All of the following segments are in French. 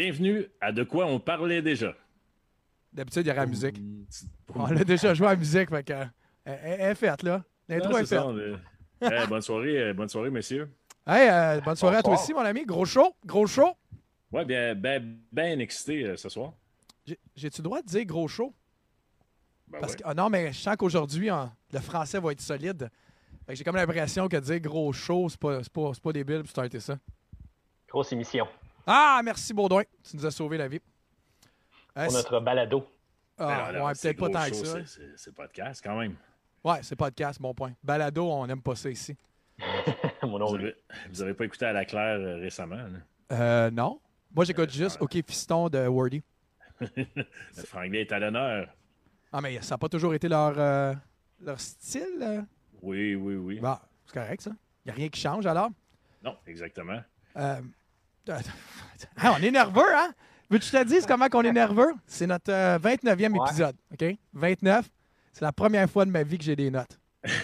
Bienvenue à De quoi on parlait déjà. D'habitude, il y aurait la musique. On l'a déjà joué à la musique, fait que, elle est faite, là. L'intro est C'est ça. faite. Bonne soirée, messieurs. Hey, bonne soirée à toi Bonsoir. aussi, mon ami. Gros show, gros show. Ouais, bien excité ce soir. J'ai-tu le droit de dire gros show? Ben Parce ouais. que, non, mais je sens qu'aujourd'hui, le français va être solide. Fait que j'ai comme l'impression que dire gros show, c'est pas débile pour starter ça. Grosse émission Ah, merci, Baudouin. Tu nous as sauvé la vie. pour notre balado. Alors, ouais, c'est peut-être pas gros tant que show, ça. c'est podcast quand même. Ouais, c'est podcast, bon point. Balado, on n'aime pas ça ici. Mon Vous nom, avez pas écouté à la Claire récemment, là? Non. Moi, j'écoute juste OK Fiston de Wordy. Le franglais est à l'honneur. Ah, mais ça n'a pas toujours été leur style. Oui. Bon, c'est correct, ça. Il n'y a rien qui change, alors. Non, exactement. Ah, on est nerveux, hein? Veux-tu que je te dise comment on est nerveux? C'est notre 29e Ouais. épisode, OK? 29, c'est la première fois de ma vie que j'ai des notes.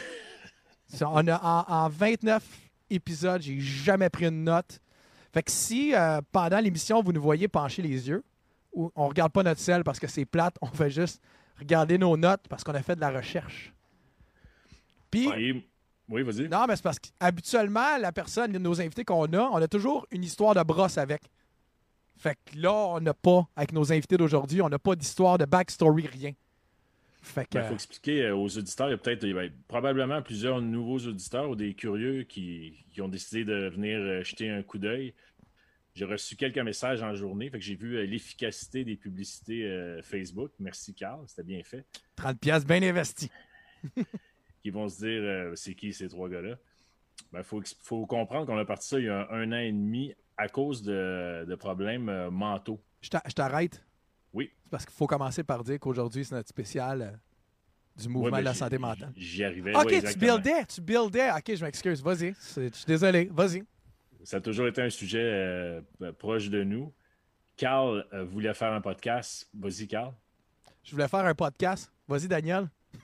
En 29 épisodes, j'ai jamais pris une note. Fait que si, pendant l'émission, vous nous voyez pencher les yeux, ou on regarde pas notre sel parce que c'est plate, on fait juste regarder nos notes parce qu'on a fait de la recherche. Puis, Oui, vas-y. non, mais c'est parce qu'habituellement, la personne, nos invités qu'on a, on a toujours une histoire de brosse avec. Fait que là, on n'a pas, avec nos invités d'aujourd'hui, on n'a pas d'histoire de backstory, rien. Fait que. Il faut expliquer aux auditeurs, il y a peut-être probablement plusieurs nouveaux auditeurs ou des curieux qui ont décidé de venir jeter un coup d'œil. J'ai reçu quelques messages en journée, fait que j'ai vu l'efficacité des publicités Facebook. Merci Carl, c'était bien fait. 30$ bien investi. Qui vont se dire c'est qui ces trois gars-là. Ben, faut comprendre qu'on a parti ça il y a un an et demi à cause de problèmes mentaux. Je t'arrête. Oui. C'est parce qu'il faut commencer par dire qu'aujourd'hui, c'est notre spécial du mouvement de la santé mentale. J'y arrivais. OK, ouais, tu buildais. OK, je m'excuse. Vas-y. Je suis désolé. Vas-y. Ça a toujours été un sujet proche de nous. Carl voulait faire un podcast. Vas-y, Carl. Je voulais faire un podcast. Vas-y, Daniel.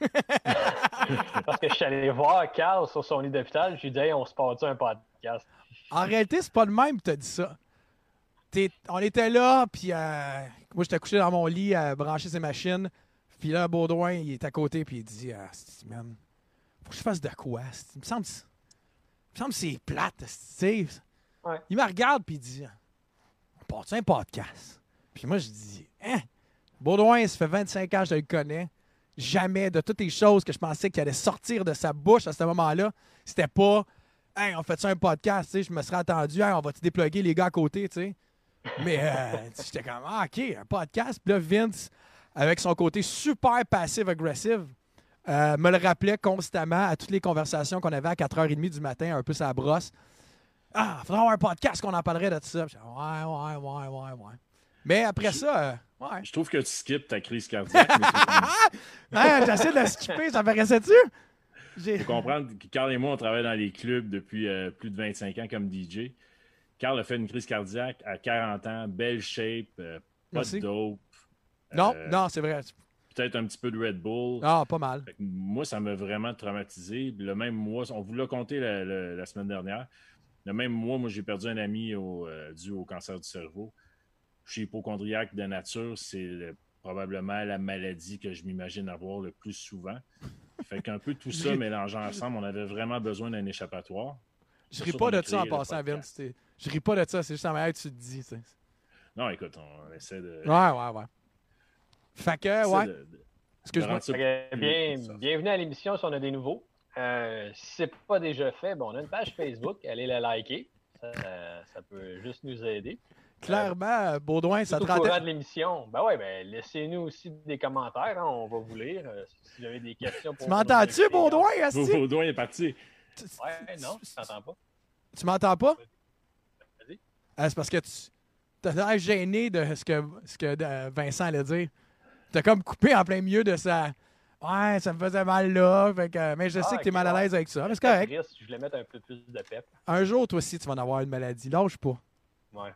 parce que je suis allé voir Carl sur son lit d'hôpital, je lui ai dit hey, on se passe un podcast. En réalité, c'est pas le même que t'as dit ça. On était là, puis moi, j'étais couché dans mon lit à brancher ses machines. Puis là, Baudouin, il est à côté, puis il dit man, faut que je fasse de quoi? Il me semble que c'est plate, tu sais. Ouais. Il me regarde, puis il dit on part un podcast? Puis moi, je dis Baudouin, ça fait 25 ans que je le connais. Jamais, de toutes les choses que je pensais qu'il allait sortir de sa bouche à ce moment-là, c'était pas hey, on fait ça un podcast, tu sais, je me serais attendu, hey, on va te dépluguer les gars à côté, tu sais. Mais j'étais comme, OK, un podcast. Puis là, Vince, avec son côté super passive-agressif, me le rappelait constamment à toutes les conversations qu'on avait à 4h30 du matin, un peu sa brosse. Ah, il faudrait avoir un podcast qu'on en parlerait de tout ça. Puis, ouais. Mais après ça, ouais. Je trouve que tu skippes ta crise cardiaque. J'essaie de la skipper, ça paraissait-tu? Il faut comprendre que Carl et moi, on travaille dans les clubs depuis plus de 25 ans comme DJ. Carl a fait une crise cardiaque à 40 ans, belle shape, pas Merci. de dope. Non, c'est vrai. Peut-être un petit peu de Red Bull. Ah, pas mal. Fait que moi, ça m'a vraiment traumatisé. Le même mois, on vous l'a compté la semaine dernière. Le même mois, moi, j'ai perdu un ami dû au cancer du cerveau. Je suis hypochondriaque de nature. C'est probablement la maladie que je m'imagine avoir le plus souvent. Fait qu'un peu tout ça mélangé ensemble, on avait vraiment besoin d'un échappatoire. Je ris pas de ça en passant, Vince. Je ris pas de ça, c'est juste la manière que tu te dis. T'sais. Non, écoute, on essaie de... Ouais. Fait que, ouais. Excuse-moi. Bienvenue à l'émission si on a des nouveaux. Si c'est pas déjà fait, bon, on a une page Facebook, allez la liker. Ça peut juste nous aider. Clairement, Baudouin, ça te au courant rendait... de l'émission. Ben ouais, laissez-nous aussi des commentaires, hein, on va vous lire. Si vous avez des questions pour Tu m'entends-tu, Baudouin, asti? Baudouin est parti. Ouais, non, tu t'entends pas. Tu m'entends pas? Vas-y. C'est parce que tu as l'air gêné de ce que Vincent allait dire. T'as comme coupé en plein milieu de sa... Ouais, ça me faisait mal là. Fait que... Mais je sais que t'es mal à l'aise avec ça. Mais c'est correct. Je voulais mettre un peu plus de pep. Un jour, toi aussi, tu vas en avoir une maladie. Lâche pas. Ouais.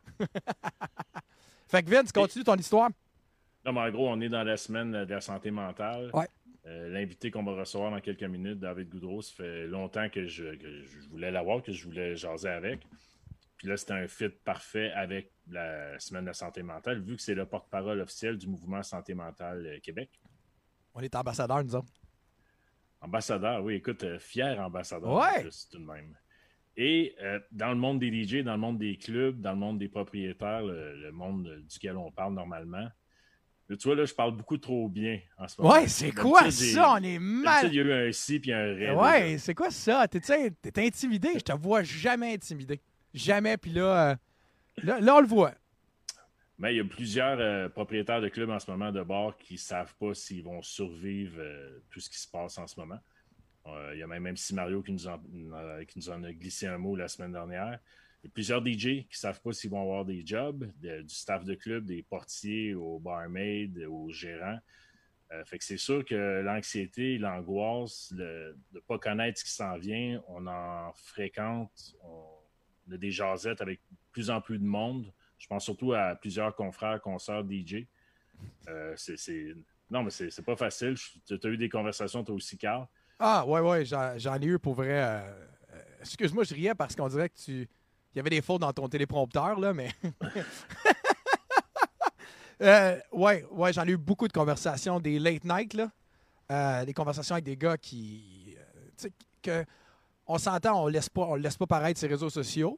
Fait que Vince, continue ton histoire. Non, mais en gros, on est dans la semaine de la santé mentale. Ouais. L'invité qu'on va recevoir dans quelques minutes, David Goudreau, ça fait longtemps que je voulais l'avoir, que je voulais jaser avec. Puis là, c'était un fit parfait avec la Semaine de la santé mentale, vu que c'est le porte-parole officiel du mouvement Santé mentale Québec. On est ambassadeurs, nous autres. Ambassadeur, oui, écoute, fier ambassadeur Ouais. en plus, tout de même. Et dans le monde des DJ, dans le monde des clubs, dans le monde des propriétaires, le monde duquel on parle normalement, là, tu vois, là, je parle beaucoup trop bien en ce moment. Ouais, c'est quoi ça? On est mal. Il y a eu un si puis un ré. Ouais, c'est quoi ça? T'es intimidé. Je te vois jamais intimidé. Jamais. Puis là, là, on le voit. Mais il y a plusieurs propriétaires de clubs en ce moment de bars qui ne savent pas s'ils vont survivre tout ce qui se passe en ce moment. Il y a même MC Mario qui nous en a glissé un mot la semaine dernière. Il y a plusieurs DJ qui ne savent pas s'ils vont avoir des jobs, du staff de club, des portiers, aux barmaids, aux gérants. Fait que c'est sûr que l'anxiété, l'angoisse, de ne pas connaître ce qui s'en vient, on en fréquente, on a des jasettes avec de plus en plus de monde. Je pense surtout à plusieurs confrères, consoeurs, DJ. Non, mais c'est pas facile. Tu as eu des conversations, toi aussi, Carl. Ah, ouais, j'en ai eu pour vrai. Excuse-moi, je riais parce qu'on dirait que il y avait des fautes dans ton téléprompteur, là, mais. Ouais, j'en ai eu beaucoup de conversations, des late night, là. Des conversations avec des gars qui. Tu sais, que. On s'entend, on laisse pas paraître ses réseaux sociaux.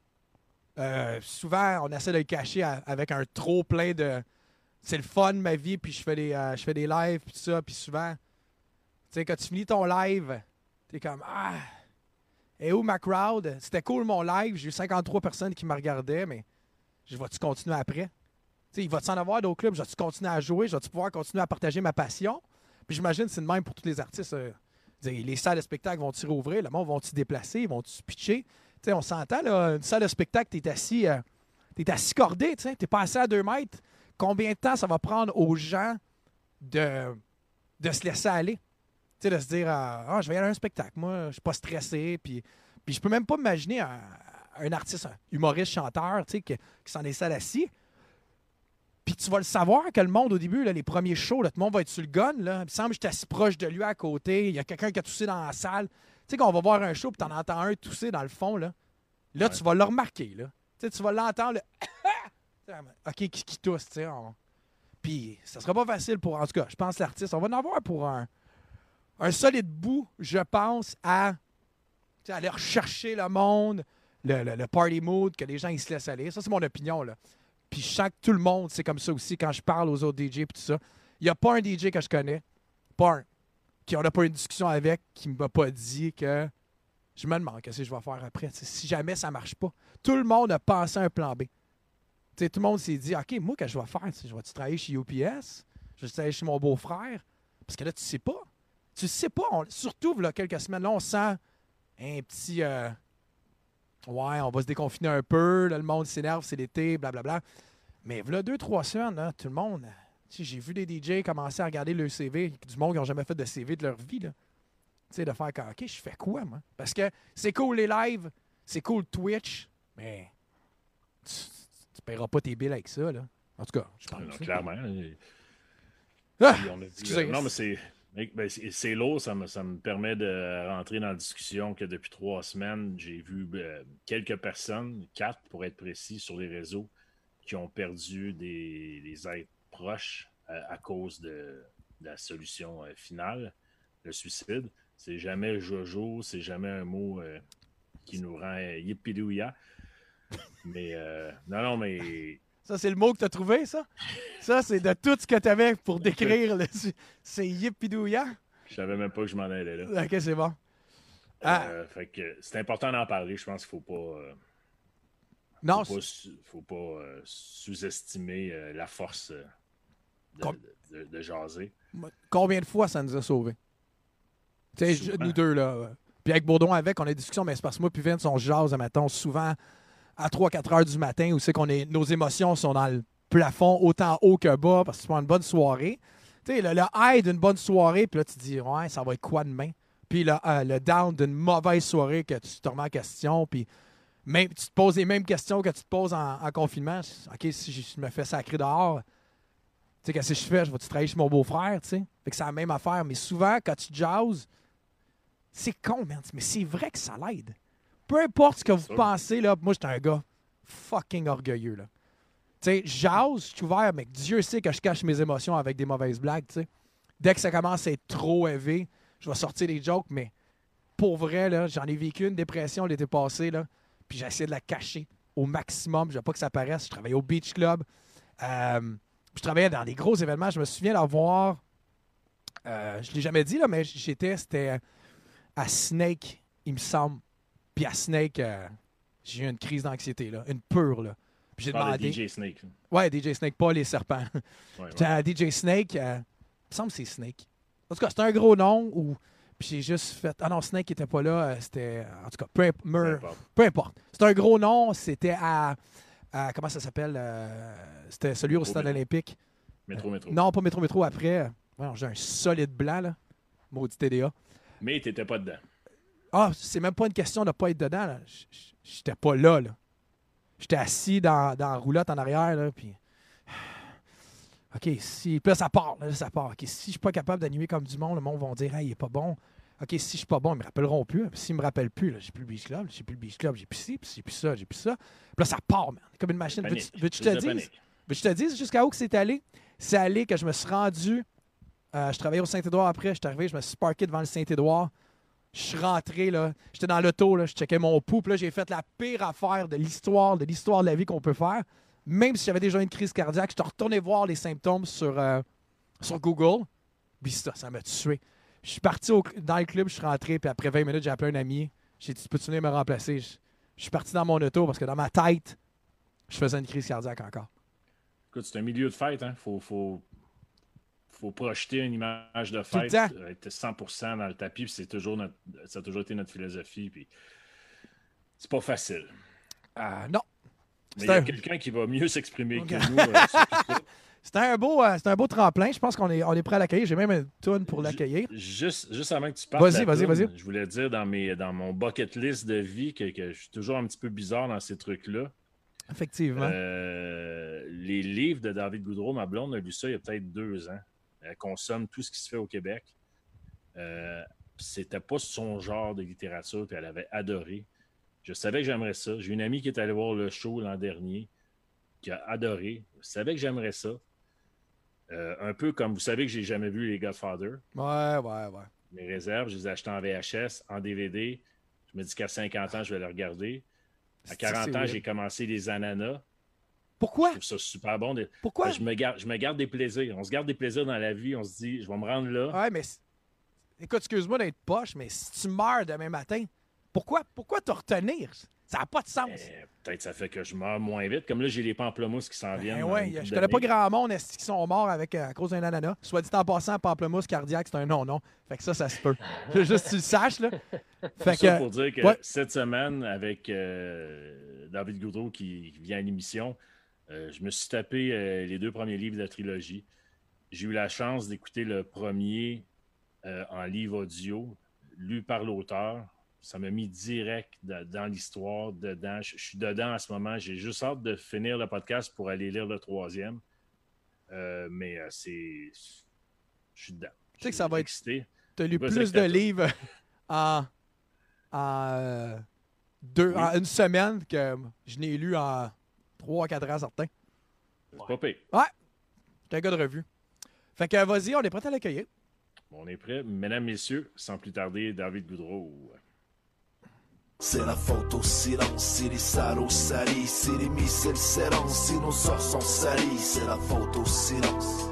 Souvent, on essaie de le cacher avec un trop plein de. C'est le fun, ma vie, puis je fais des lives, puis tout ça, puis souvent. Tu sais, quand tu finis ton live, t'es comme ah, et où ma crowd? C'était cool mon live, j'ai eu 53 personnes qui me regardaient, mais je vais-tu continuer après? Tu sais, il va-tu en avoir d'autres clubs? Je vais-tu continuer à jouer? Je vais-tu pouvoir continuer à partager ma passion? Puis j'imagine que c'est le même pour tous les artistes. Les salles de spectacle vont-tu rouvrir? Le monde vont-tu déplacer? Vont-tu se pitcher? Tu sais, on s'entend, là, une salle de spectacle, t'es assis cordé, tu sais, t'es pas assis à 2 mètres. Combien de temps ça va prendre aux gens de se laisser aller? Tu sais, de se dire, je vais aller à un spectacle. Moi, je suis pas stressé. Puis je peux même pas m'imaginer un artiste, un humoriste, chanteur, tu sais, qui s'en est assis. Puis tu vas le savoir que le monde, au début, là, les premiers shows, là, tout le monde va être sur le gun. Là. Il me semble que j'étais assis proche de lui à côté. Il y a quelqu'un qui a toussé dans la salle. Tu sais, quand on va voir un show, puis t'en entends un tousser dans le fond, là, ouais. Tu vas le remarquer. Là. Tu vas l'entendre. OK, qui tousse, tu sais. Puis ça sera pas facile pour, en tout cas, je pense, l'artiste. On va en avoir pour un solide bout, je pense, à aller rechercher le monde, le party mood, que les gens ils se laissent aller. Ça, c'est mon opinion, là. Puis je sens que tout le monde, c'est comme ça aussi quand je parle aux autres DJ et tout ça. Il n'y a pas un DJ que je connais, pas un, qui on n'a pas eu une discussion avec, qui ne m'a pas dit que je me demande qu'est-ce que je vais faire après. T'sais, si jamais ça ne marche pas. Tout le monde a pensé à un plan B. T'sais, tout le monde s'est dit, OK, moi, qu'est-ce que je vais faire? Je vais-tu travailler chez UPS? Je vais travailler chez mon beau-frère? Parce que là, tu sais pas. Tu sais pas. Surtout, là, quelques semaines, là, on sent un petit... ouais, on va se déconfiner un peu. Là, le monde s'énerve, c'est l'été, blablabla. Mais là, 2-3 semaines, là, tout le monde... J'ai vu des DJ commencer à regarder le CV, du monde qui n'ont jamais fait de CV de leur vie. Là. De faire comme, OK, je fais quoi, moi? Parce que c'est cool les lives, c'est cool Twitch, mais tu paieras pas tes billes avec ça. Là. En tout cas, je pense. Non, clairement. Excusez. Non, mais c'est lourd, ça me permet de rentrer dans la discussion que depuis 3 semaines, j'ai vu quelques personnes, 4 pour être précis, sur les réseaux, qui ont perdu des êtres proches à cause de la solution finale, le suicide. C'est jamais Jojo, c'est jamais un mot qui nous rend yippidouya. Mais non, mais... Ça, c'est le mot que tu as trouvé, ça? Ça, c'est de tout ce que tu avais pour décrire. C'est yippidouya? Je savais même pas que je m'en allais là. OK, c'est bon. Fait que c'est important d'en parler. Je pense qu'il faut pas... non, faut pas sous-estimer la force de jaser. Combien de fois ça nous a sauvés? Tu sais, nous deux, là. Puis avec Baudouin avec, on a des discussions, mais c'est parce que moi puis Vince, on jase, mettons, souvent à 3-4 heures du matin, où c'est nos émotions sont dans le plafond, autant haut que bas, parce que tu prends une bonne soirée. Tu sais, le high d'une bonne soirée, puis là, tu te dis, ouais, ça va être quoi demain? Puis le down d'une mauvaise soirée que tu te remets en question, puis même, tu te poses les mêmes questions que tu te poses en confinement. OK, si je me fais sacrer dehors, tu sais, qu'est-ce que je fais? Je vais-tu travailler chez mon beau-frère, tu sais? Fait que c'est la même affaire. Mais souvent, quand tu jases, c'est con, man, mais c'est vrai que ça l'aide. Peu importe ce que vous pensez, là, moi, j'étais un gars. fucking orgueilleux, là. Tu sais, j'ose, je suis ouvert, mais Dieu sait que je cache mes émotions avec des mauvaises blagues, tu sais. Dès que ça commence à être trop élevé, je vais sortir des jokes, mais pour vrai, là, j'en ai vécu une dépression l'été passé, là, puis j'ai essayé de la cacher au maximum. Je veux pas que ça paraisse. Je travaillais au Beach Club. Je travaillais dans des gros événements. Je me souviens d'avoir... je l'ai jamais dit, là, mais c'était à Snake, il me semble. Puis à Snake, j'ai eu une crise d'anxiété, là, une pure, là. Puis j'ai demandé... DJ Snake. Ouais, DJ Snake, pas les serpents. Ouais, J'étais à DJ Snake, il me semble que c'est Snake. En tout cas, c'était un gros nom où... Puis j'ai juste fait... Ah non, Snake n'était pas là. C'était... En tout cas, peu importe. C'était un gros nom. C'était à comment ça s'appelle? C'était celui au Stade olympique. Métro. Non, pas Métro. Après, j'ai un solide blanc, là. Maudit TDA. Mais t'étais pas dedans. Ah, c'est même pas une question de pas être dedans, là. J'étais pas là, là. J'étais assis dans la roulotte en arrière, là, puis... OK, si... Puis là, ça part. OK, si je suis pas capable d'animer comme du monde, le monde va dire « Hey, il est pas bon. » OK, si je suis pas bon, ils me rappelleront plus. Puis s'ils me rappellent plus, là, j'ai plus le Beach Club, j'ai plus ci, puis j'ai plus ça. Puis là, ça part, man. Comme une machine. Veux-tu que je te dise jusqu'à où que c'est allé? C'est allé que je me suis rendu... je travaillais au Saint-Édouard après. Je suis arrivé, je me suis parké devant le Saint-Édouard. Je suis rentré, là. J'étais dans l'auto, là. Je checkais mon pouls. Puis là, j'ai fait la pire affaire de l'histoire de la vie qu'on peut faire. Même si j'avais déjà une crise cardiaque, je suis retourné voir les symptômes sur Google. Puis ça m'a tué. Je suis parti dans le club, je suis rentré, puis après 20 minutes, j'ai appelé un ami. J'ai dit, peux-tu venir me remplacer? Je suis parti dans mon auto parce que dans ma tête, je faisais une crise cardiaque encore. Écoute, c'est un milieu de fête, hein? Faut projeter une image de fête, être 100% dans le tapis, puis ça a toujours été notre philosophie, puis c'est pas facile. Non. Mais il y a quelqu'un qui va mieux s'exprimer que nous. C'était un beau tremplin. Je pense qu'on est prêt à l'accueillir. J'ai même une toune pour l'accueillir. Juste avant que tu partes, vas-y. Je voulais dire dans mon bucket list de vie que je suis toujours un petit peu bizarre dans ces trucs-là. Effectivement. Les livres de David Goudreau, ma blonde a lu ça il y a peut-être 2 ans. Elle consomme tout ce qui se fait au Québec. C'était pas son genre de littérature, puis elle avait adoré. Je savais que j'aimerais ça. J'ai une amie qui est allée voir le show l'an dernier, qui a adoré. Je savais que j'aimerais ça. Un peu comme vous savez que j'ai jamais vu les Godfather. Ouais. Mes réserves, je les ai achetées en VHS, en DVD. Je me dis qu'à 50 ans, je vais les regarder. À 40 ans, j'ai commencé les Ananas. Pourquoi? Je trouve ça super bon. Pourquoi? Je me garde des plaisirs. On se garde des plaisirs dans la vie. On se dit, je vais me rendre là. Ouais, mais écoute, excuse-moi d'être poche, mais si tu meurs demain matin, pourquoi te retenir? Ça n'a pas de sens. Peut-être ça fait que je meurs moins vite. Comme là, j'ai les pamplemoustes qui s'en viennent. Je connais pas grand monde qui sont morts à cause d'un ananas. Soit dit en passant, pamplemousse cardiaque, c'est un non-non. Fait que ça se peut. Juste que tu le saches, là. Fait que, pour dire que cette semaine, avec David Goudreau qui vient à l'émission, je me suis tapé les 2 premiers livres de la trilogie. J'ai eu la chance d'écouter le premier en livre audio, lu par l'auteur. Ça m'a mis direct dans l'histoire, dedans. Je suis dedans en ce moment. J'ai juste hâte de finir le podcast pour aller lire le 3e. Mais je suis dedans. Tu sais que ça va être... excité. Tu as lu plus de livres en une semaine que je n'ai lu en 3-4 ans certains. C'est pas pire. Ouais. T'es un gars de revue. Fait que vas-y, on est prêt à l'accueillir. On est prêt. Mesdames, messieurs, sans plus tarder, David Goudreau. C'est la faute au silence, si les salauds salissent, si les missiles s'élancent, si nos sorts sont salis, c'est la faute au silence.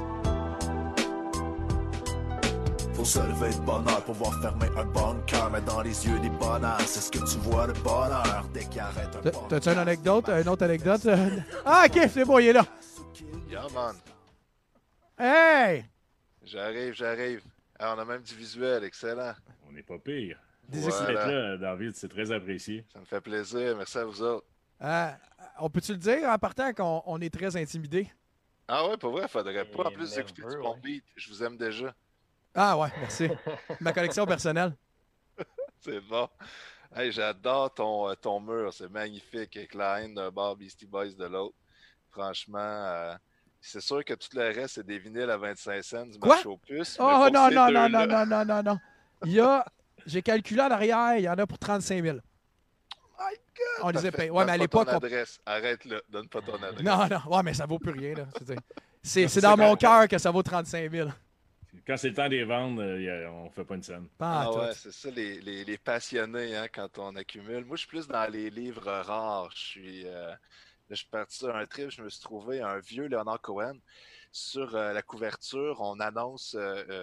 Faut se lever de bonheur pour pouvoir fermer un bon cœur, mais dans les yeux des bonheurs, c'est ce que tu vois le bonheur dès qu'il arrête un bon. T'as-tu une autre anecdote? Ah, ok, c'est bon, il est là. Yeah, man. Hey! J'arrive. Ah, on a même du visuel, excellent. On n'est pas pire. Voilà. D'être là, David, c'est très apprécié. Ça me fait plaisir. Merci à vous autres. On peut-tu le dire en partant qu'on est très intimidés? Ah ouais, pour vrai, faudrait pas. En plus d'écouter du bon beat, je vous aime déjà. Ah ouais, merci. Ma collection personnelle. C'est bon. Hey, j'adore ton mur, c'est magnifique, avec la haine d'un bar Beastie Boys de l'autre. Franchement, c'est sûr que tout le reste, c'est des vinyles à 25 cents du marché aux puces. Oh non. J'ai calculé en arrière, il y en a pour 35 000. my God! On disait Parfait. ouais, mais à Donne pas l'époque, ton on- adresse. Arrête-le. Donne pas ton adresse. Non, ouais, mais ça vaut plus rien, là. C'est dans mon cœur que ça vaut 35 000. Quand c'est le temps de les vendre, on fait pas une scène. Pas en tout. Ouais, c'est ça, les passionnés, hein, quand on accumule. Moi, je suis plus dans les livres rares. Là, je suis parti sur un trip, je me suis trouvé un vieux Leonard Cohen. Sur la couverture, on annonce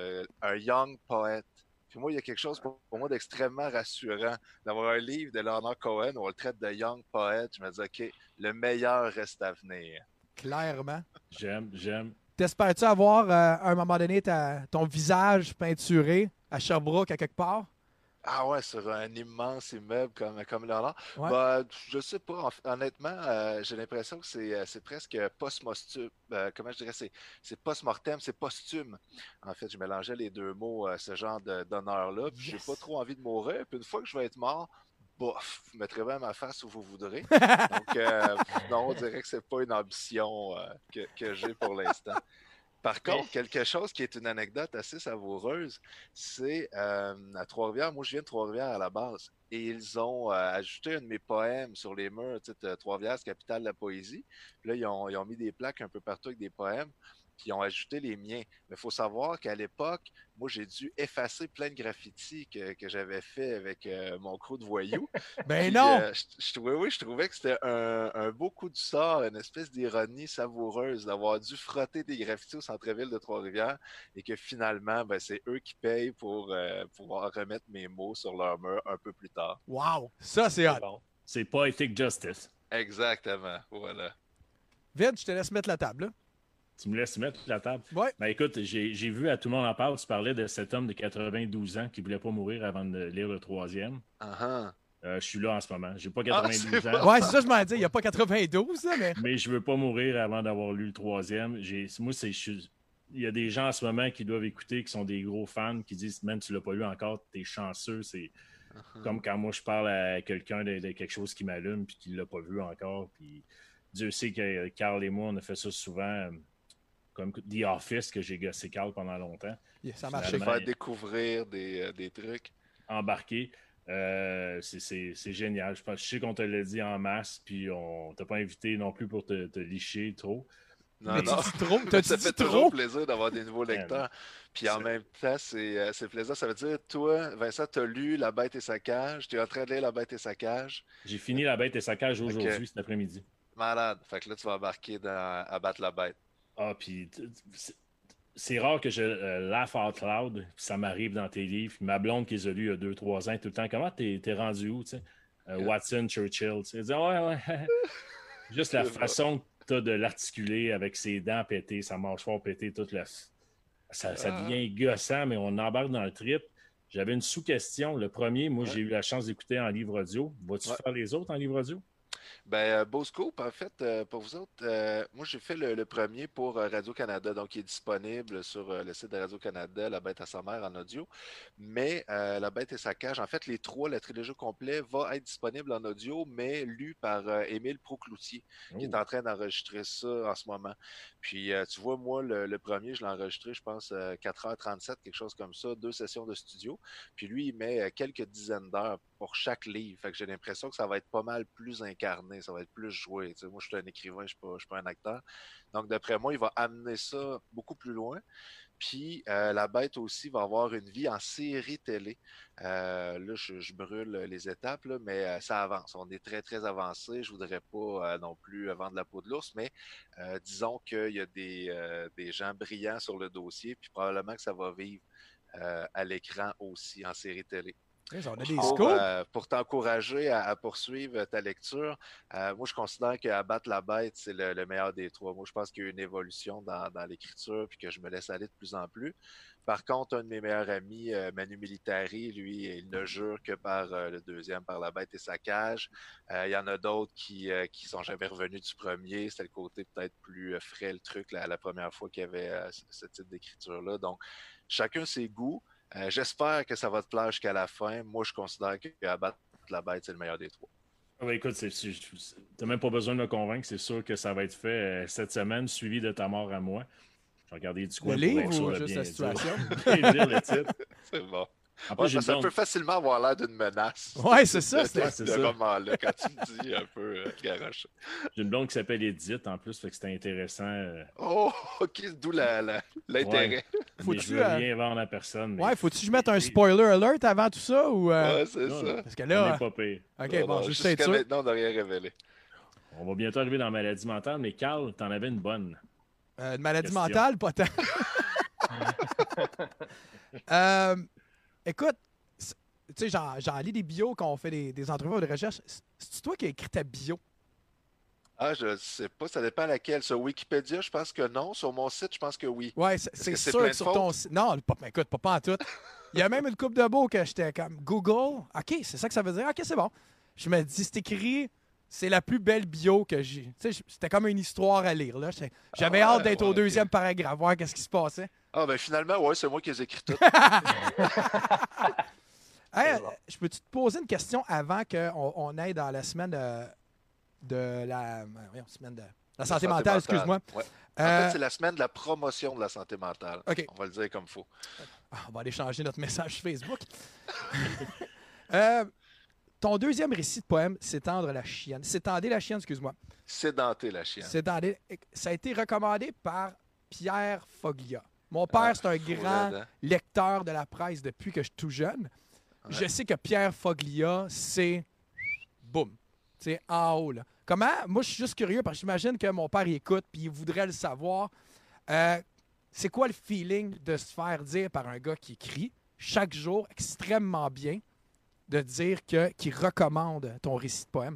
un Young Poet. Puis moi, il y a quelque chose pour moi d'extrêmement rassurant d'avoir un livre de Leonard Cohen où on le traite de Young Poet. Je me dis, OK, le meilleur reste à venir. Clairement. J'aime. T'espères-tu avoir, à un moment donné, ton visage peinturé à Sherbrooke, à quelque part? Ah ouais, sur un immense immeuble comme Leonard. Ouais. Bah, je sais pas. Honnêtement, j'ai l'impression que c'est presque post-mortem. Comment je dirais? C'est post-mortem, c'est posthume. En fait, je mélangeais les deux mots, ce genre d'honneur-là. Puis j'ai pas trop envie de mourir. Puis une fois que je vais être mort, bof, vous mettrez bien ma face où vous voudrez. Donc, non, on dirait que c'est pas une ambition que j'ai pour l'instant. Par contre, quelque chose qui est une anecdote assez savoureuse, c'est à Trois-Rivières. Moi, je viens de Trois-Rivières à la base. Et ils ont ajouté un de mes poèmes sur les murs. Tu sais, Trois-Rivières, c'est capitale de la poésie. Puis là, ils ont mis des plaques un peu partout avec des poèmes. Puis ils ont ajouté les miens. Mais il faut savoir qu'à l'époque, moi, j'ai dû effacer plein de graffitis que j'avais fait avec mon crew de voyous. Ben Puis, non! je trouvais que c'était un beau coup du sort, une espèce d'ironie savoureuse d'avoir dû frotter des graffitis au centre-ville de Trois-Rivières et que finalement, ben, c'est eux qui payent pour pouvoir remettre mes mots sur leur mur un peu plus tard. Wow! Ça, c'est hot. Bon. C'est Poetic Justice. Exactement, voilà. Vite, je te laisse mettre la table, là. Tu me laisses mettre la table? Ouais. Ben écoute, j'ai vu à Tout le monde en parle, tu parlais de cet homme de 92 ans qui ne voulait pas mourir avant de lire le troisième. Uh-huh. Je suis là en ce moment. J'ai pas Ah, 92 c'est ans. Ouais, c'est ça, je m'en dis. Il n'y a pas 92, là, mais. Mais je veux pas mourir avant d'avoir lu le troisième. Moi, il y a des gens en ce moment qui doivent écouter, qui sont des gros fans, qui disent, man, tu l'as pas lu encore, t'es chanceux. C'est comme quand moi, je parle à quelqu'un de quelque chose qui m'allume puis qui l'a pas vu encore. Puis Dieu sait que Carl et moi, on a fait ça souvent, comme The Office, que j'ai gossé Carl pendant longtemps. Yeah, ça Je marche. vais faire découvrir des trucs. Embarqué. C'est génial. Je sais qu'on te l'a dit en masse, puis on t'a pas invité non plus pour te licher trop. Non, Mais non. t'as-tu Ça dit fait trop? toujours plaisir d'avoir des nouveaux lecteurs. Puis en même temps, c'est plaisant. Ça veut dire, toi, Vincent, t'as lu La Bête et sa cage. Tu es en train de lire La Bête et sa cage. J'ai fini La Bête et sa cage aujourd'hui, Ok. cet après-midi. Malade. Fait que là, tu vas embarquer dans Abattre la bête. Ah, puis c'est rare que je laugh out loud, puis ça m'arrive dans tes livres. Puis ma blonde qui les a lus il y a 2-3 ans, tout le temps, comment t'es rendu où, tu sais? Watson, Churchill, tu sais. Elle dit, ouais. Juste la façon que t'as de l'articuler avec ses dents pétées, sa mâchoire pétée, toute la... Ça devient gossant, mais on embarque dans le trip. J'avais une sous-question. Le premier, moi, j'ai eu la chance d'écouter en livre audio. Vas-tu faire les autres en livre audio? Ben, Beau Scoop, en fait, pour vous autres, moi j'ai fait le premier pour Radio-Canada, donc il est disponible sur le site de Radio-Canada, La Bête à sa mère en audio. Mais La Bête et sa cage, en fait, les trois, la trilogie complète va être disponible en audio, mais lu par Émile Procloutier, qui est en train d'enregistrer ça en ce moment. Puis tu vois, moi, le premier, je l'ai enregistré, je pense, 4h37, quelque chose comme ça, 2 sessions de studio. Puis lui, il met quelques dizaines d'heures pour chaque livre. Fait que j'ai l'impression que ça va être pas mal plus incarné, ça va être plus joué. T'sais, moi, je suis un écrivain, je suis pas un acteur. Donc, d'après moi, il va amener ça beaucoup plus loin. Puis, La Bête aussi va avoir une vie en série télé. Là, je brûle les étapes, là, mais ça avance. On est très, très avancé. Je voudrais pas non plus vendre la peau de l'ours, mais disons qu'il y a des gens brillants sur le dossier, puis probablement que ça va vivre à l'écran aussi en série télé. On a des scoops. Pour t'encourager à poursuivre ta lecture, moi je considère qu'Abattre la bête, c'est le meilleur des trois. Moi je pense qu'il y a eu une évolution dans l'écriture puis que je me laisse aller de plus en plus. Par contre, un de mes meilleurs amis, Manu Militari, lui, il ne jure que par le deuxième, par La Bête et sa cage. Il y en a d'autres qui sont jamais revenus du premier. C'était le côté peut-être plus frais, le truc, la première fois qu'il y avait ce type d'écriture-là. Donc, chacun ses goûts. J'espère que ça va te plaire jusqu'à la fin. Moi, je considère que Abattre la bête, c'est le meilleur des trois. Ah ben écoute, t'as même pas besoin de me convaincre. C'est sûr que ça va être fait cette semaine, suivi de Ta mort à moi. Je vais regarder du coin. Le livre ou juste la situation? Dire le titre. C'est bon. Après, j'ai une ça blonde. peut facilement avoir l'air d'une menace. Ouais, c'est ça. c'est Ce ça. roman-là, quand tu me dis un peu garoche. J'ai une blonde qui s'appelle Edith, en plus, fait que c'était intéressant. Oh, OK, d'où l'intérêt. Mais Faut-tu, je veux rien vendre à personne. Mais... Ouais, faut-tu que je mette un spoiler alert avant tout ça? Ou, Ouais, c'est Non, ça. Parce que on là... est pas pire. OK, Non, bon, non, juste être jusqu'à sûr. maintenant, on n'a rien révélé. On va bientôt arriver dans la maladie mentale, mais Carl, t'en avais une bonne. Une maladie Question. mentale, pas tant. Écoute, tu sais, j'en lis des bios quand on fait des entrevues de recherche. C'est toi qui as écrit ta bio? Ah, je sais pas, ça dépend laquelle. Sur Wikipédia, je pense que non. Sur mon site, je pense que oui. Ouais, Est-ce c'est que c'est sûr plein que de sur ton fautes? site. Non, écoute, pas en tout. Il y a même une coupe de mots que j'étais comme Google. OK, c'est ça que ça veut dire. OK, c'est bon. Je me dis, c'est écrit, c'est la plus belle bio que j'ai. Tu sais, c'était comme une histoire à lire. Là. J'avais Ah, hâte d'être ouais, au ok. deuxième paragraphe, voir qu'est-ce qui se passait. Ah, ben finalement, ouais, c'est moi qui les ai écrits toutes. Hey, bon. je peux-tu te poser une question avant qu'on aille dans la semaine de la semaine de la santé mentale, excuse-moi. Ouais. En Euh, fait, c'est la semaine de la promotion de la santé mentale. OK. On va le dire comme il faut. On va aller changer notre message Facebook. Ton deuxième récit de poème, S'étendre la chienne. S'étender la chienne, excuse-moi. Sédenté, la chienne. S'étendre. Ça a été recommandé par Pierre Foglia. Mon père, c'est un grand Fourette, hein? lecteur de la presse depuis que je suis tout jeune. Ouais. Je sais que Pierre Foglia, c'est boum. C'est en haut, là. Comment? Moi, je suis juste curieux parce que j'imagine que mon père il écoute puis il voudrait le savoir. C'est quoi le feeling de se faire dire par un gars qui écrit chaque jour extrêmement bien de dire qu'il recommande ton récit de poème?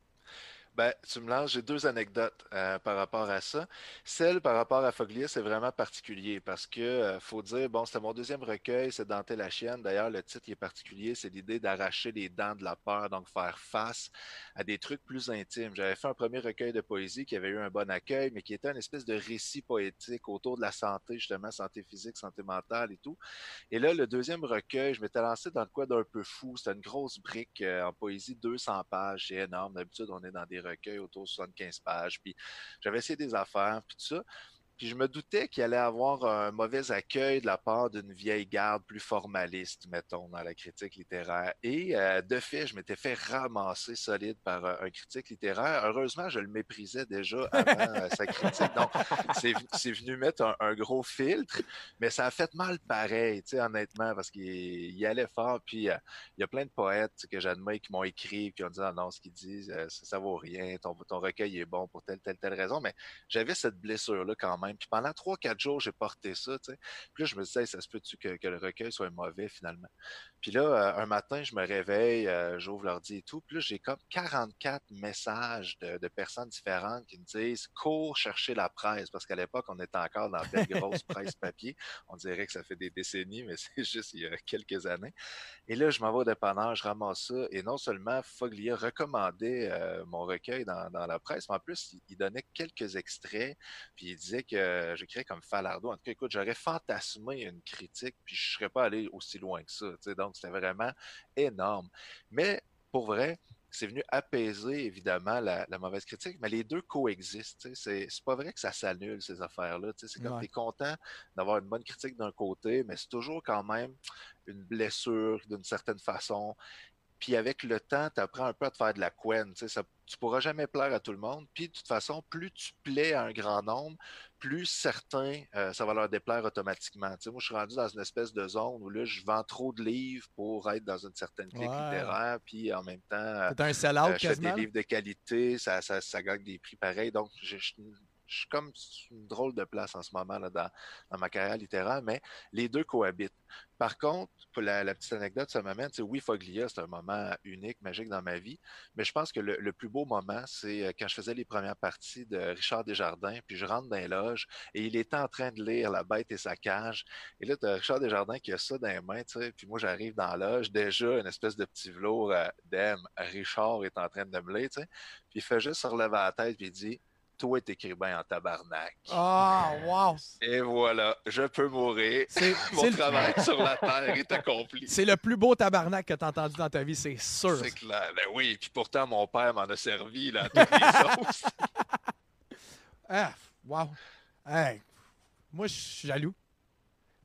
Ben, tu me lances, j'ai deux anecdotes par rapport à ça. Celle par rapport à Foglia, c'est vraiment particulier parce que faut dire, bon, c'était mon deuxième recueil, c'est Dante la chienne. D'ailleurs, le titre qui est particulier, c'est l'idée d'arracher les dents de la peur, donc faire face à des trucs plus intimes. J'avais fait un premier recueil de poésie qui avait eu un bon accueil, mais qui était une espèce de récit poétique autour de la santé, justement, santé physique, santé mentale et tout. Et là, le deuxième recueil, je m'étais lancé dans le quoi d'un peu fou. C'était une grosse brique en poésie, 200 pages, c'est énorme. D'habitude, on est dans des recueils autour de 75 pages. Puis j'avais essayé des affaires, puis tout ça. Puis je me doutais qu'il allait avoir un mauvais accueil de la part d'une vieille garde plus formaliste, mettons, dans la critique littéraire. Et de fait, je m'étais fait ramasser solide par un critique littéraire. Heureusement, je le méprisais déjà avant sa critique. Donc, c'est venu mettre un gros filtre, mais ça a fait mal pareil, tu sais, honnêtement, parce qu'il allait fort. Puis il y a plein de poètes que j'admets qui m'ont écrit, qui ont dit, ah non, ce qu'ils disent, ça vaut rien, ton recueil est bon pour telle raison. Mais j'avais cette blessure-là quand même. Puis pendant 3-4 jours, j'ai porté ça, tu sais. Puis là, je me disais, hey, ça se peut-tu que le recueil soit mauvais finalement? Puis là, un matin, je me réveille, j'ouvre l'ordi et tout. Puis là, j'ai comme 44 messages de personnes différentes qui me disent, cours chercher la presse. Parce qu'à l'époque, on était encore dans la belle grosse presse papier. On dirait que ça fait des décennies, mais c'est juste il y a quelques années. Et là, je m'en vais au dépanneur, je ramasse ça. Et non seulement Foglia recommandait mon recueil dans la presse, mais en plus, il donnait quelques extraits. Puis il disait que j'écrivais comme Falardeau. En tout cas, écoute, j'aurais fantasmé une critique, puis je ne serais pas allé aussi loin que ça. Donc, c'était vraiment énorme. Mais pour vrai, c'est venu apaiser, évidemment, la mauvaise critique, mais les deux coexistent. C'est pas vrai que ça s'annule, ces affaires-là. C'est comme tu es content d'avoir une bonne critique d'un côté, mais c'est toujours quand même une blessure d'une certaine façon. Puis avec le temps, tu apprends un peu à te faire de la couenne. Tu ne pourras jamais plaire à tout le monde. Puis de toute façon, plus tu plais à un grand nombre, plus certains, ça va leur déplaire automatiquement. Moi, je suis rendu dans une espèce de zone où là, je vends trop de livres pour être dans une certaine clique littéraire. Puis en même temps, c'est un sell-out je fais quasiment. des livres de qualité, ça gagne des prix pareils. Donc, je suis comme une drôle de place en ce moment là, dans ma carrière littéraire, mais les deux cohabitent. Par contre, pour la petite anecdote, ça m'amène, oui, Foglia, c'est un moment unique, magique dans ma vie, mais je pense que le plus beau moment, c'est quand je faisais les premières parties de Richard Desjardins, puis je rentre dans les loges, et il était en train de lire La Bête et sa cage, et là, tu as Richard Desjardins qui a ça dans les mains, puis moi, j'arrive dans la loge, déjà, une espèce de petit velours Richard est en train de me lire, puis il fait juste se relever la tête, puis il dit, toi, t'écris bien en tabarnak. Ah, wow! Et voilà, je peux mourir. Mon travail sur la terre est accompli. C'est le plus beau tabarnak que tu as entendu dans ta vie, c'est sûr. C'est clair. Ben oui, puis pourtant, mon père m'en a servi là, à toutes les sauces. Ah, wow! Hey, moi, je suis jaloux.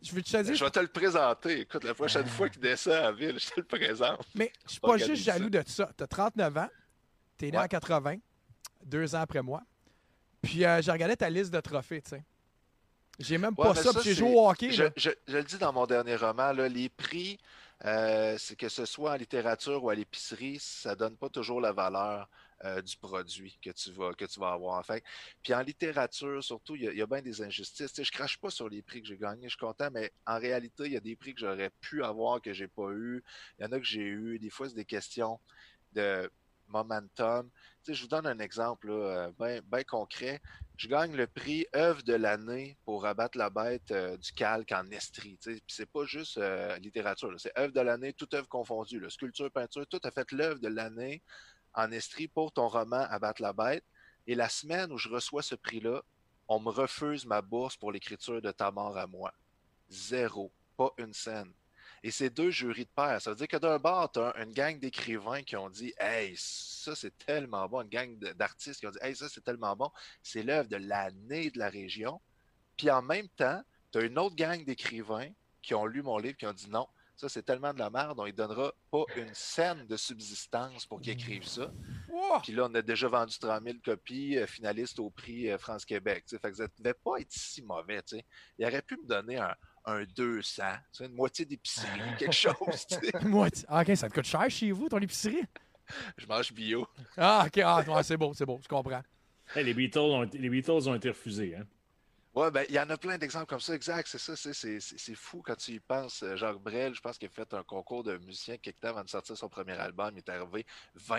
je veux te dire. Je vais te le présenter. Écoute, la prochaine fois qu'il descend à la ville, je te le présente. Mais je suis pas juste jaloux de ça. Tu as 39 ans, tu es né en 80, 2 ans après moi. Puis j'ai regardé ta liste de trophées, tu sais. J'ai même pas ça, puis j'ai joué au hockey. Je le dis dans mon dernier roman, là, les prix, c'est que ce soit en littérature ou à l'épicerie, ça donne pas toujours la valeur du produit que tu vas avoir en fait. Puis en littérature, surtout, il y a bien des injustices. Tu sais, je crache pas sur les prix que j'ai gagnés, je suis content, mais en réalité, il y a des prix que j'aurais pu avoir que j'ai pas eu. Il y en a que j'ai eu. Des fois, c'est des questions de momentum. Tu sais, je vous donne un exemple bien concret. Je gagne le prix œuvre de l'année pour abattre la bête du calque en estrie. Puis c'est pas juste littérature, là. C'est œuvre de l'année, toute œuvre confondue. Là. Sculpture, peinture, tout a fait l'œuvre de l'année en estrie pour ton roman Abattre la bête. Et la semaine où je reçois ce prix-là, on me refuse ma bourse pour l'écriture de Ta mort à moi. 0. Pas une scène. Et c'est 2 jurys de pair. Ça veut dire que d'un bord, tu as une gang d'écrivains qui ont dit « Hey, ça c'est tellement bon », une gang d'artistes qui ont dit « Hey, ça c'est tellement bon, c'est l'œuvre de l'année de la région ». Puis en même temps, tu as une autre gang d'écrivains qui ont lu mon livre qui ont dit « Non, ça c'est tellement de la merde, on ne donnera pas une scène de subsistance pour qu'ils écrivent ça ». Puis là, on a déjà vendu 30 000 copies, finalistes au prix France-Québec. Fait que ça ne devait pas être si mauvais. T'sais. Il aurait pu me donner un 200, une moitié d'épicerie, quelque chose. Moitié. Ah, OK, ça te coûte cher chez vous, ton épicerie? Je mange bio. Ah, OK, ouais, c'est beau, je comprends. Hey, les Beatles ont été refusés. Hein? Ouais, ben, il y en a plein d'exemples comme ça, exact, c'est ça, c'est fou quand tu y penses. Jacques Brel, je pense qu'il a fait un concours de musicien quelque temps avant de sortir son premier album, il est arrivé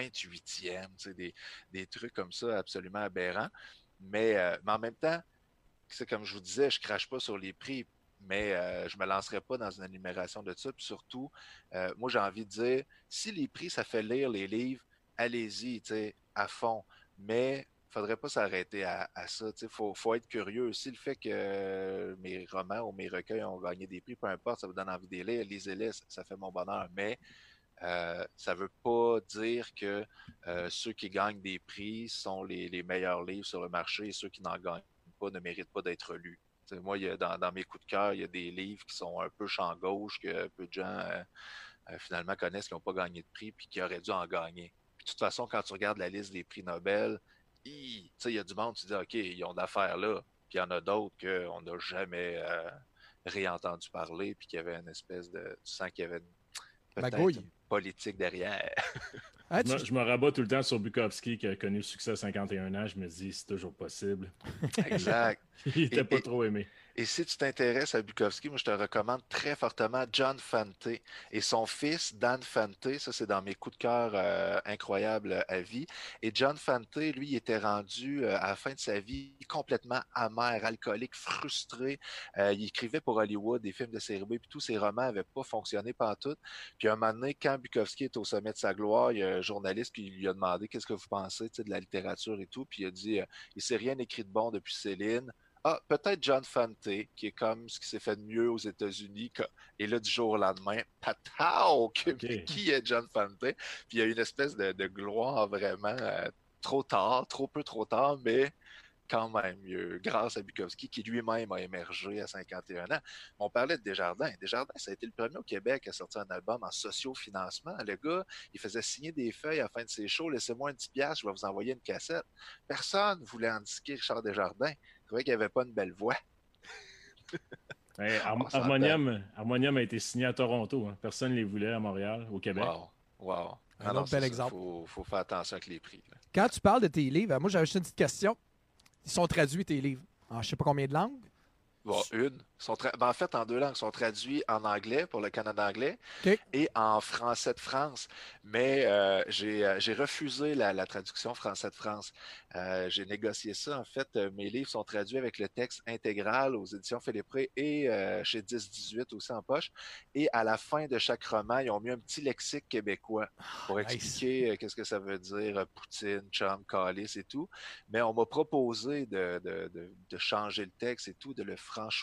28e, des trucs comme ça absolument aberrants. Mais en même temps, c'est comme je vous disais, je crache pas sur les prix, mais je me lancerai pas dans une énumération de ça. Puis surtout, moi j'ai envie de dire, si les prix, ça fait lire les livres, allez-y, à fond. Mais faudrait pas s'arrêter à ça. Il faut être curieux aussi. Le fait que mes romans ou mes recueils ont gagné des prix, peu importe, ça vous donne envie de les lire. Lisez-les, ça fait mon bonheur. Mais ça veut pas dire que ceux qui gagnent des prix sont les meilleurs livres sur le marché et ceux qui n'en gagnent pas ne méritent pas d'être lus. T'sais, moi, dans mes coups de cœur, il y a des livres qui sont un peu champ gauche que peu de gens finalement connaissent qui n'ont pas gagné de prix puis qui auraient dû en gagner. Puis, de toute façon, quand tu regardes la liste des prix Nobel, il y a du monde, tu te dis, OK, ils ont d'affaires là. Puis il y en a d'autres qu'on n'a jamais réentendu parler puis qu'il y avait une espèce de... Tu sens qu'il y avait peut-être une politique derrière. Je me rabats tout le temps sur Bukowski qui a connu le succès à 51 ans. Je me dis, c'est toujours possible. Exact. Il n'était pas trop aimé. Et si tu t'intéresses à Bukowski, moi je te recommande très fortement John Fante et son fils Dan Fante. Ça, c'est dans mes coups de cœur incroyables à vie. Et John Fante, lui, il était rendu à la fin de sa vie complètement amer, alcoolique, frustré. Il écrivait pour Hollywood des films de série B, puis tous ses romans n'avaient pas fonctionné pantoute. Puis un moment donné, quand Bukowski est au sommet de sa gloire, il y a un journaliste qui lui a demandé qu'est-ce que vous pensez de la littérature et tout. Puis il a dit il s'est rien écrit de bon depuis Céline. Ah, peut-être John Fante, qui est comme ce qui s'est fait de mieux aux États-Unis. Et là, du jour au lendemain, patao! Okay. Qui est John Fante? Puis il y a une espèce de gloire vraiment trop tard, trop peu trop tard, mais quand même mieux, grâce à Bukowski, qui lui-même a émergé à 51 ans. On parlait de Desjardins. Desjardins, ça a été le premier au Québec à sortir un album en sociofinancement. Le gars, il faisait signer des feuilles à la fin de ses shows. Laissez-moi un 10$, je vais vous envoyer une cassette. Personne ne voulait en disquer Richard Desjardins. Je trouvais qu'il n'avait pas une belle voix. Hey, Harmonium a été signé à Toronto. Hein. Personne ne les voulait à Montréal, au Québec. Wow. Un autre bel exemple. Il faut faire attention avec les prix. Là. Quand tu parles de tes livres, moi, j'avais juste une petite question. Ils sont traduits, tes livres, en je sais pas combien de langues? Bon, une. En fait, en 2 langues. Ils sont traduits en anglais pour le Canada anglais et en français de France. Mais j'ai refusé la traduction français de France. J'ai négocié ça. En fait, mes livres sont traduits avec le texte intégral aux éditions Philippe-Ré et chez 10-18 aussi en poche. Et à la fin de chaque roman, ils ont mis un petit lexique québécois pour expliquer qu'est-ce que ça veut dire poutine, chum, calice et tout. Mais on m'a proposé de changer le texte et tout, de le franchouillardiser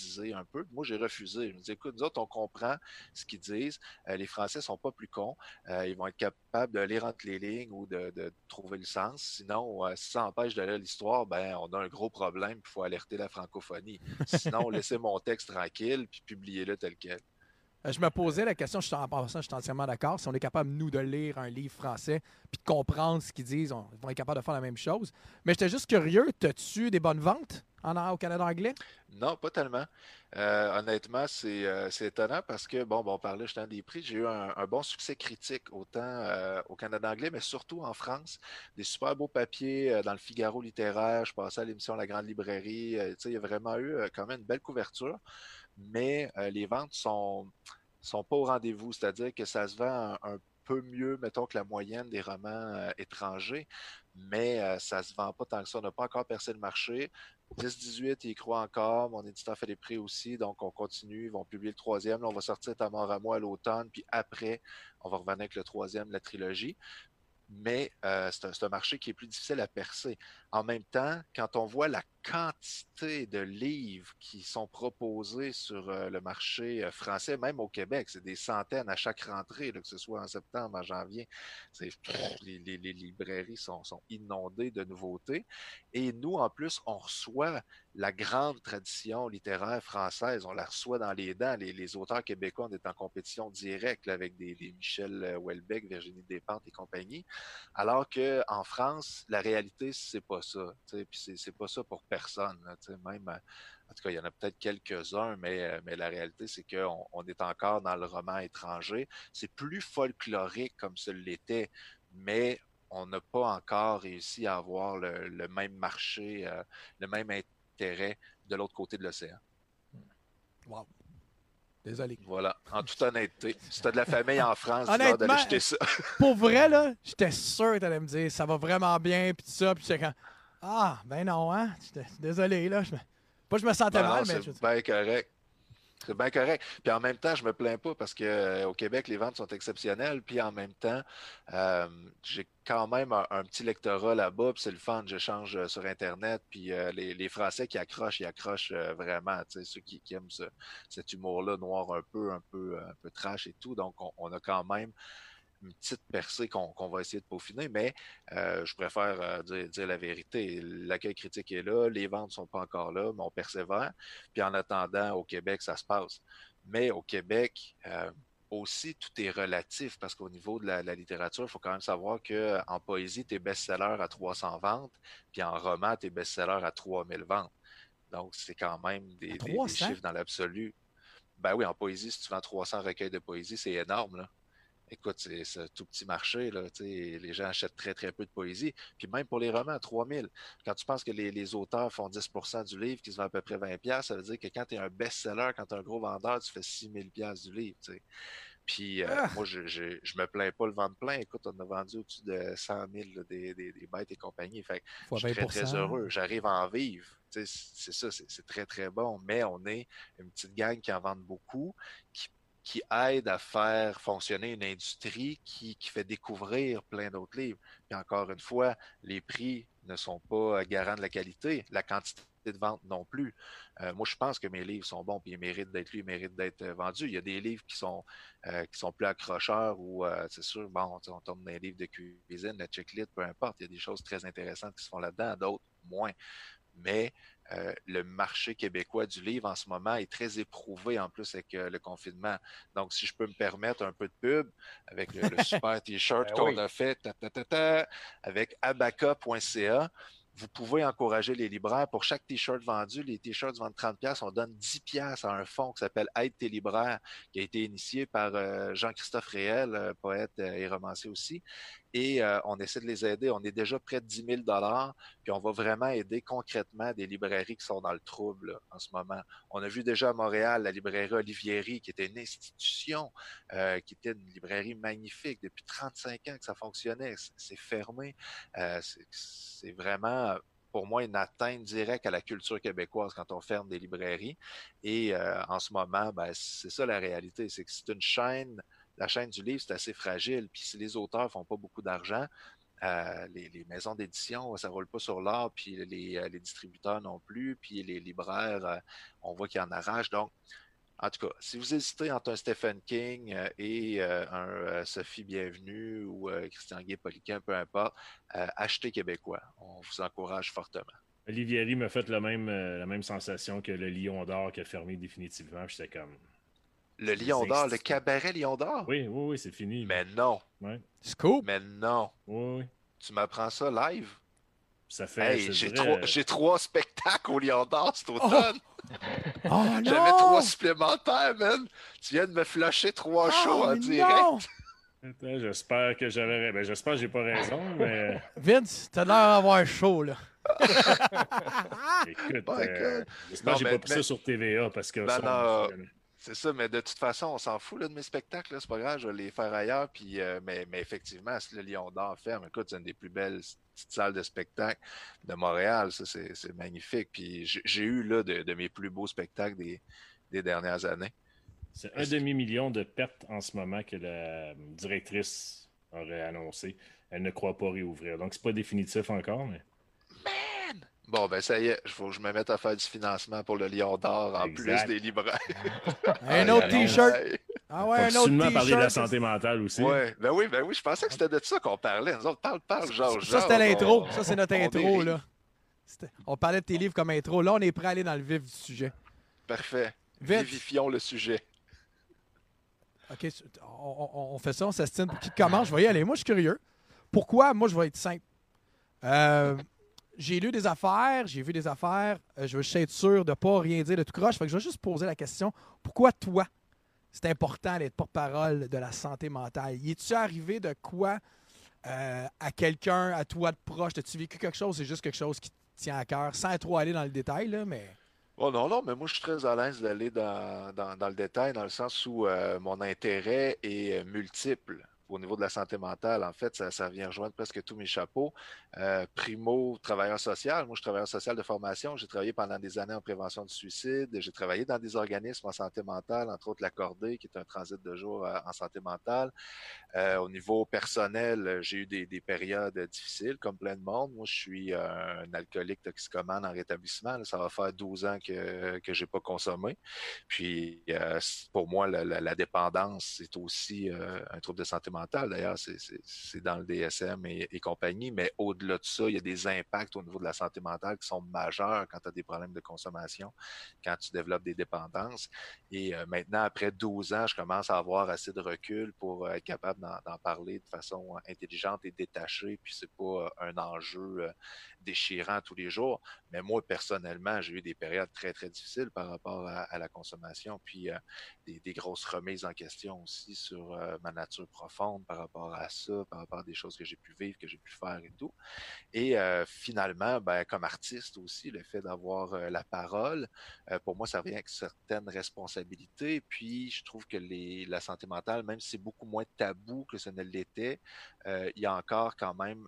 standardisé un peu. Moi, j'ai refusé. Je me dis, écoute, nous autres, on comprend ce qu'ils disent. Les Français sont pas plus cons. Ils vont être capables de lire entre les lignes ou de trouver le sens. Sinon, si ça empêche de lire l'histoire, ben, on a un gros problème. Il faut alerter la francophonie. Sinon, laissez mon texte tranquille puis publiez-le tel quel. Je me posais la question, en passant, je suis entièrement d'accord. Si on est capable, nous, de lire un livre français puis de comprendre ce qu'ils disent, on va être capable de faire la même chose. Mais j'étais juste curieux, as-tu des bonnes ventes au Canada anglais? Non, pas tellement. Honnêtement, c'est étonnant parce que, bon, on parlait justement des prix. J'ai eu un bon succès critique, autant au Canada anglais, mais surtout en France. Des super beaux papiers dans le Figaro littéraire. Je passais à l'émission La Grande Librairie. Tu sais, il y a vraiment eu quand même une belle couverture, mais les ventes sont pas au rendez-vous. C'est-à-dire que ça se vend un peu mieux, mettons, que la moyenne des romans étrangers, mais ça se vend pas tant que ça. On n'a pas encore percé le marché. 10-18, il y croit encore. Mon éditeur fait les prix aussi, donc on continue. Ils vont publier le troisième. Là, on va sortir Ta mort à moi à l'automne, puis après, on va revenir avec le troisième, la trilogie. Mais c'est un marché qui est plus difficile à percer. En même temps, quand on voit la quantité de livres qui sont proposés sur le marché français, même au Québec, c'est des centaines à chaque rentrée, là, que ce soit en septembre, en janvier, les librairies sont inondées de nouveautés. Et nous, en plus, on reçoit la grande tradition littéraire française, on la reçoit dans les dents. Les auteurs québécois, on est en compétition directe là, avec des Michel Houellebecq, Virginie Despentes et compagnie. Alors qu'en France, la réalité, c'est pas ça. Puis c'est pas ça pour personne. Là, même, en tout cas, il y en a peut-être quelques-uns, mais la réalité, c'est qu'on est encore dans le roman étranger. C'est plus folklorique comme ce l'était, mais on n'a pas encore réussi à avoir le même marché, le même intérêt de l'autre côté de l'océan. Wow. Désolé. Voilà, en toute honnêteté. Si tu as de la famille en France, tu Honnêtement, d'aller jeter ça. Pour vrai, là, j'étais sûr que tu allais me dire ça va vraiment bien, puis tout ça, puis j'étais quand ah, ben non, hein? Désolé, là. Pas que je me sentais mal, mais. C'est bien correct. C'est bien correct. Puis en même temps, je me plains pas parce que au Québec, les ventes sont exceptionnelles. Puis en même temps, j'ai quand même un petit lectorat là-bas. Puis c'est le fun. J'échange sur Internet. Puis les Français qui accrochent, ils accrochent vraiment. Tu sais, ceux qui aiment cet humour-là noir un peu trash et tout. Donc on a quand même une petite percée qu'on va essayer de peaufiner, mais je préfère dire la vérité. L'accueil critique est là, les ventes ne sont pas encore là, mais on persévère. Puis en attendant, au Québec, ça se passe. Mais au Québec, aussi, tout est relatif parce qu'au niveau de la littérature, il faut quand même savoir qu'en poésie, tu es best-seller à 300 ventes, puis en roman, tu es best-seller à 3000 ventes. Donc, c'est quand même des chiffres dans l'absolu. Ben oui, en poésie, si tu vends 300 recueils de poésie, c'est énorme, là. Écoute, c'est un tout petit marché, là, les gens achètent très, très peu de poésie. Puis même pour les romans, 3000. Quand tu penses que les auteurs font 10% du livre qui se vend à peu près 20$, ça veut dire que quand tu es un best-seller, quand tu es un gros vendeur, tu fais 6000$ du livre. T'sais. Puis moi, je me plains pas le vendre plein. Écoute, on a vendu au-dessus de 100 000 là, des bêtes et compagnie. Fait que je suis très, très heureux. J'arrive à en vivre. C'est ça, c'est très, très bon. Mais on est une petite gang qui en vend beaucoup, qui aide à faire fonctionner une industrie qui fait découvrir plein d'autres livres. Puis encore une fois, les prix ne sont pas garants de la qualité, la quantité de vente non plus. Moi, je pense que mes livres sont bons, puis ils méritent d'être lus, ils méritent d'être vendus. Il y a des livres qui sont plus accrocheurs ou, c'est sûr, bon, on tombe dans les livres de cuisine, la checklist, peu importe. Il y a des choses très intéressantes qui se font là-dedans, d'autres moins. Mais le marché québécois du livre en ce moment est très éprouvé en plus avec le confinement. Donc, si je peux me permettre un peu de pub avec le super T-shirt qu'on a fait avec abaca.ca, vous pouvez encourager les libraires. Pour chaque T-shirt vendu, les T-shirts vendent 30$, on donne 10$ à un fonds qui s'appelle Aide tes libraires, qui a été initié par Jean-Christophe Réel, poète et romancier aussi. Et on essaie de les aider. On est déjà près de 10 000$, puis on va vraiment aider concrètement des librairies qui sont dans le trouble là, en ce moment. On a vu déjà à Montréal la librairie Olivieri, qui était une institution, qui était une librairie magnifique. Depuis 35 ans que ça fonctionnait. C'est fermé. C'est vraiment pour moi, une atteinte directe à la culture québécoise quand on ferme des librairies. Et en ce moment, ben, c'est ça la réalité. C'est que c'est une chaîne. La chaîne du livre, c'est assez fragile. Puis si les auteurs font pas beaucoup d'argent, les maisons d'édition, ça roule pas sur l'or, puis les distributeurs non plus, puis les libraires, on voit qu'ils en arrachent. Donc, en tout cas, si vous hésitez entre un Stephen King et un Sophie Bienvenue ou Christian Guay-Poliquin, peu importe, achetez québécois. On vous encourage fortement. Olivieri m'a fait la même sensation que le Lion d'Or qui a fermé définitivement. J'étais comme... Le Lion d'Or, le cabaret Lion d'Or? Oui, c'est fini. Mais non. Ouais. Scoop? Mais non. Oui. Tu m'apprends ça live? Ça fait... Hey, j'ai 3 spectacles au Lion d'Or cet automne. Oh non! J'avais 3 supplémentaires, man. Tu viens de me flusher 3 shows en direct. Non! Attends, j'espère que j'avais... Ben, j'espère que j'ai pas raison, mais... Vince, t'as l'air d'avoir chaud, là. Écoute, God. j'espère que j'ai pas pris ça sur TVA, parce que... Non, c'est ça, mais de toute façon, on s'en fout là, de mes spectacles. C'est pas grave, je vais les faire ailleurs. Puis, mais effectivement, si le Lion d'Or ferme, écoute, c'est une des plus belles petites salles de spectacle de Montréal. Ça, c'est magnifique. Puis j'ai eu là de mes plus beaux spectacles des dernières années. C'est 1,5 million de pertes en ce moment que la directrice aurait annoncé. Elle ne croit pas réouvrir. Donc, c'est pas définitif encore, mais... Man! Bon, ben ça y est, il faut que je me mette à faire du financement pour le Lion d'Or en plus des libraires. Un autre T-shirt! Ah ouais, un autre T-shirt. Parler de la T-shirt. santé mentale aussi. Ouais, ben oui, je pensais que c'était de ça qu'on parlait. Nous autres, parle, genre. Ça, c'était l'intro. Ça, c'est notre on intro, dérive. là. On parlait de tes livres comme intro. Là, on est prêt à aller dans le vif du sujet. Parfait. Vite. Vivifions le sujet. OK, on fait ça, on s'estime. Qui commence? Je vais y aller. Moi, je suis curieux. Pourquoi? Moi, je vais être simple. J'ai lu des affaires, j'ai vu des affaires. Je veux juste être sûr de ne pas rien dire de tout croche. Fait que je vais juste poser la question. Pourquoi toi, c'est important d'être porte-parole de la santé mentale? Y es-tu arrivé de quoi à quelqu'un, à toi de proche? As-tu vécu quelque chose? C'est juste quelque chose qui te tient à cœur, sans trop aller dans le détail, là, mais... Oh non, mais moi, je suis très à l'aise d'aller dans le détail, dans le sens où mon intérêt est multiple. Au niveau de la santé mentale, en fait, ça vient rejoindre presque tous mes chapeaux. Primo, travailleur social. Moi, je suis travailleur social de formation. J'ai travaillé pendant des années en prévention du suicide. J'ai travaillé dans des organismes en santé mentale, entre autres l'Accordé, qui est un transit de jour en santé mentale. Au niveau personnel, j'ai eu des périodes difficiles, comme plein de monde. Moi, je suis un alcoolique toxicomane en rétablissement. Là, ça va faire 12 ans que j'ai pas consommé. Puis, pour moi, la dépendance, c'est aussi un trouble de santé mentale. D'ailleurs, c'est dans le DSM et compagnie. Mais au-delà de ça, il y a des impacts au niveau de la santé mentale qui sont majeurs quand tu as des problèmes de consommation, quand tu développes des dépendances. Et maintenant, après 12 ans, je commence à avoir assez de recul pour être capable d'en parler de façon intelligente et détachée, puis c'est pas un enjeu déchirant tous les jours. Mais moi, personnellement, j'ai eu des périodes très, très difficiles par rapport à la consommation, puis des grosses remises en question aussi sur ma nature profonde par rapport à ça, par rapport à des choses que j'ai pu vivre, que j'ai pu faire et tout. Et finalement, ben, comme artiste aussi, le fait d'avoir la parole, pour moi, ça vient avec certaines responsabilités. Puis, je trouve que la santé mentale, même si c'est beaucoup moins tabou que ce ne l'était, il y a encore quand même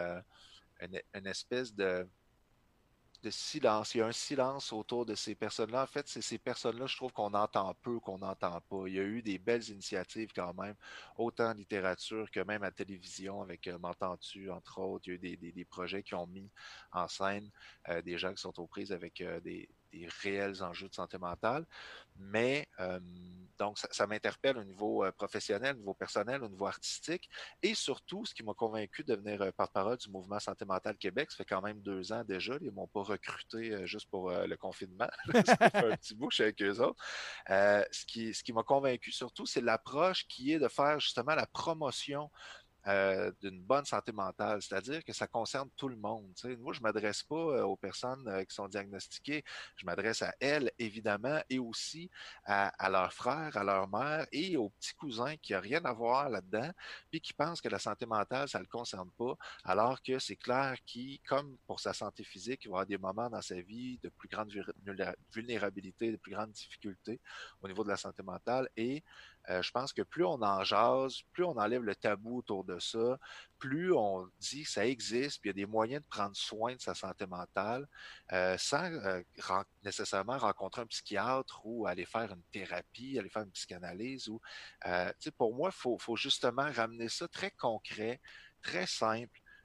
une espèce de silence. Il y a un silence autour de ces personnes-là. En fait, c'est ces personnes-là, je trouve qu'on entend peu, qu'on n'entend pas. Il y a eu des belles initiatives quand même, autant en littérature que même à la télévision avec M'entends-tu, entre autres. Il y a eu des projets qui ont mis en scène des gens qui sont aux prises avec des réels enjeux de santé mentale. Mais donc, ça m'interpelle au niveau professionnel, au niveau personnel, au niveau artistique. Et surtout, ce qui m'a convaincu de devenir porte-parole du mouvement Santé mentale Québec, ça fait quand même 2 ans déjà. Ils ne m'ont pas recruté juste pour le confinement. Ça fait un petit bout que je suis avec eux autres. Ce qui m'a convaincu surtout, c'est l'approche qui est de faire justement la promotion d'une bonne santé mentale, c'est-à-dire que ça concerne tout le monde. T'sais. Moi, je ne m'adresse pas aux personnes qui sont diagnostiquées, je m'adresse à elles, évidemment, et aussi à leurs frères, à leurs mères et aux petits cousins qui n'ont rien à voir là-dedans, puis qui pensent que la santé mentale, ça ne le concerne pas, alors que c'est clair qu'il, comme pour sa santé physique, il va y avoir des moments dans sa vie de plus grande vulnérabilité, de plus grande difficulté au niveau de la santé mentale, et je pense que plus on en jase, plus on enlève le tabou autour de ça, plus on dit que ça existe, puis il y a des moyens de prendre soin de sa santé mentale sans nécessairement rencontrer un psychiatre ou aller faire une thérapie, aller faire une psychanalyse. Ou, pour moi, il faut justement ramener ça très concret, très simple,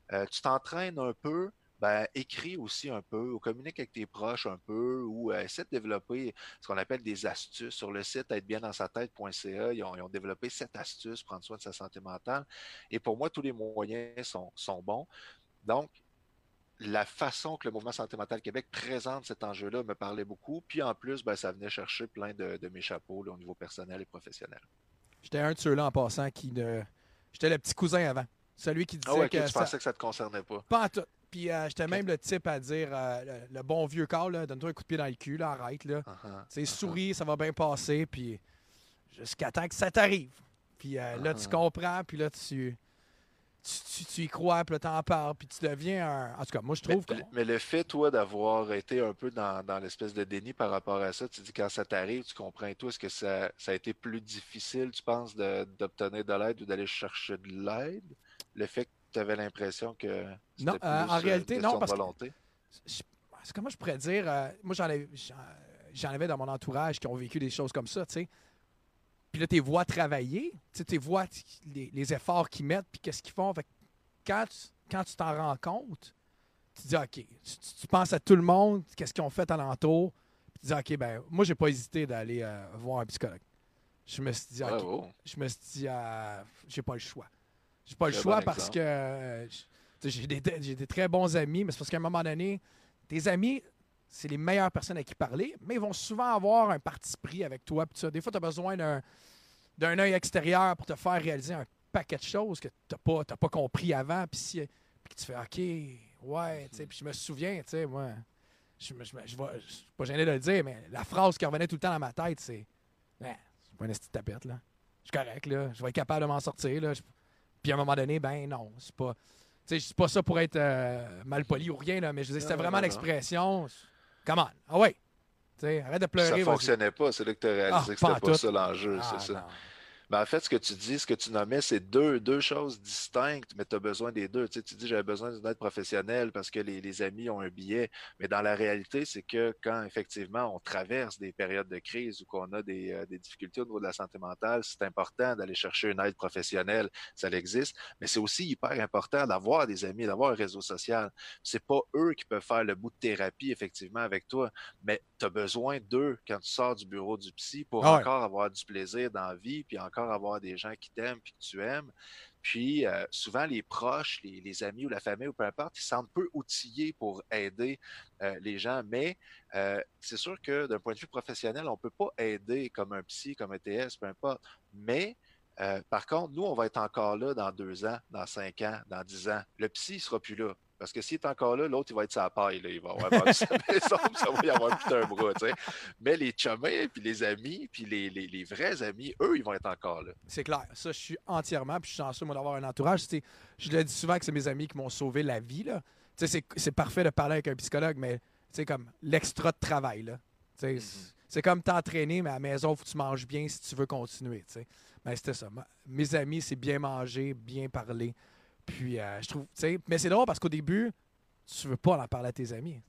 tu t'entraînes un peu, ben, écris aussi un peu, ou communique avec tes proches un peu, ou essaie de développer ce qu'on appelle des astuces. Sur le site êtrebiendansatête.ca, ils ont développé 7 astuces pour prendre soin de sa santé mentale. Et pour moi, tous les moyens sont bons. Donc, la façon que le Mouvement Santé Mentale Québec présente cet enjeu-là me parlait beaucoup. Puis en plus, ben, ça venait chercher plein de mes chapeaux là, au niveau personnel et professionnel. J'étais un de ceux-là en passant qui ne. J'étais le petit cousin avant. Celui qui disait Ah ouais, que tu pensais que ça ne te concernait pas. Pas en tout. Puis j'étais même le type à dire le bon vieux corps, là, donne-toi un coup de pied dans le cul, là, arrête. Là. Souris, ça va bien passer. Puis jusqu'à temps que ça t'arrive. Puis là, tu comprends. Puis là, tu y crois. Puis là, t'en parles. Puis tu deviens un. En tout cas, moi, je trouve que. Mais le fait, toi, d'avoir été un peu dans l'espèce de déni par rapport à ça, tu dis quand ça t'arrive, tu comprends et tout, est-ce que ça a été plus difficile, tu penses, d'obtenir de l'aide ou d'aller chercher de l'aide? Le fait que tu avais l'impression que c'était non, plus en réalité, question non, de parce volonté? que. Comment je pourrais dire? Moi, j'en avais dans mon entourage qui ont vécu des choses comme ça, tu sais. Puis là, tes vois travailler, tes vois les efforts qu'ils mettent, puis qu'est-ce qu'ils font. Fait que quand tu t'en rends compte, tu te dis, OK, tu penses à tout le monde, qu'est-ce qu'ils ont fait alentour, puis tu te dis, OK, ben moi, j'ai pas hésité d'aller voir un psychologue. Je me suis dit, OK, je me suis dit, j'ai pas le choix. J'ai pas le choix parce que j'ai des très bons amis, mais c'est parce qu'à un moment donné, tes amis, c'est les meilleures personnes à qui parler, mais ils vont souvent avoir un parti pris avec toi. Des fois, tu as besoin d'un œil extérieur pour te faire réaliser un paquet de choses que tu n'as pas compris avant. Puis tu fais OK, ouais. Puis je me souviens, moi, je ne suis pas gêné de le dire, mais la phrase qui revenait tout le temps dans ma tête, c'est c'est pas une petite tapette, là. Je suis correct, là. Je vais être capable de m'en sortir, là. Puis à un moment donné, ben non, c'est pas. Je dis pas ça pour être mal poli ou rien, là, mais je disais, c'était vraiment l'expression. Come on, ah ouais. Arrête de pleurer. Ça ne fonctionnait pas, c'est là que tu as réalisé que c'était pas ça l'enjeu, c'est ça. Non. Mais en fait, ce que tu dis, ce que tu nommais, c'est deux choses distinctes, mais tu as besoin des deux. Tu dis, j'avais besoin d'une aide professionnelle parce que les amis ont un billet. Mais dans la réalité, c'est que quand effectivement on traverse des périodes de crise ou qu'on a des difficultés au niveau de la santé mentale, c'est important d'aller chercher une aide professionnelle. Ça existe. Mais c'est aussi hyper important d'avoir des amis, d'avoir un réseau social. C'est pas eux qui peuvent faire le bout de thérapie, effectivement, avec toi, mais tu as besoin d'eux quand tu sors du bureau du psy pour encore avoir du plaisir dans la vie, puis encore avoir des gens qui t'aiment puis que tu aimes. Puis souvent, les proches, les amis ou la famille ou peu importe, ils se sentent peu outillés pour aider les gens. Mais c'est sûr que d'un point de vue professionnel, on ne peut pas aider comme un psy, comme un TS, peu importe. Mais par contre, nous, on va être encore là dans 2 ans, dans 5 ans, dans 10 ans. Le psy ne sera plus là. Parce que s'il est encore là, l'autre, il va être sa paille. Là. Il va avoir vendu sa maison, puis ça va y avoir plus un bras. T'sais. Mais les chumés, puis les amis, puis les vrais amis, eux, ils vont être encore là. C'est clair. Ça, je suis entièrement, puis je suis chanceux, moi, d'avoir un entourage. Je le dis souvent que c'est mes amis qui m'ont sauvé la vie. Là. C'est parfait de parler avec un psychologue, mais comme l'extra de travail. Là. C'est comme t'entraîner, mais à la maison, il faut que tu manges bien si tu veux continuer. Ben, c'était ça. Mes amis, c'est bien manger, bien parler. Puis, je trouve, mais c'est drôle parce qu'au début, tu veux pas en parler à tes amis.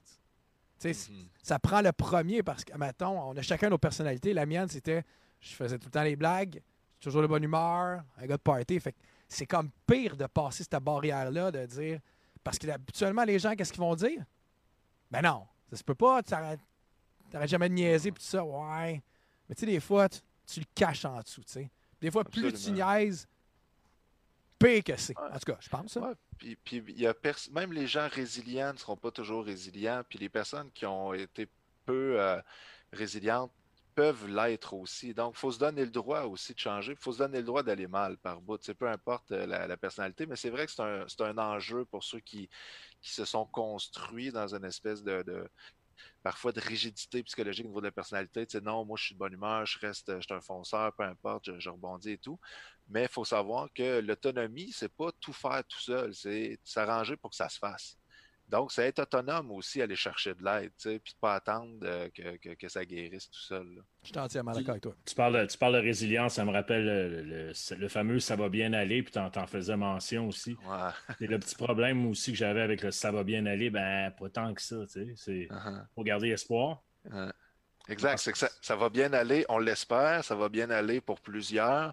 Ça prend le premier parce que, mettons, on a chacun nos personnalités. La mienne, c'était, je faisais tout le temps les blagues, toujours de bonne humeur, un gars de party. Fait que c'est comme pire de passer cette barrière-là, de dire, parce que habituellement, les gens, qu'est-ce qu'ils vont dire? Ben non, ça se peut pas, tu n'arrêtes jamais de niaiser, puis tout ça, ouais. Mais tu sais, des fois, tu le caches en dessous, tu sais. Des fois, Absolument. plus tu niaises, pire que c'est. En tout cas, je pense. Ouais. Puis même les gens résilients ne seront pas toujours résilients. Puis les personnes qui ont été peu résilientes peuvent l'être aussi. Donc, il faut se donner le droit aussi de changer. Il faut se donner le droit d'aller mal par bout. Peu importe la personnalité, mais c'est vrai que c'est un enjeu pour ceux qui se sont construits dans une espèce parfois de rigidité psychologique au niveau de la personnalité. Non, moi, je suis de bonne humeur, je suis un fonceur, peu importe, je rebondis et tout. Mais il faut savoir que l'autonomie, c'est pas tout faire tout seul, c'est s'arranger pour que ça se fasse. Donc, c'est être autonome aussi, aller chercher de l'aide, puis de ne pas attendre que ça guérisse tout seul. Là. Je suis entièrement d'accord avec toi. Tu parles de résilience, ça me rappelle le fameux « ça va bien aller », puis t'en faisais mention aussi. Ouais. Et le petit problème aussi que j'avais avec le « ça va bien aller », ben pas tant que ça, tu sais. C'est pour garder espoir. Exact, c'est que ça va bien aller, on l'espère, ça va bien aller pour plusieurs,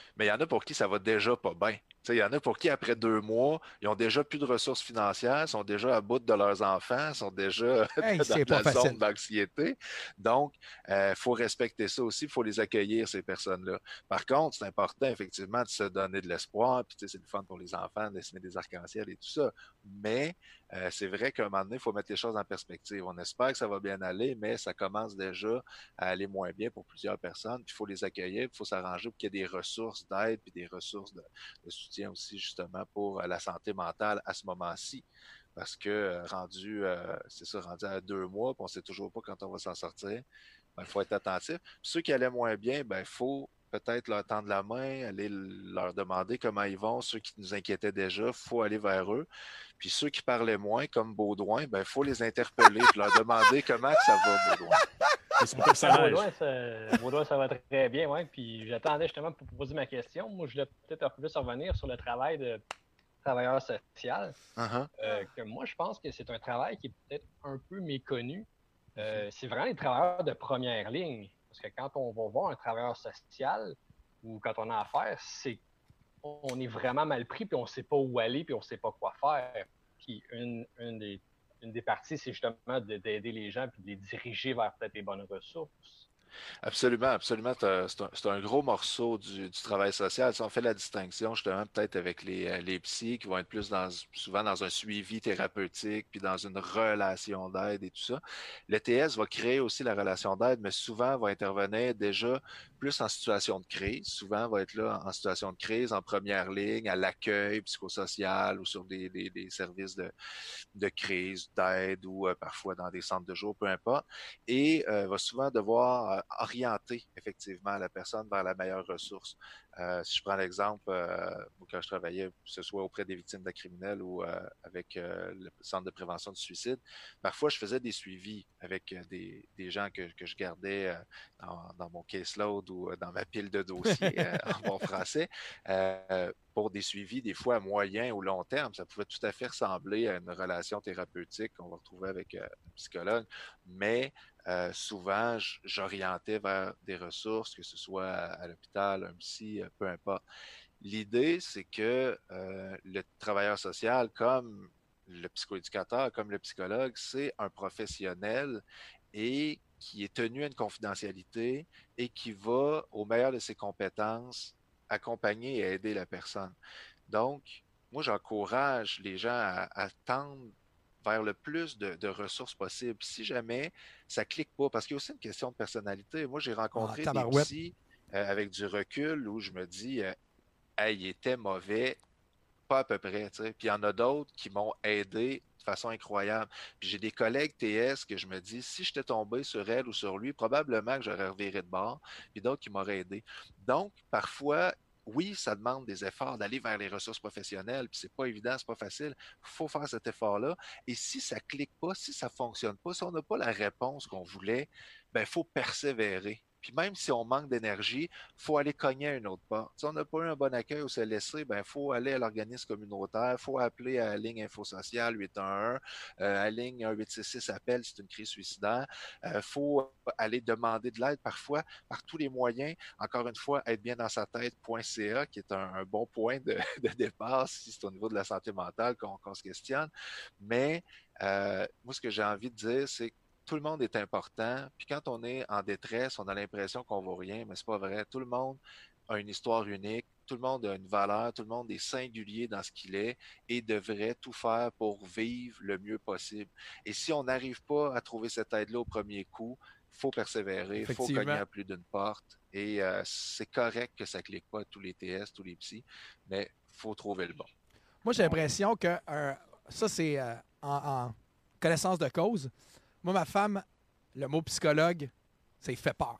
Mais il y en a pour qui ça va déjà pas bien. Il y en a pour qui, après 2 mois, ils ont déjà plus de ressources financières, sont déjà à bout de leurs enfants, sont déjà dans la zone d'anxiété. Donc, il faut respecter ça aussi, il faut les accueillir, ces personnes-là. Par contre, c'est important, effectivement, de se donner de l'espoir, puis c'est le fun pour les enfants, de dessiner des arcs-en-ciel et tout ça. Mais c'est vrai qu'à un moment donné, il faut mettre les choses en perspective. On espère que ça va bien aller, mais ça commence déjà à aller moins bien pour plusieurs personnes. Puis il faut les accueillir, il faut s'arranger pour qu'il y ait des ressources d'aide, puis des ressources de soutien aussi, justement, pour la santé mentale à ce moment-ci. Parce que rendu à 2 mois, puis on ne sait toujours pas quand on va s'en sortir, il faut être attentif. Puis ceux qui allaient moins bien, il faut peut-être leur tendre la main, aller leur demander comment ils vont. Ceux qui nous inquiétaient déjà, il faut aller vers eux. Puis ceux qui parlaient moins, comme Baudouin, il faut les interpeller et leur demander comment que ça va, Baudouin. Baudouin, ça va très bien, ouais. Puis j'attendais justement pour poser ma question. Moi, je voulais peut-être un peu plus revenir sur le travail de travailleur social. Que moi, je pense que c'est un travail qui est peut-être un peu méconnu. C'est vraiment les travailleurs de première ligne. Parce que quand on va voir un travailleur social ou quand on a affaire, on est vraiment mal pris, puis on ne sait pas où aller, puis on ne sait pas quoi faire. Puis une des parties, c'est justement d'aider les gens puis de les diriger vers peut-être les bonnes ressources. Absolument, absolument. C'est un gros morceau du travail social. Si on fait la distinction justement peut-être avec les psys qui vont être souvent dans un suivi thérapeutique puis dans une relation d'aide et tout ça. Le TS va créer aussi la relation d'aide, mais souvent va intervenir déjà plus en situation de crise. Souvent va être là en situation de crise, en première ligne, à l'accueil psychosocial ou sur des services de crise, d'aide ou parfois dans des centres de jour, peu importe. Et va souvent devoir orienter effectivement la personne vers la meilleure ressource. Si je prends l'exemple, quand je travaillais, que ce soit auprès des victimes de criminels ou avec le Centre de prévention du suicide, parfois je faisais des suivis avec des gens que je gardais dans mon caseload ou dans ma pile de dossiers en bon français, pour des suivis des fois à moyen ou long terme. Ça pouvait tout à fait ressembler à une relation thérapeutique qu'on va retrouver avec un psychologue, mais souvent, j'orientais vers des ressources, que ce soit à l'hôpital, un psy, peu importe. L'idée, c'est que le travailleur social, comme le psychoéducateur, comme le psychologue, c'est un professionnel et qui est tenu à une confidentialité et qui va, au meilleur de ses compétences, accompagner et aider la personne. Donc, moi, j'encourage les gens à tendre vers le plus de ressources possibles. Si jamais ça clique pas, parce qu'il y a aussi une question de personnalité. Moi, j'ai rencontré des psys avec du recul où je me dis hey, il était mauvais, pas à peu près. T'sais. Puis il y en a d'autres qui m'ont aidé de façon incroyable. Puis j'ai des collègues TS que je me dis, si j'étais tombé sur elle ou sur lui, probablement que j'aurais reviré de bord. Puis d'autres qui m'auraient aidé. Donc, parfois, oui, ça demande des efforts d'aller vers les ressources professionnelles, puis c'est pas évident, c'est pas facile. Il faut faire cet effort-là. Et si ça clique pas, si ça fonctionne pas, si on n'a pas la réponse qu'on voulait, il faut persévérer. Puis même si on manque d'énergie, il faut aller cogner à une autre porte. Si on n'a pas eu un bon accueil au CLSC, il faut aller à l'organisme communautaire, il faut appeler à la ligne infosociale 811, à la ligne 1866 appel, c'est une crise suicidaire. Il faut aller demander de l'aide parfois par tous les moyens. Encore une fois, être bien dans sa tête.ca, qui est un bon point de départ si c'est au niveau de la santé mentale qu'on se questionne. Mais moi, ce que j'ai envie de dire, c'est que tout le monde est important. Puis quand on est en détresse, on a l'impression qu'on ne vaut rien, mais c'est pas vrai. Tout le monde a une histoire unique, tout le monde a une valeur, tout le monde est singulier dans ce qu'il est et devrait tout faire pour vivre le mieux possible. Et si on n'arrive pas à trouver cette aide-là au premier coup, il faut persévérer, il faut cogner à plus d'une porte. Et c'est correct que ça ne clique pas à tous les TS, tous les psys, mais il faut trouver le bon. Moi, j'ai l'impression que ça, c'est en connaissance de cause. Moi, ma femme, le mot psychologue, ça lui fait peur.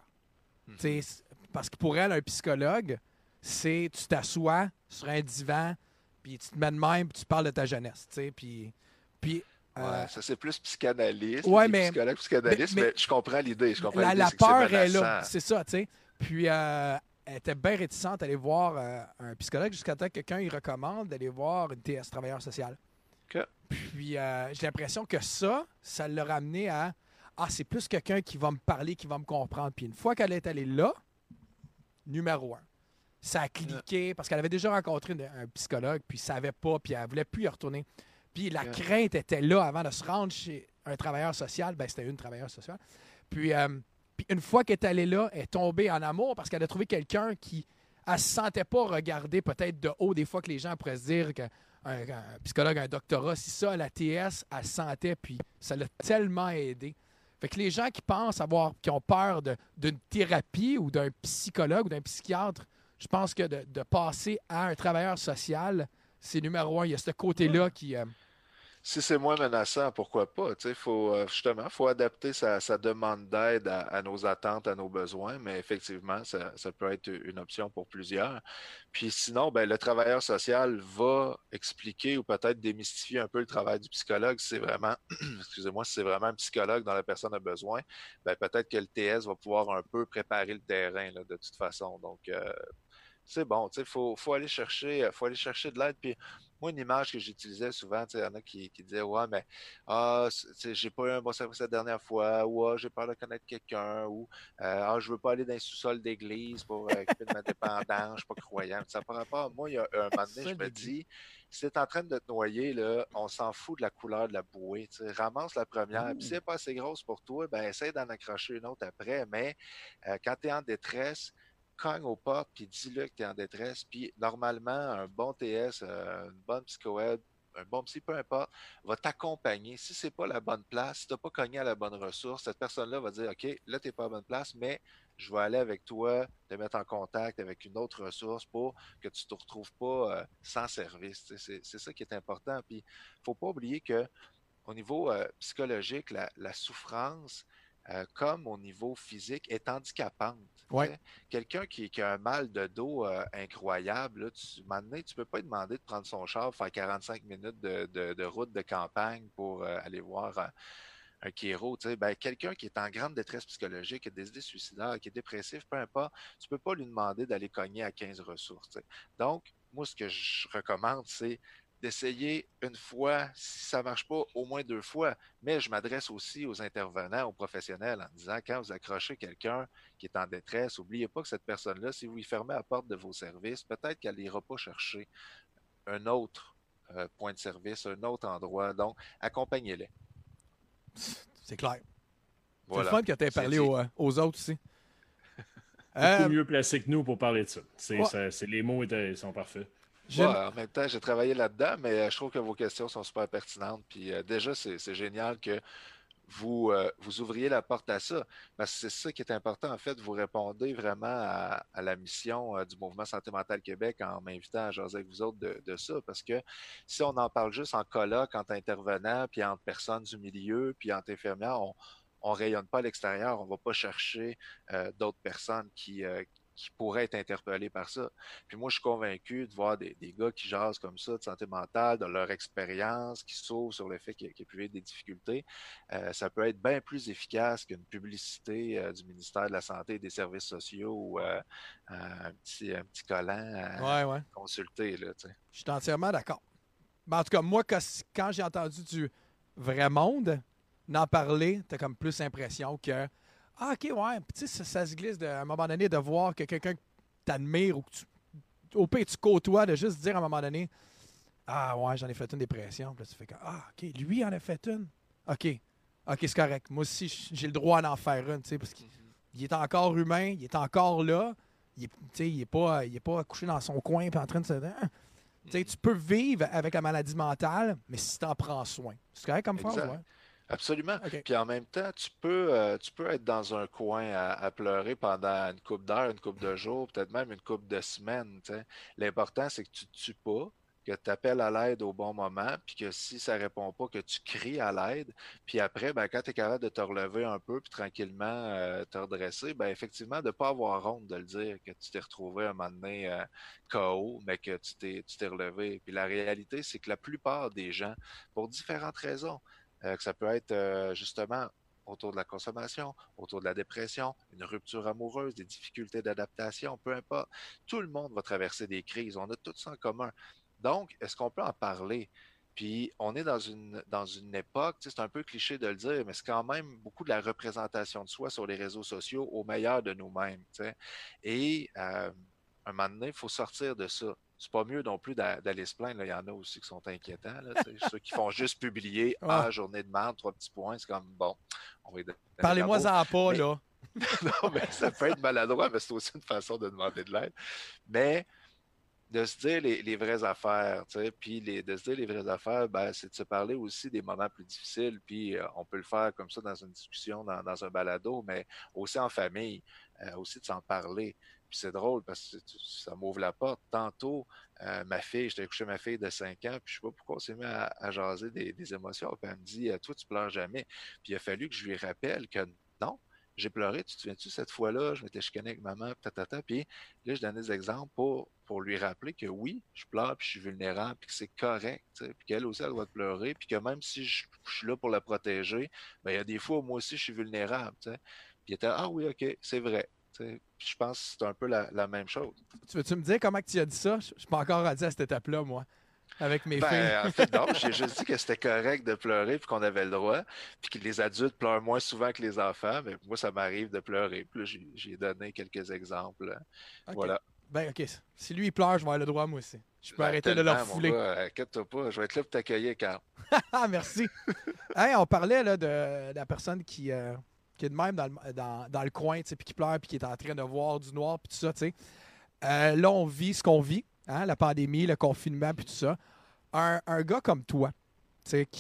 Parce que pour elle, un psychologue, c'est tu t'assois sur un divan, puis tu te mets de même, puis tu parles de ta jeunesse. Puis ça, c'est plus psychanalyste. Psychologue, psychanalyste, mais je comprends l'idée. Je comprends la peur est là. C'est ça, tu sais. Puis, elle était bien réticente à aller voir un psychologue jusqu'à temps que quelqu'un lui recommande d'aller voir une TS, travailleur social. Okay. Puis, j'ai l'impression que ça l'a ramené à c'est plus quelqu'un qui va me parler, qui va me comprendre. Puis, une fois qu'elle est allée là, numéro 1, ça a cliqué parce qu'elle avait déjà rencontré un psychologue, puis elle ne savait pas, puis elle ne voulait plus y retourner. Puis la crainte était là avant de se rendre chez un travailleur social. Ben, c'était une travailleuse sociale. Puis une fois qu'elle est allée là, elle est tombée en amour parce qu'elle a trouvé quelqu'un qui ne se sentait pas regarder peut-être de haut. Des fois que les gens pourraient se dire qu'un psychologue a un doctorat, si ça, la TS, elle se sentait, puis ça l'a tellement aidé. Fait que les gens qui pensent qui ont peur d'une thérapie ou d'un psychologue ou d'un psychiatre, je pense que de passer à un travailleur social, c'est numéro un. Il y a ce côté-là qui... Si c'est moins menaçant, pourquoi pas? Faut adapter sa demande d'aide à nos attentes, à nos besoins, mais effectivement, ça peut être une option pour plusieurs. Puis sinon, ben, le travailleur social va expliquer ou peut-être démystifier un peu le travail du psychologue. Si c'est vraiment, excusez-moi, si c'est vraiment un psychologue dont la personne a besoin, ben, peut-être que le TS va pouvoir un peu préparer le terrain là, de toute façon. Donc, c'est bon, faut aller chercher de l'aide. Puis moi, une image que j'utilisais souvent, il y en a qui disaient ouais, mais j'ai pas eu un bon service la dernière fois, ou j'ai peur de connaître quelqu'un, ou je veux pas aller dans les sous-sols d'église pour occuper de ma dépendance, je suis pas croyant. Ça par rapport, moi, il y a un moment donné, je me dis, si t'es en train de te noyer, là, on s'en fout de la couleur de la bouée. Ramasse la première, puis si elle n'est pas assez grosse pour toi, ben essaie d'en accrocher une autre après, mais quand tu es en détresse, cogne aux portes, puis dis-le que tu es en détresse. Puis normalement, un bon TS, une bonne psychoède, un bon psy, peu importe, va t'accompagner. Si c'est pas la bonne place, si tu n'as pas cogné à la bonne ressource, cette personne-là va dire, OK, là, tu n'es pas à la bonne place, mais je vais aller avec toi, te mettre en contact avec une autre ressource pour que tu ne te retrouves pas sans service. C'est ça qui est important. Puis, il ne faut pas oublier que au niveau psychologique, la souffrance, comme au niveau physique, est handicapante. Ouais. Quelqu'un qui a un mal de dos incroyable, là, maintenant, tu ne peux pas lui demander de prendre son char, faire 45 minutes de route de campagne pour aller voir un chiro. Ben, quelqu'un qui est en grande détresse psychologique, qui a des idées suicidaires, qui est dépressif, peu importe, tu ne peux pas lui demander d'aller cogner à 15 ressources. Donc, moi, ce que je recommande, c'est d'essayer une fois, si ça ne marche pas, au moins 2 fois. Mais je m'adresse aussi aux intervenants, aux professionnels, en disant, quand vous accrochez quelqu'un qui est en détresse, n'oubliez pas que cette personne-là, si vous lui fermez la porte de vos services, peut-être qu'elle n'ira pas chercher un autre point de service, un autre endroit. Donc, accompagnez-les. C'est clair. Voilà. C'est le fun que tu aies parlé aux autres aussi. Beaucoup mieux placé que nous pour parler de ça. Les mots sont parfaits. En même temps, j'ai travaillé là-dedans, mais je trouve que vos questions sont super pertinentes. Puis déjà, c'est génial que vous ouvriez la porte à ça. Parce que c'est ça qui est important. En fait, vous répondez vraiment à la mission du Mouvement Santé mentale Québec en m'invitant à jaser avec vous autres de ça. Parce que si on en parle juste en colloque, entre intervenants, puis entre personnes du milieu, puis entre infirmières, on rayonne pas à l'extérieur. On va pas chercher d'autres personnes qui pourraient être interpellés par ça. Puis moi, je suis convaincu de voir des gars qui jasent comme ça de santé mentale, de leur expérience, qui s'ouvrent sur le fait qu'il y a pu vivre des difficultés. Ça peut être bien plus efficace qu'une publicité du ministère de la Santé et des Services sociaux ou un petit collant à consulter. Là, je suis entièrement d'accord. Mais en tout cas, moi, quand j'ai entendu du vrai monde en parler, t'as comme plus l'impression que OK, ouais. Tu sais, ça se glisse à un moment donné de voir que quelqu'un que t'admires ou que au pire tu côtoies, de juste dire à un moment donné ah ouais, j'en ai fait une dépression. Puis là, tu fais que OK, lui en a fait une. OK, c'est correct. Moi aussi, j'ai le droit d'en faire une, tu sais, parce qu'il est encore humain, il est encore là. Il est pas couché dans son coin et en train de se dire. Tu peux vivre avec la maladie mentale, mais si tu en prends soin. C'est correct comme phrase, ouais. Absolument. Okay. Puis en même temps, tu peux être dans un coin à pleurer pendant une couple d'heures, une couple de jours, peut-être même une couple de semaines. T'sais. L'important, c'est que tu ne te tues pas, que tu appelles à l'aide au bon moment, puis que si ça ne répond pas, que tu cries à l'aide. Puis après, ben, quand tu es capable de te relever un peu, puis tranquillement te redresser, ben, effectivement, de ne pas avoir honte de le dire, que tu t'es retrouvé un moment donné KO, mais que tu t'es relevé. Puis la réalité, c'est que la plupart des gens, pour différentes raisons, que ça peut être justement autour de la consommation, autour de la dépression, une rupture amoureuse, des difficultés d'adaptation, peu importe. Tout le monde va traverser des crises. On a tout ça en commun. Donc, est-ce qu'on peut en parler? Puis, on est dans une époque, c'est un peu cliché de le dire, mais c'est quand même beaucoup de la représentation de soi sur les réseaux sociaux au meilleur de nous-mêmes. Et un un moment donné, il faut sortir de ça. C'est pas mieux non plus d'aller se plaindre. Là. Il y en a aussi qui sont inquiétants. Là, ceux qui font juste publier journée de merde, 3 petits points, c'est comme bon, on va y donner. Parlez-moi-en pas, là. Non, mais ça peut être maladroit, mais c'est aussi une façon de demander de l'aide. Mais de se dire les vraies affaires, tu sais, puis de se dire les vraies affaires, ben, c'est de se parler aussi des moments plus difficiles, puis on peut le faire comme ça dans une discussion, dans un balado, mais aussi en famille, aussi de s'en parler. Puis c'est drôle parce que ça m'ouvre la porte. Tantôt, j'étais couché ma fille de 5 ans, puis je sais pas pourquoi on s'est mis à jaser des émotions, puis elle me dit « Toi, tu pleures jamais ». Puis il a fallu que je lui rappelle que non, j'ai pleuré, tu te souviens-tu, cette fois-là, je m'étais chicané avec maman, puis là, je donnais des exemples pour lui rappeler que oui, je pleure, puis je suis vulnérable, puis que c'est correct, puis qu'elle aussi, elle doit pleurer, puis que même si je suis là pour la protéger, ben il y a des fois où moi aussi, je suis vulnérable, t'sais. Puis il était, ah oui, OK, c'est vrai. Puis je pense que c'est un peu la même chose. Tu veux-tu me dire comment tu as dit ça? Je suis pas encore rendu à cette étape-là, moi. Avec mes filles. En fait, non, j'ai juste dit que c'était correct de pleurer puis qu'on avait le droit, puis que les adultes pleurent moins souvent que les enfants, mais moi, ça m'arrive de pleurer. Puis là, j'ai donné quelques exemples. Okay. Voilà. Ben, OK. Si lui, il pleure, je vais avoir le droit, moi aussi. Je peux arrêter de le refouler. Inquiète-toi pas, je vais être là pour t'accueillir, Carl. Merci. Hey, on parlait là, de la personne qui est de même dans le coin, puis qui pleure, puis qui est en train de voir du noir, puis tout ça, tu sais. Là, on vit ce qu'on vit, hein, la pandémie, le confinement, puis tout ça. Un gars comme toi, tu sais,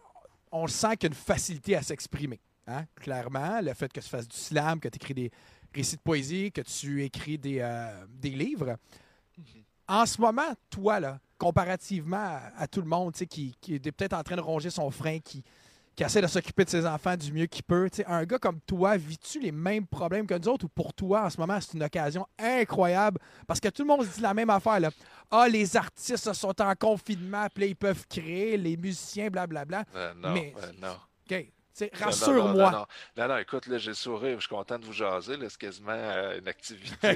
on sent qu'il y a une facilité à s'exprimer. Hein? Clairement, le fait que tu fasses du slam, que tu écris des récits de poésie, que tu écris des livres. Mm-hmm. En ce moment, toi, là, comparativement à tout le monde, tu sais, qui est peut-être en train de ronger son frein, qui essaie de s'occuper de ses enfants du mieux qu'il peut. T'sais, un gars comme toi, vis-tu les mêmes problèmes que nous autres ou pour toi, en ce moment, c'est une occasion incroyable? Parce que tout le monde se dit la même affaire. Là. Ah, les artistes sont en confinement, puis là, ils peuvent créer, les musiciens, blablabla. Non. OK. Rassure-moi. Non, écoute, là, j'ai le sourire, je suis content de vous jaser. C'est quasiment une activité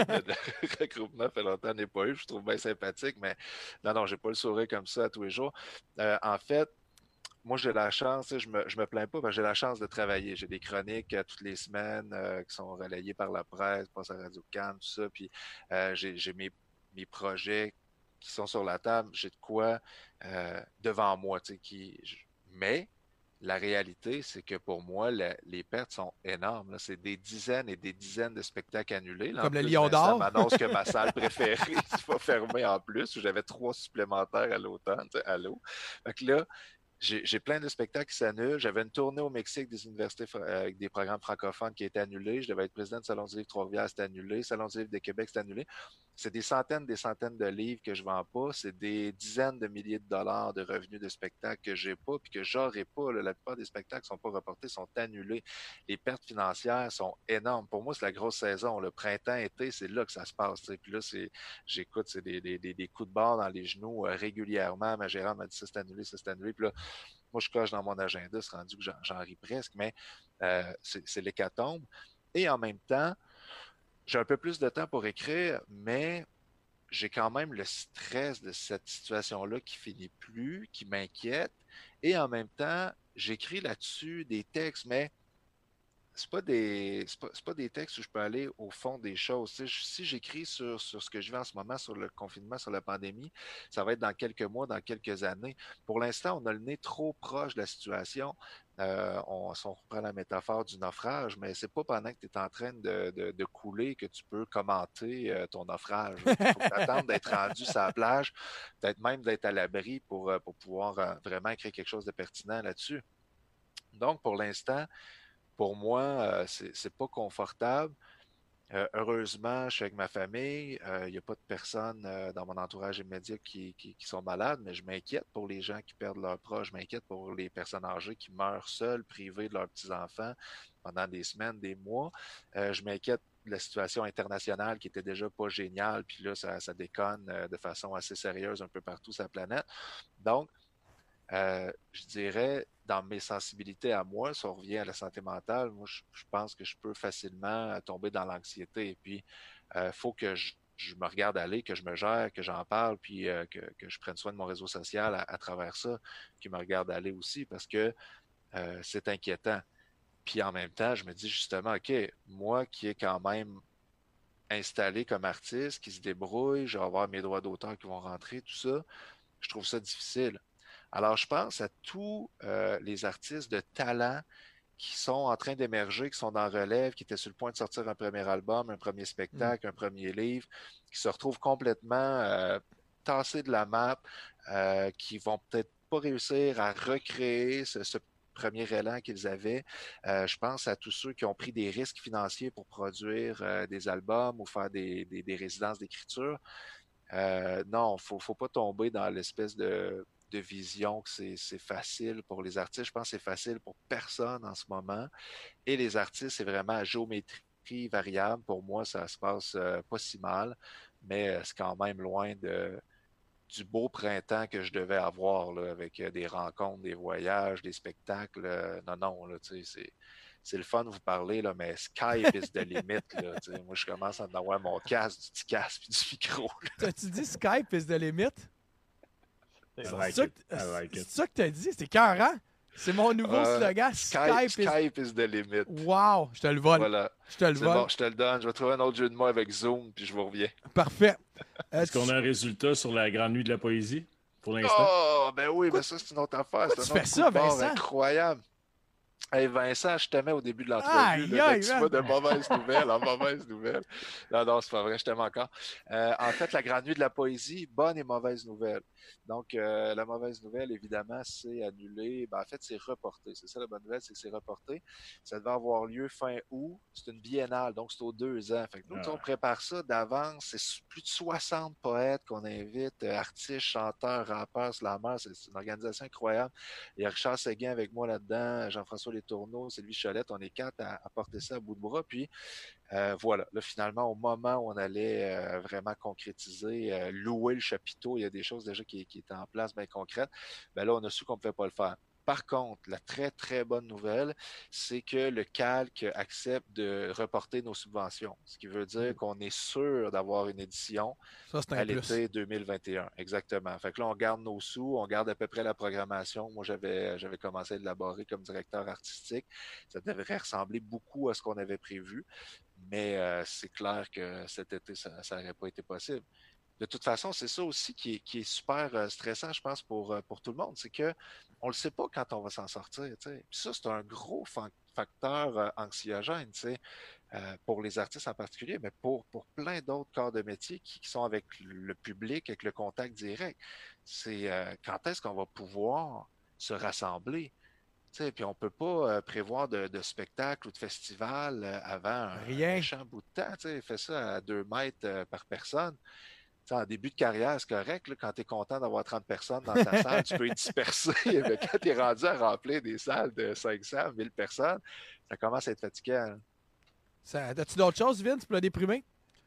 de regroupement. Ça fait longtemps que je n'ai pas eu. Je trouve bien sympathique, mais non, j'ai pas le sourire comme ça à tous les jours. En fait, moi, j'ai la chance, je me plains pas, parce que j'ai la chance de travailler. J'ai des chroniques toutes les semaines qui sont relayées par la presse, passe à Radio-Can, tout ça. Puis j'ai mes projets qui sont sur la table. J'ai de quoi devant moi, mais la réalité, c'est que pour moi, les pertes sont énormes. Là. C'est des dizaines et des dizaines de spectacles annulés. Là, comme le Lion d'Or. Ça m'annonce que ma salle préférée va fermer en plus, où j'avais 3 supplémentaires à l'automne. Allô? Fait que là, j'ai plein de spectacles qui s'annulent. J'avais une tournée au Mexique des universités avec des programmes francophones qui étaient annulés. Je devais être président du Salon du livre Trois-Rivières, c'est annulé. Salon du livre de Québec, c'est annulé. C'est des centaines de livres que je vends pas. C'est des dizaines de milliers de dollars de revenus de spectacles que j'ai pas puis que j'aurai pas. Là. La plupart des spectacles sont pas reportés, sont annulés. Les pertes financières sont énormes. Pour moi, c'est la grosse saison. Le printemps, été, c'est là que ça se passe. T'sais. Puis là, j'écoute des coups de barre dans les genoux régulièrement. Ma gérante m'a dit ça, c'est annulé, ça, c'est annulé. Puis là, moi, je coche dans mon agenda, c'est rendu que j'en ris presque, mais c'est l'hécatombe. Et en même temps, j'ai un peu plus de temps pour écrire, mais j'ai quand même le stress de cette situation-là qui finit plus, qui m'inquiète. Et en même temps, j'écris là-dessus des textes, mais c'est pas des textes où je peux aller au fond des choses. Si j'écris sur ce que je vis en ce moment, sur le confinement, sur la pandémie, ça va être dans quelques mois, dans quelques années. Pour l'instant, on a le nez trop proche de la situation. Si on reprend la métaphore du naufrage, mais c'est pas pendant que tu es en train de couler que tu peux commenter ton naufrage. Il faut t'attendre d'être rendu sur la plage, peut-être même d'être à l'abri pour pouvoir vraiment écrire quelque chose de pertinent là-dessus. Donc, pour l'instant, pour moi, c'est pas confortable. Heureusement, je suis avec ma famille. Il n'y a pas de personnes dans mon entourage immédiat qui sont malades, mais je m'inquiète pour les gens qui perdent leurs proches. Je m'inquiète pour les personnes âgées qui meurent seules, privées de leurs petits-enfants pendant des semaines, des mois. Je m'inquiète de la situation internationale qui était déjà pas géniale, puis là, ça déconne de façon assez sérieuse un peu partout sur la planète. Donc, je dirais, dans mes sensibilités à moi, si on revient à la santé mentale, moi, je pense que je peux facilement tomber dans l'anxiété. Et puis, faut que je me regarde aller, que je me gère, que j'en parle, puis que je prenne soin de mon réseau social à travers ça, qui me regarde aller aussi, parce que c'est inquiétant. Puis en même temps, je me dis justement, OK, moi qui ai quand même installé comme artiste, qui se débrouille, je vais avoir mes droits d'auteur qui vont rentrer, tout ça. Je trouve ça difficile. Alors, je pense à tous les artistes de talent qui sont en train d'émerger, qui sont dans relève, qui étaient sur le point de sortir un premier album, un premier spectacle, un premier livre, qui se retrouvent complètement tassés de la map, qui vont peut-être pas réussir à recréer ce premier élan qu'ils avaient. Je pense à tous ceux qui ont pris des risques financiers pour produire des albums ou faire des résidences d'écriture. Non, faut pas tomber dans l'espèce de vision que c'est facile pour les artistes. Je pense que c'est facile pour personne en ce moment. Et les artistes, c'est vraiment à géométrie variable. Pour moi, ça se passe pas si mal, mais c'est quand même loin du beau printemps que je devais avoir là, avec des rencontres, des voyages, des spectacles. Non, là, tu sais, c'est le fun de vous parler, là, mais Skype is the limit. Là, moi, je commence à en avoir mon casque, du petit casque puis du micro. T'as-tu dit Skype is the limit? I like it. C'est ça que t'as dit? C'est écœurant. C'est mon nouveau slogan. Skype is the limit. Wow, je te le vole. Voilà. Je te le vole. Bon, je te le donne. Je vais trouver un autre jeu de mots avec Zoom, puis je vous reviens. Parfait. Est-ce qu'on a un résultat sur la Grande Nuit de la Poésie pour l'instant? Oh, ben oui, mais ça, c'est une autre affaire. Tu fais ça, Vincent? Incroyable. Hey Vincent, je t'aimais au début de l'entrevue. Tu vas de mauvaises nouvelles en mauvaises nouvelles. Non, c'est pas vrai, je t'aime encore. En fait, la Grande Nuit de la Poésie, bonne et mauvaise nouvelle. Donc, la mauvaise nouvelle, évidemment, c'est annulé. Ben, en fait, c'est reporté. C'est ça la bonne nouvelle, c'est que c'est reporté. Ça devait avoir lieu fin août. C'est une biennale, donc c'est aux 2 ans. Fait que nous, on prépare ça d'avance. C'est plus de 60 poètes qu'on invite, artistes, chanteurs, rappeurs, slammers. C'est une organisation incroyable. Il y a Richard Séguin avec moi là-dedans, Jean-François Letourneau, Sylvie Cholette. On est 4 à porter ça à bout de bras. Puis, voilà. Là, finalement, au moment où on allait vraiment concrétiser, louer le chapiteau, il y a des choses déjà qui étaient en place, bien concrètes. Ben là, on a su qu'on ne pouvait pas le faire. Par contre, la très, très bonne nouvelle, c'est que le calque accepte de reporter nos subventions, ce qui veut dire qu'on est sûr d'avoir une édition à l'été 2021. Exactement. Fait que là, on garde nos sous, on garde à peu près la programmation. Moi, j'avais commencé à élaborer comme directeur artistique. Ça devrait ressembler beaucoup à ce qu'on avait prévu, mais c'est clair que cet été, ça n'aurait pas été possible. De toute façon, c'est ça aussi qui est super stressant, je pense, pour tout le monde. C'est que on le sait pas quand on va s'en sortir. Puis ça, c'est un gros facteur anxiogène, pour les artistes en particulier, mais pour plein d'autres corps de métier qui sont avec le public, avec le contact direct. C'est quand est-ce qu'on va pouvoir se rassembler? Puis on ne peut pas prévoir de spectacle ou de festival avant un méchant bout de temps. Fais ça à 2 mètres par personne. En début de carrière, c'est correct. Là, quand tu es content d'avoir 30 personnes dans ta salle, tu peux être dispersé. Mais quand tu es rendu à remplir des salles de 500, 1000 personnes, ça commence à être fatigant. As-tu d'autres choses, Vince, pour le déprimer?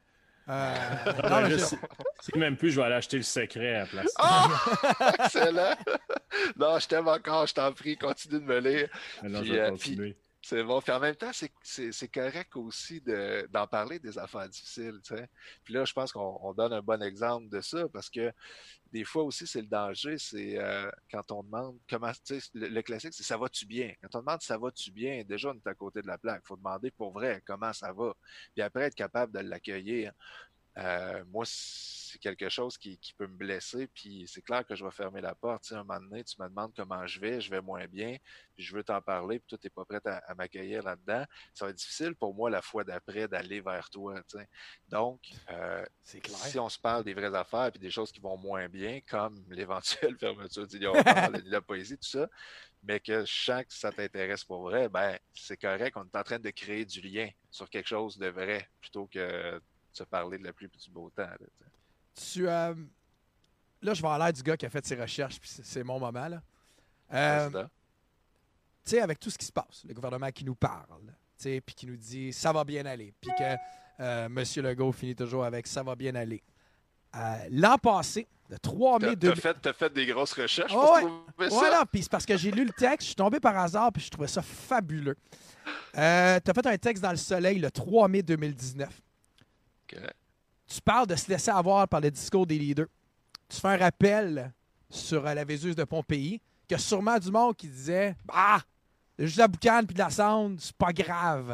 Non, c'est même plus, je vais aller acheter le secret à la place. Oh! Excellent! Non, je t'aime encore, je t'en prie, continue de me lire. Non, je vais continuer. C'est bon. Puis en même temps, c'est correct aussi d'en parler des affaires difficiles. Puis là, je pense qu'on donne un bon exemple de ça parce que des fois aussi, c'est le danger. C'est quand on demande comment. Le classique, c'est ça va-tu bien? Quand on demande ça va-tu bien, déjà, on est à côté de la plaque. Il faut demander pour vrai comment ça va. Puis après, être capable de l'accueillir. Moi, c'est quelque chose qui peut me blesser, puis c'est clair que je vais fermer la porte. Un moment donné, tu me demandes comment je vais moins bien, puis je veux t'en parler, puis toi, tu n'es pas prête à m'accueillir là-dedans. Ça va être difficile pour moi la fois d'après d'aller vers toi. Donc, si on se parle des vraies affaires puis des choses qui vont moins bien, comme l'éventuelle fermeture d'Idiopar, de la poésie, tout ça, mais que je sens que ça t'intéresse pour vrai, ben c'est correct, on est en train de créer du lien sur quelque chose de vrai, plutôt que se parler de la pluie et du beau temps. Là, je vais avoir l'air du gars qui a fait ses recherches, puis c'est mon moment. Là. Tu sais, avec tout ce qui se passe, le gouvernement qui nous parle, puis qui nous dit « ça va bien aller », puis que M. Legault finit toujours avec « ça va bien aller ». L'an passé, le 3 mai... T'as fait des grosses recherches pour trouver ça? Voilà, puis c'est parce que j'ai lu le texte, je suis tombé par hasard, puis je trouvais ça fabuleux. T'as fait un texte dans Le Soleil le 3 mai 2019. Okay. Tu parles de se laisser avoir par le discours des leaders. Tu fais un rappel sur la Vésuve de Pompéi, qu'il y a sûrement du monde qui disait « Bah, c'est juste de la boucane puis de la sonde, c'est pas grave.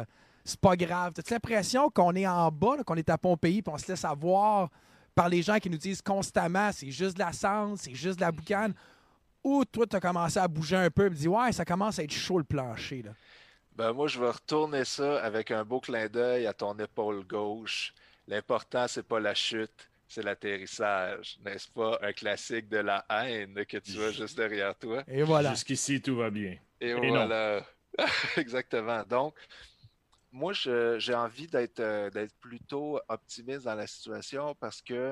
c'est pas grave. T'as-tu l'impression qu'on est en bas, là, qu'on est à Pompéi, puis on se laisse avoir par les gens qui nous disent constamment c'est juste de la cendre, c'est juste de la boucane? Ou toi, tu as commencé à bouger un peu et me dis ouais, ça commence à être chaud le plancher, là. Ben moi, je vais retourner ça avec un beau clin d'œil à ton épaule gauche. L'important, c'est pas la chute, c'est l'atterrissage. N'est-ce pas un classique de la haine que tu as juste derrière toi? Et voilà. Jusqu'ici, tout va bien. Et non. voilà. Exactement. Donc, moi, j'ai envie d'être plutôt optimiste dans la situation parce que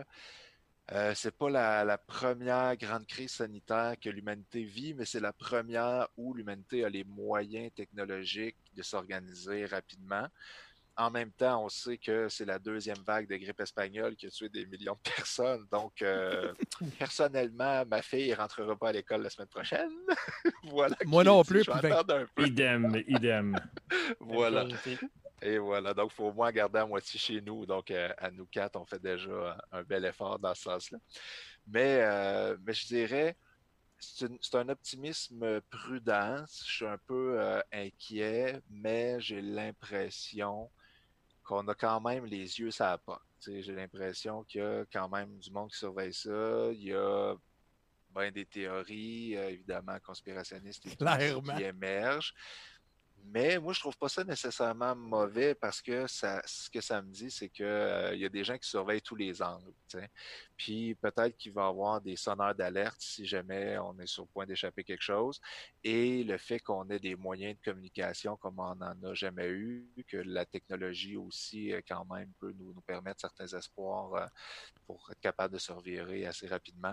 c'est pas la première grande crise sanitaire que l'humanité vit, mais c'est la première où l'humanité a les moyens technologiques de s'organiser rapidement. En même temps, on sait que c'est la deuxième vague de grippe espagnole qui a tué des millions de personnes. Donc, personnellement, ma fille ne rentrera pas à l'école la semaine prochaine. Voilà. Moi non plus. Je vais attendre un peu. Idem. Voilà. Et voilà, donc il faut au moins garder à moitié chez nous. Donc, à nous quatre, on fait déjà un bel effort dans ce sens-là. Mais je dirais, c'est un optimisme prudent. Je suis un peu inquiet, mais j'ai l'impression qu'on a quand même les yeux sur la porte. J'ai l'impression qu'il y a quand même du monde qui surveille ça. Il y a ben, des théories, évidemment, conspirationnistes et tout, qui émergent. Mais moi, je trouve pas ça nécessairement mauvais parce que ce que ça me dit, c'est que y a des gens qui surveillent tous les angles. T'sais. Puis peut-être qu'il va y avoir des sonneurs d'alerte si jamais on est sur le point d'échapper quelque chose. Et le fait qu'on ait des moyens de communication comme on n'en a jamais eu, que la technologie aussi quand même peut nous permettre certains espoirs pour être capable de se revirer assez rapidement.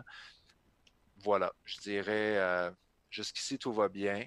Voilà, je dirais jusqu'ici tout va bien.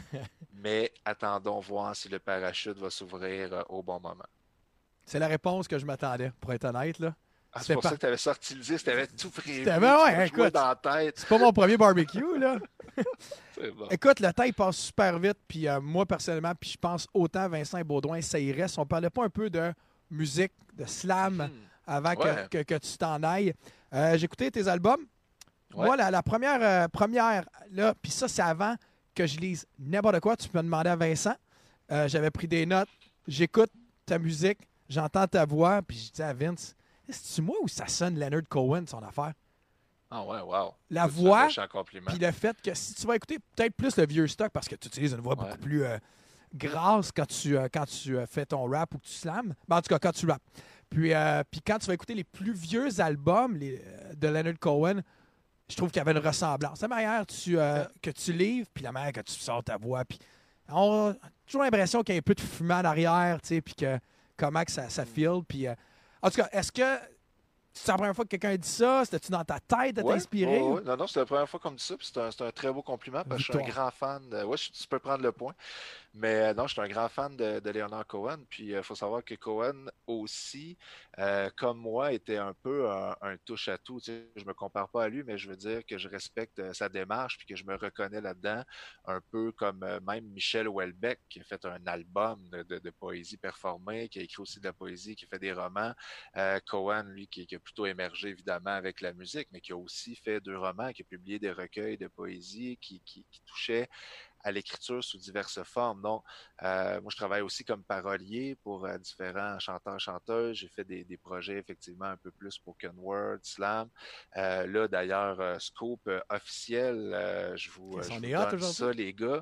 Mais attendons voir si le parachute va s'ouvrir au bon moment. C'est la réponse que je m'attendais, pour être honnête, là. Ah, c'est pour ça que tu avais sorti le disque, tu avais tout prévu. Écoute, dans la tête. C'est pas mon premier barbecue, là. C'est bon. Écoute, le temps, il passe super vite, puis moi, personnellement, puis je pense autant Vincent et Baudouin, ça irait si on parlait pas un peu de musique, de slam, avant que tu t'en ailles. J'ai écouté tes albums. Ouais. Moi, la première, là, puis ça, c'est avant que je lise n'importe quoi. Tu peux me demander à Vincent. J'avais pris des notes. J'écoute ta musique. J'entends ta voix. Puis je dis à Vince, c'est-tu moi ou ça sonne Leonard Cohen, son affaire? Ah ouais, wow. La voix, puis le fait que si tu vas écouter peut-être plus le vieux stock, parce que tu utilises une voix beaucoup plus grasse quand tu fais ton rap ou que tu slams. Ben, en tout cas, quand tu rappes. Puis quand tu vas écouter les plus vieux albums de Leonard Cohen, je trouve qu'il y avait une ressemblance. La manière que tu livres, puis la manière que tu sors ta voix. Puis on a toujours l'impression qu'il y a un peu de fumée en arrière, tu sais, puis que comment que ça file. Puis, en tout cas, est-ce que c'est la première fois que quelqu'un dit ça? C'était-tu dans ta tête de t'inspirer? Oui. Non, c'est la première fois qu'on me dit ça, puis c'est un très beau compliment, parce que je suis un grand fan. Tu peux prendre le point. Mais non, je suis un grand fan de Leonard Cohen. Puis il faut savoir que Cohen aussi, comme moi, était un peu un touche-à-tout. Tu sais, je me compare pas à lui, mais je veux dire que je respecte sa démarche puis que je me reconnais là-dedans. Un peu comme même Michel Houellebecq, qui a fait un album de poésie performée, qui a écrit aussi de la poésie, qui fait des romans. Cohen, lui, qui a plutôt émergé évidemment avec la musique, mais qui a aussi fait 2 romans, qui a publié des recueils de poésie qui touchaient à l'écriture sous diverses formes. Donc, moi, je travaille aussi comme parolier pour différents chanteurs-chanteuses. J'ai fait des projets, effectivement, un peu plus spoken word, slam. Là, d'ailleurs, scoop officiel, je vous donne ça, les gars.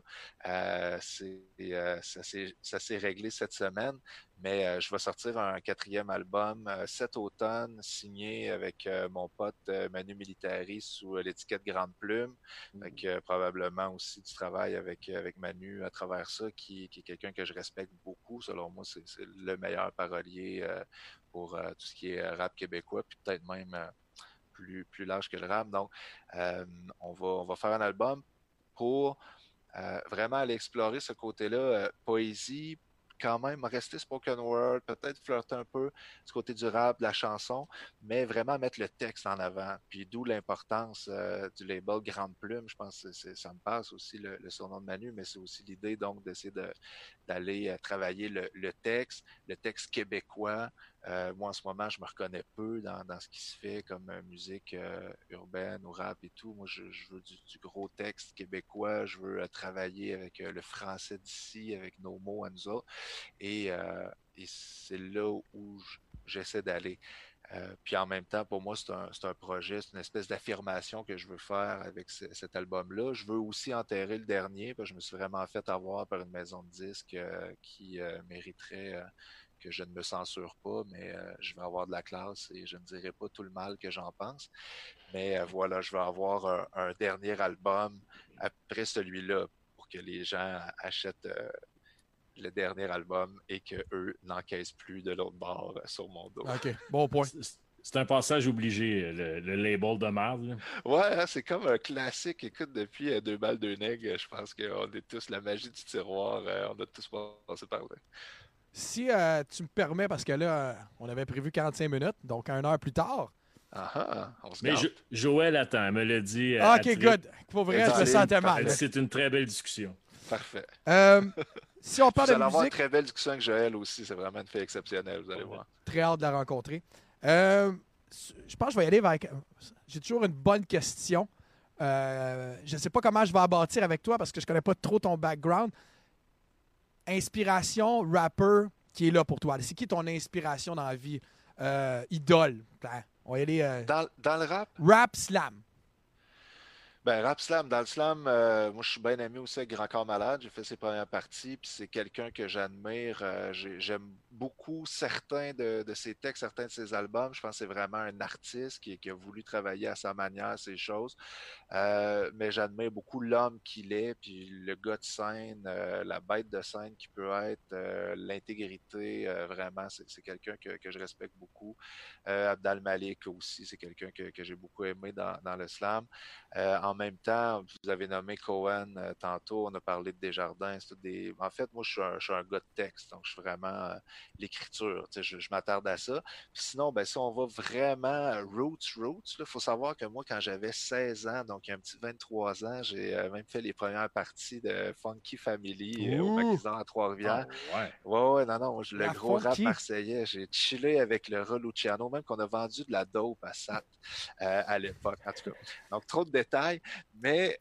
Ça s'est réglé cette semaine, mais je vais sortir un 4e album cet automne, signé avec mon pote Manu Militari sous l'étiquette Grande Plume. Avec probablement aussi du travail avec Manu à travers ça, qui est quelqu'un que je respecte beaucoup. Selon moi, c'est le meilleur parolier pour tout ce qui est rap québécois, puis peut-être même plus large que le rap. Donc, on va faire un album pour vraiment aller explorer ce côté-là, poésie, quand même rester spoken word, peut-être flirter un peu du côté du rap, de la chanson, mais vraiment mettre le texte en avant. Puis d'où l'importance du label Grande Plume. Je pense que ça me passe aussi le surnom de Manu, mais c'est aussi l'idée donc d'essayer d'aller travailler le texte québécois, Moi, en ce moment, je me reconnais peu dans ce qui se fait comme musique urbaine ou rap et tout. Moi, je veux du gros texte québécois. Je veux travailler avec le français d'ici, avec nos mots à nous autres. Et c'est là où j'essaie d'aller. Puis en même temps, pour moi, c'est un projet, c'est une espèce d'affirmation que je veux faire avec cet album-là. Je veux aussi enterrer le dernier, parce que je me suis vraiment fait avoir par une maison de disques qui mériterait que je ne me censure pas, mais je vais avoir de la classe et je ne dirai pas tout le mal que j'en pense. Mais voilà, je vais avoir un dernier album après celui-là pour que les gens achètent le dernier album et qu'eux n'encaissent plus de l'autre bord sur mon dos. OK, bon point. C'est un passage obligé, le label de merde. Ouais, hein, c'est comme un classique. Écoute, depuis 2 balles, 2 nègres, je pense qu'on est tous la magie du tiroir. On a tous passé par là. Si tu me permets, parce que là, on avait prévu 45 minutes, donc 1 heure plus tard. On se Mais Joël attend, elle me l'a dit. OK, good. Pour vrai, je me sentais mal. C'est une très belle discussion. Parfait. Si on parle de musique... Vous allez avoir une très belle discussion avec Joël aussi. C'est vraiment une fille exceptionnelle, vous allez voir. Très hâte de la rencontrer. Je pense que je vais y aller avec... J'ai toujours une bonne question. Je ne sais pas comment je vais bâtir avec toi parce que je ne connais pas trop ton background. Inspiration, rapper qui est là pour toi. C'est qui ton inspiration dans la vie? Idole. On va y aller... Dans le rap? Rap slam. Ben, Rap Slam, dans le slam, moi je suis bien ami aussi avec Grand Corps Malade. J'ai fait ses premières parties, puis c'est quelqu'un que j'admire. J'aime beaucoup certains de ses textes, certains de ses albums. Je pense que c'est vraiment un artiste qui a voulu travailler à sa manière ces choses. Mais j'admire beaucoup l'homme qu'il est, puis le gars de scène, la bête de scène qui peut être, l'intégrité, vraiment, c'est quelqu'un que je respecte beaucoup. Abdal Malik aussi, c'est quelqu'un que j'ai beaucoup aimé dans le slam. En même temps, vous avez nommé Cohen tantôt, on a parlé de Desjardins. En fait, moi, je suis un gars de texte, donc je suis vraiment l'écriture. Je m'attarde à ça. Puis sinon, ben, si on va vraiment roots, il faut savoir que moi, quand j'avais 16 ans, donc un petit 23 ans, j'ai même fait les premières parties de Funky Family au Maquisard à Trois-Rivières. Ouais, non, le gros rap marseillais. J'ai chillé avec le Luciano, même qu'on a vendu de la dope à SAT à l'époque, en tout cas. Donc, trop de détails, mais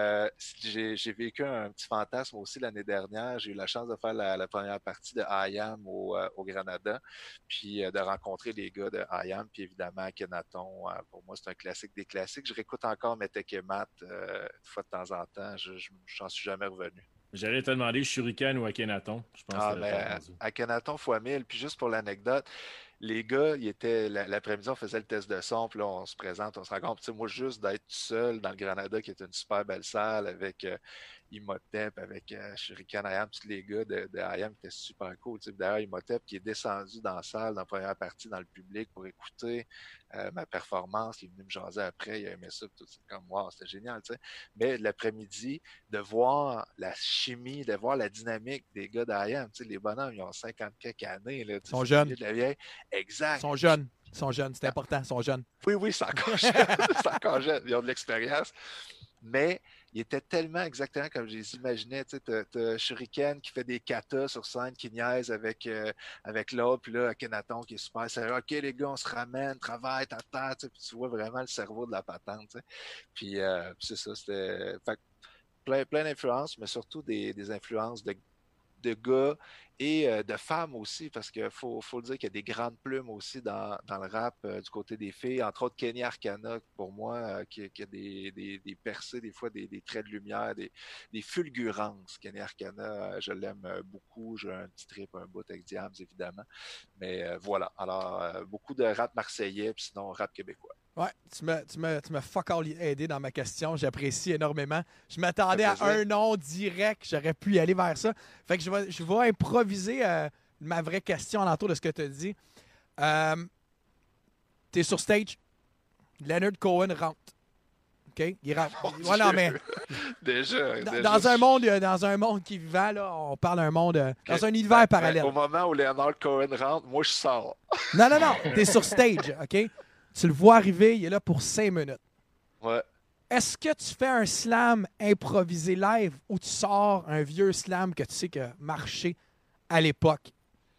j'ai vécu un petit fantasme aussi l'année dernière. J'ai eu la chance de faire la première partie de I Am au Granada, puis de rencontrer les gars de I Am, puis évidemment Akhenaton. Pour moi, c'est un classique des classiques. Je réécoute encore Metek et Matt une fois de temps en temps. Je n'en suis jamais revenu. J'allais te demander Shuriken ou Akhenaton. Je pense Akhenaton fois 1000. Puis juste pour l'anecdote, les gars, l'après-midi, on faisait le test de son, puis là, on se présente, on se rencontre. Moi, juste d'être seul dans le Granada, qui est une super belle salle, avec Imhotep, avec Shuriken Ayam, tous les gars de Ayam qui étaient super cool. D'ailleurs, Imhotep qui est descendu dans la salle, dans la première partie, dans le public, pour écouter ma performance. Il est venu me jaser après, il a aimé ça, tout. C'est comme, wow, c'était génial. Mais l'après-midi, de voir la chimie, de voir la dynamique des gars d'Ayam, les bonhommes, ils ont 50 quelques années. Là, ils sont jeunes. De la vieille. Exact. Ils sont jeunes, c'est important, ils sont jeunes. Oui, c'est encore jeune. C'est encore jeune. Ils ont de l'expérience. Mais il était tellement exactement comme je les imaginais. Tu sais, t'as Shuriken qui fait des katas sur scène, qui niaise avec l'autre, puis là, Akhenaton qui est super sérieux. OK, les gars, on se ramène, travaille, t'attends, puis tu vois vraiment le cerveau de la patente. Tu sais. Puis c'est ça, c'était plein d'influences, mais surtout des influences de gars et de femmes aussi, parce qu'il faut le dire qu'il y a des grandes plumes aussi dans le rap du côté des filles, entre autres Kenny Arcana, pour moi, qui a des percées, des fois des traits de lumière, des fulgurances. Kenny Arcana, je l'aime beaucoup, j'ai un petit trip, un bout avec Diams, évidemment, mais voilà, alors beaucoup de rap marseillais, puis sinon rap québécois. Ouais, tu m'as fuck all aidé dans ma question. J'apprécie énormément. Je m'attendais à un nom direct. J'aurais pu y aller vers ça. Fait que je vais improviser ma vraie question alentour de ce que tu as dit. T'es sur stage. Leonard Cohen rentre. OK? Il rentre. Voilà, mais déjà. Dans un monde qui est vivant, là, on parle d'un monde. Dans un univers parallèle. Au moment où Leonard Cohen rentre, moi, je sors. Non. T'es sur stage, OK? Tu le vois arriver, il est là pour 5 minutes. Ouais. Est-ce que tu fais un slam improvisé live ou tu sors un vieux slam que tu sais qui a marché à l'époque?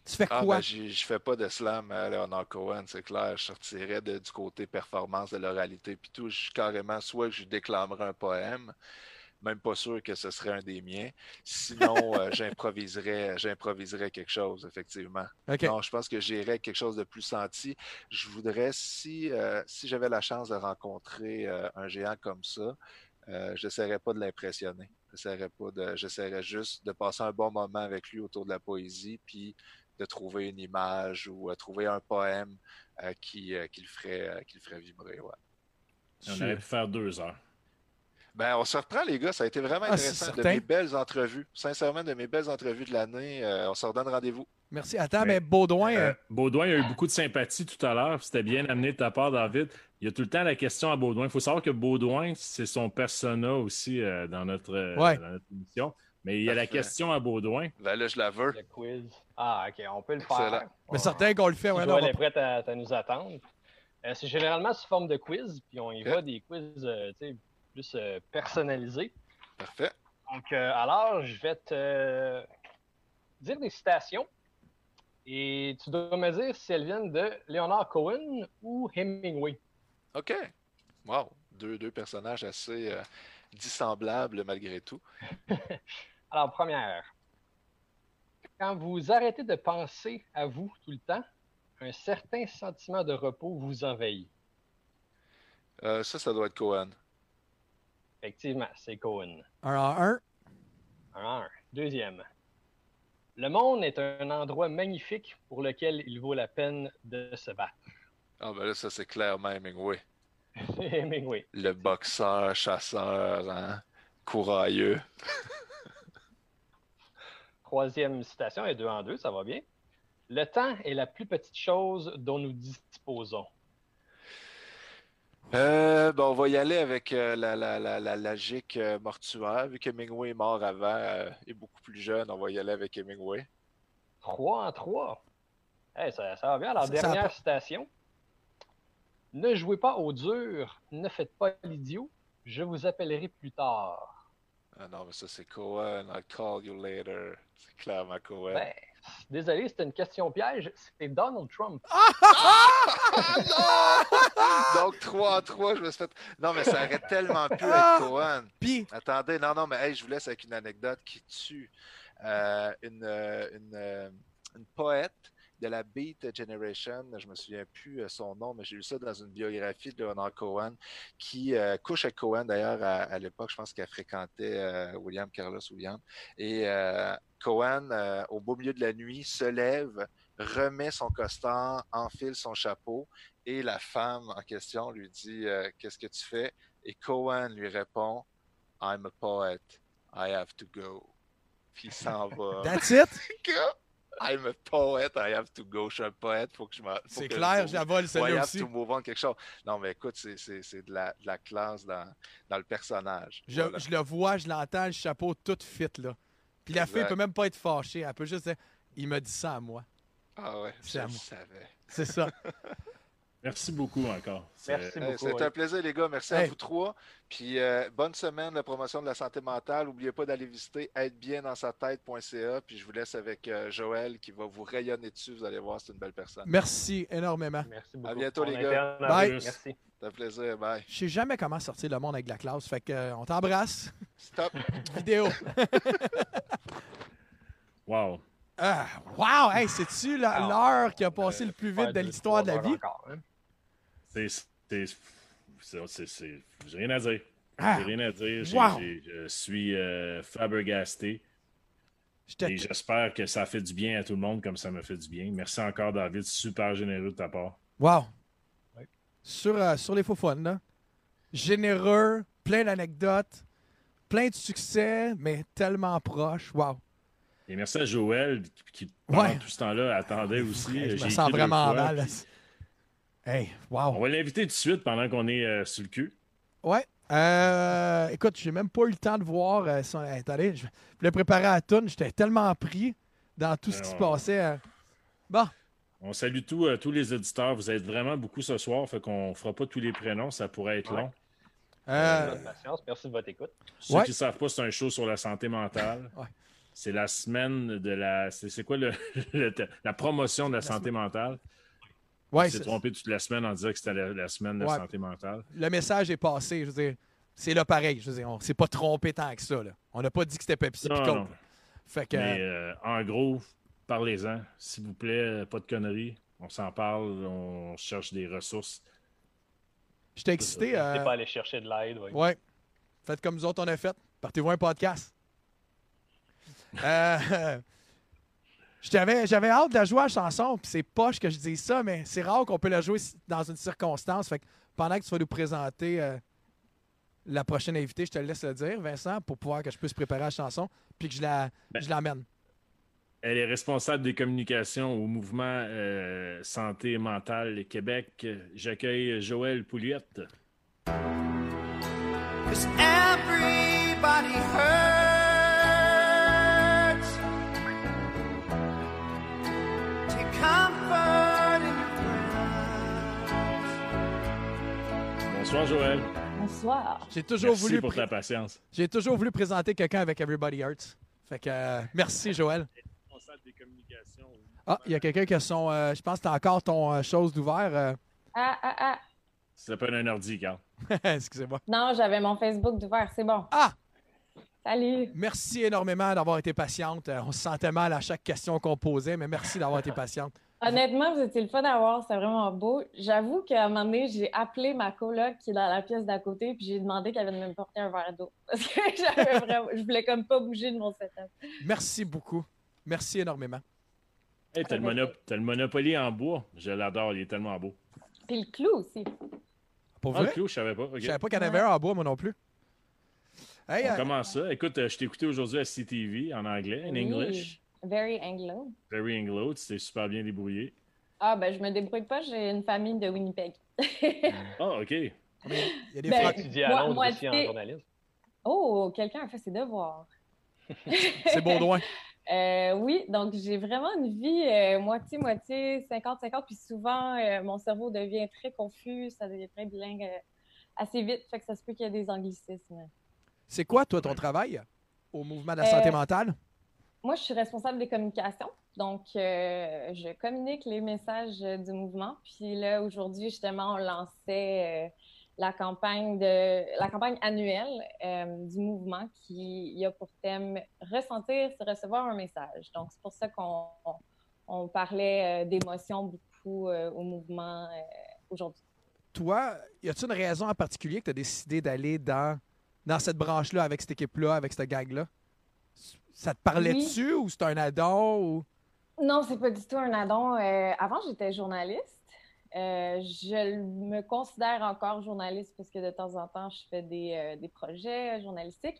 Tu fais quoi? Je fais pas de slam à Leonard Cohen, c'est clair. Je sortirais du côté performance de l'oralité puis tout. Je suis carrément, soit je déclamerais un poème, même pas sûr que ce serait un des miens. Sinon, j'improviserais quelque chose, effectivement. Okay. Non, je pense que j'irais quelque chose de plus senti. Je voudrais, si j'avais la chance de rencontrer un géant comme ça, j'essaierais pas de l'impressionner. J'essaierais juste de passer un bon moment avec lui autour de la poésie, puis de trouver une image ou trouver un poème qui le ferait vibrer. Ouais. On aurait pu faire 2 heures. Ben, on se reprend, les gars. Ça a été vraiment intéressant. De mes belles entrevues. Sincèrement, de mes belles entrevues de l'année. On se redonne rendez-vous. Merci. Attends, mais Baudouin... Baudouin a eu beaucoup de sympathie tout à l'heure. C'était bien amené de ta part, David. Il y a tout le temps la question à Baudouin. Il faut savoir que Baudouin, c'est son persona aussi dans notre émission. Mais il y a la question à Baudouin. Ben là, je la veux. Le quiz. Ah, OK. On peut le faire. Mais certain qu'on le fait. Si Joël est prête à nous attendre. C'est généralement sous forme de quiz. Puis on y va des quiz, plus personnalisé. Parfait. Donc, alors, je vais te dire des citations et tu dois me dire si elles viennent de Leonard Cohen ou Hemingway. OK. Wow. Deux personnages assez dissemblables malgré tout. Alors, première. Quand vous arrêtez de penser à vous tout le temps, un certain sentiment de repos vous envahit. Ça doit être Cohen. Effectivement, c'est Cohen. 1-1. 1-1. Deuxième. Le monde est un endroit magnifique pour lequel il vaut la peine de se battre. Ah, ben là, ça, c'est clairement Hemingway. Hemingway. Le boxeur, chasseur, hein? Courailleux. Troisième citation, et 2-2, ça va bien. Le temps est la plus petite chose dont nous disposons. On va y aller avec la logique mortuaire. Vu qu'Hemingway est mort avant et beaucoup plus jeune, on va y aller avec Hemingway. 3-3. Hey, ça va bien. Alors, dernière citation. Ne jouez pas au dur, ne faites pas l'idiot, je vous appellerai plus tard. Ah non, mais ça, c'est Cohen. I'll call you later. C'est clairement Cohen. Ben, désolé, c'était une question piège. C'est Donald Trump. Non! Donc, 3-3, je me suis fait... Non, mais ça aurait tellement pu être Cohen. Puis... Attendez, non, mais hey, je vous laisse avec une anecdote qui tue. Une poète de la Beat Generation, je me souviens plus son nom, mais j'ai lu ça dans une biographie de Leonard Cohen, qui couche avec Cohen d'ailleurs à l'époque, je pense qu'elle fréquentait Carlos Williams. Et Cohen, au beau milieu de la nuit, se lève, remet son costard, enfile son chapeau, et la femme en question lui dit qu'est-ce que tu fais? Et Cohen lui répond I'm a poet, I have to go. Puis il s'en va. That's it? I'm a poet, I have to go. Je suis un poète, faut que je m'en... C'est clair, je la vole celle-là aussi. I have to move on, quelque chose. Non, mais écoute, c'est de la classe dans le personnage. Je le vois, je l'entends, le chapeau tout fit, là. Puis la fille peut même pas être fâchée. Elle peut juste dire, il m'a dit ça à moi. Ah ouais, je le savais. C'est ça. Merci beaucoup encore. Merci beaucoup. C'était un plaisir, les gars. Merci à vous trois. Puis bonne semaine de la promotion de la santé mentale. N'oubliez pas d'aller visiter êtebieinddanstsa.ca. Puis je vous laisse avec Joël qui va vous rayonner dessus. Vous allez voir, c'est une belle personne. Merci énormément. Merci beaucoup. À bientôt, les gars. Bye. Merci. C'était un plaisir. Bye. Je sais jamais comment sortir le monde avec la classe. Fait que on t'embrasse. Stop. Vidéo. Wow. Wow! Hey, c'est-tu l'heure qui a passé le plus vite de l'histoire de la vie? Encore, hein? J'ai rien à dire. J'ai rien à dire. Wow. Je suis flabbergasté. Et j'espère que ça fait du bien à tout le monde comme ça m'a fait du bien. Merci encore, David. Super généreux de ta part. Wow. Ouais. Sur les faux fun, là. Généreux, plein d'anecdotes, plein de succès, mais tellement proche. Wow. Et merci à Joël qui pendant tout ce temps-là, attendait aussi. Je me sens vraiment mal. Puis... Hey, wow. On va l'inviter tout de suite pendant qu'on est sur le cul. Ouais. Écoute, j'ai même pas eu le temps de voir. Attendez, je voulais préparer à la toune. J'étais tellement pris dans tout ce qui se passait. Bon. On salue tous les auditeurs. Vous êtes vraiment beaucoup ce soir. Fait qu'on fera pas tous les prénoms. Ça pourrait être long. Votre patience. Merci de votre écoute. Ceux qui ne savent pas, c'est un show sur la santé mentale. Ouais. c'est la semaine de la... C'est quoi la promotion de la santé mentale? Ouais, il s'est trompé toute la semaine en disant que c'était la semaine de la santé mentale. Le message est passé, je veux dire. C'est là pareil, je veux dire. On s'est pas trompé tant que ça, là. On n'a pas dit que c'était Pepsi Non, Coke. non. Fait que... Mais en gros, parlez-en. S'il vous plaît, pas de conneries. On s'en parle, on cherche des ressources. Je t'ai excité. N'hésitez pas à aller chercher de l'aide. Ouais. Faites comme nous autres, on a fait. Partez-vous un podcast. J'avais hâte de la jouer à la chanson, puis c'est poche que je dise ça, mais c'est rare qu'on peut la jouer dans une circonstance. Fait que pendant que tu vas nous présenter la prochaine invitée, je te laisse le dire, Vincent, pour pouvoir que je puisse préparer la chanson, puis que je l'amène. Elle est responsable des communications au mouvement Santé mentale Québec. J'accueille Joëlle Pouliot. Cause everybody hurts. Take comfort in your friends. Bonsoir, Joëlle. Bonsoir. Merci pour ta patience. J'ai toujours voulu présenter quelqu'un avec Everybody Hurts. Fait que merci, Joëlle. Des communications. Ah, il y a quelqu'un qui a son... je pense que tu as encore ton chose d'ouvert. Ça s'appelle un ordi, Carl. Excusez-moi. Non, j'avais mon Facebook d'ouvert, c'est bon. Ah! Salut! Merci énormément d'avoir été patiente. On se sentait mal à chaque question qu'on posait, mais merci d'avoir été patiente. Honnêtement, vous étiez le fun à voir, c'était vraiment beau. J'avoue qu'à un moment donné, j'ai appelé ma coloc qui est dans la pièce d'à côté, puis j'ai demandé qu'elle vienne me porter un verre d'eau. Parce que je voulais comme pas bouger de mon setup. Merci beaucoup. Merci énormément. Hey, t'as le Monopoly en bois. Je l'adore, il est tellement beau. Puis le clou aussi. Pour vrai? Le clou, je savais pas. Okay. Je savais pas qu'il y en avait un en bois, moi non plus. Hey, on commence ça. Écoute, je t'ai écouté aujourd'hui à CTV en anglais, en English. Very Anglo. Very Anglo, tu t'es super bien débrouillé. Ah, ben je me débrouille pas, j'ai une famille de Winnipeg. Ah, OK. Il y a des frères. Tu dis à Londres aussi en journalisme. Oh, quelqu'un a fait ses devoirs. C'est Baudouin. Oui, donc j'ai vraiment une vie moitié-moitié, 50-50, puis souvent mon cerveau devient très confus, ça devient très bilingue assez vite, fait que ça se peut qu'il y ait des anglicismes. C'est quoi, toi, ton travail au mouvement de la santé mentale? Moi, je suis responsable des communications, donc je communique les messages du mouvement, puis là, aujourd'hui, justement, on lançait la campagne annuelle du mouvement qui a pour thème « Ressentir, c'est recevoir un message ». Donc, c'est pour ça qu'on parlait d'émotions beaucoup au mouvement aujourd'hui. Toi, y a-t-il une raison en particulier que tu as décidé d'aller dans cette branche-là, avec cette équipe-là, avec cette gang-là? Ça te parlait-tu ou c'est un addon? Ou... Non, c'est pas du tout un addon. Avant, j'étais journaliste. Je me considère encore journaliste parce que de temps en temps, je fais des projets journalistiques.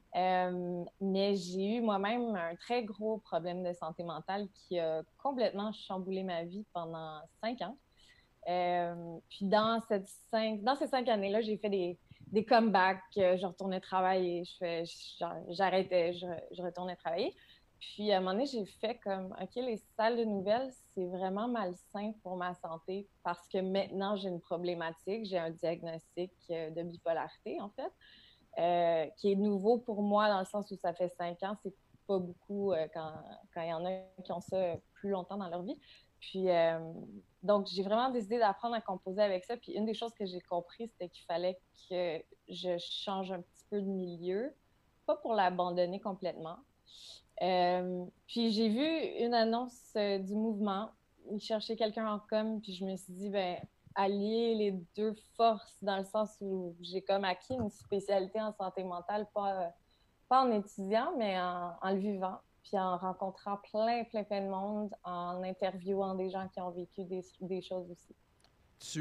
Mais j'ai eu moi-même un très gros problème de santé mentale qui a complètement chamboulé ma vie pendant 5 ans. Puis dans ces 5 années-là, j'ai fait des comebacks. Je retournais travailler, j'arrêtais, je retournais travailler. Puis, à un moment donné, j'ai fait comme, OK, les salles de nouvelles, c'est vraiment malsain pour ma santé parce que maintenant, j'ai une problématique. J'ai un diagnostic de bipolarité, en fait, qui est nouveau pour moi dans le sens où ça fait 5 ans. C'est pas beaucoup quand il y en a qui ont ça plus longtemps dans leur vie. Puis, donc, j'ai vraiment décidé d'apprendre à composer avec ça. Puis, une des choses que j'ai compris, c'était qu'il fallait que je change un petit peu de milieu, pas pour l'abandonner complètement. Puis j'ai vu une annonce du mouvement. Ils cherchaient quelqu'un en com, puis je me suis dit, allier les deux forces dans le sens où j'ai comme acquis une spécialité en santé mentale, pas en étudiant, mais en le vivant, puis en rencontrant plein de monde, en interviewant des gens qui ont vécu des choses aussi.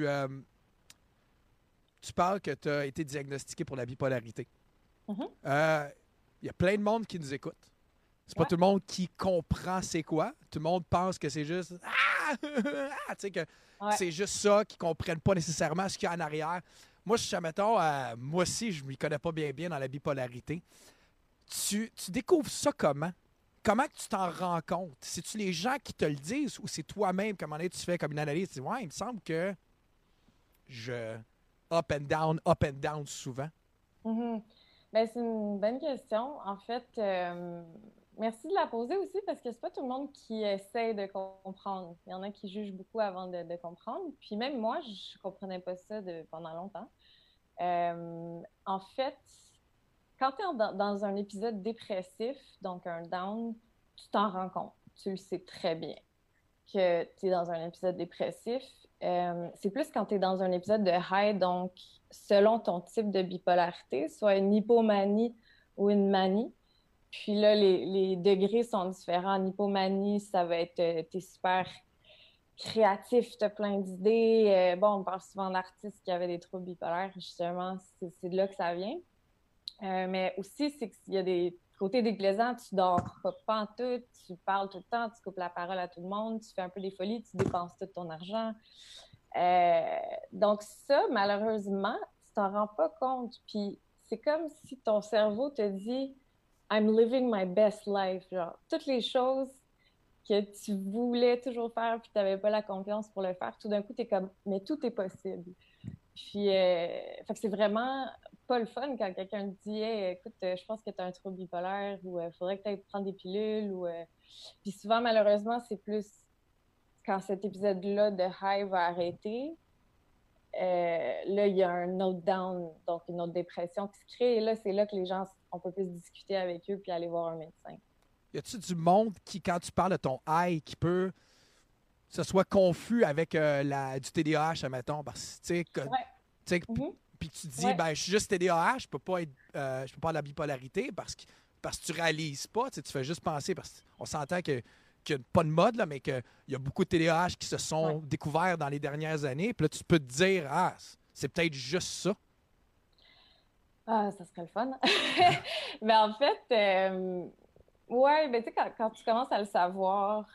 Tu parles que tu as été diagnostiqué pour la bipolarité. Mm-hmm. Y a plein de monde qui nous écoute. C'est pas tout le monde qui comprend c'est quoi. Tout le monde pense que c'est juste tu sais que c'est juste ça, qu'ils comprennent pas nécessairement ce qu'il y a en arrière. Moi, moi aussi, je m'y connais pas bien dans la bipolarité. Tu découvres ça comment? Comment que tu t'en rends compte? C'est-tu les gens qui te le disent ou c'est toi-même, comment tu fais comme une analyse? Tu dis, il me semble que je up and down souvent. Mm-hmm. C'est une bonne question. En fait, Merci de la poser aussi parce que c'est pas tout le monde qui essaie de comprendre. Il y en a qui jugent beaucoup avant de comprendre. Puis même moi, je comprenais pas ça pendant longtemps. En fait, quand tu es dans un épisode dépressif, donc un down, tu t'en rends compte. Tu le sais très bien que tu es dans un épisode dépressif. C'est plus quand tu es dans un épisode de high, donc selon ton type de bipolarité, soit une hypomanie ou une manie. Puis là, les degrés sont différents. En hypomanie, ça va être, t'es super créatif, t'as plein d'idées. On parle souvent d'artistes qui avaient des troubles bipolaires. Justement, c'est de là que ça vient. Mais aussi, c'est qu'il y a des côtés déplaisants. Tu dors pas en tout, tu parles tout le temps, tu coupes la parole à tout le monde, tu fais un peu des folies, tu dépenses tout ton argent. Donc ça, malheureusement, tu t'en rends pas compte. Puis c'est comme si ton cerveau te dit « I'm living my best life ». Genre, toutes les choses que tu voulais toujours faire puis tu n'avais pas la confiance pour le faire, tout d'un coup, tu es comme « mais tout est possible ». Puis, fait que c'est vraiment pas le fun quand quelqu'un te dit hey, « écoute, je pense que tu as un trouble bipolaire » ou « faudrait que tu ailles prendre des pilules » ou Puis souvent, malheureusement, c'est plus quand cet épisode-là de high va arrêter, là, il y a un autre down, donc une autre dépression qui se crée. Et là, c'est là que les gens, on peut plus discuter avec eux puis aller voir un médecin. Y a-tu du monde qui, quand tu parles de ton high, qui peut se soit confus avec du TDAH, admettons, parce que, tu sais, puis tu te dis, ben, je suis juste TDAH, je peux pas avoir la bipolarité parce que tu réalises pas, tu fais juste penser, parce qu'on s'entend qu'il n'y a pas de mode, là, mais qu'il y a beaucoup de TDAH qui se sont découverts dans les dernières années, puis là, tu peux te dire, c'est peut-être juste ça. Ah, ça serait le fun. Mais en fait, ouais, ben tu sais, quand tu commences à le savoir,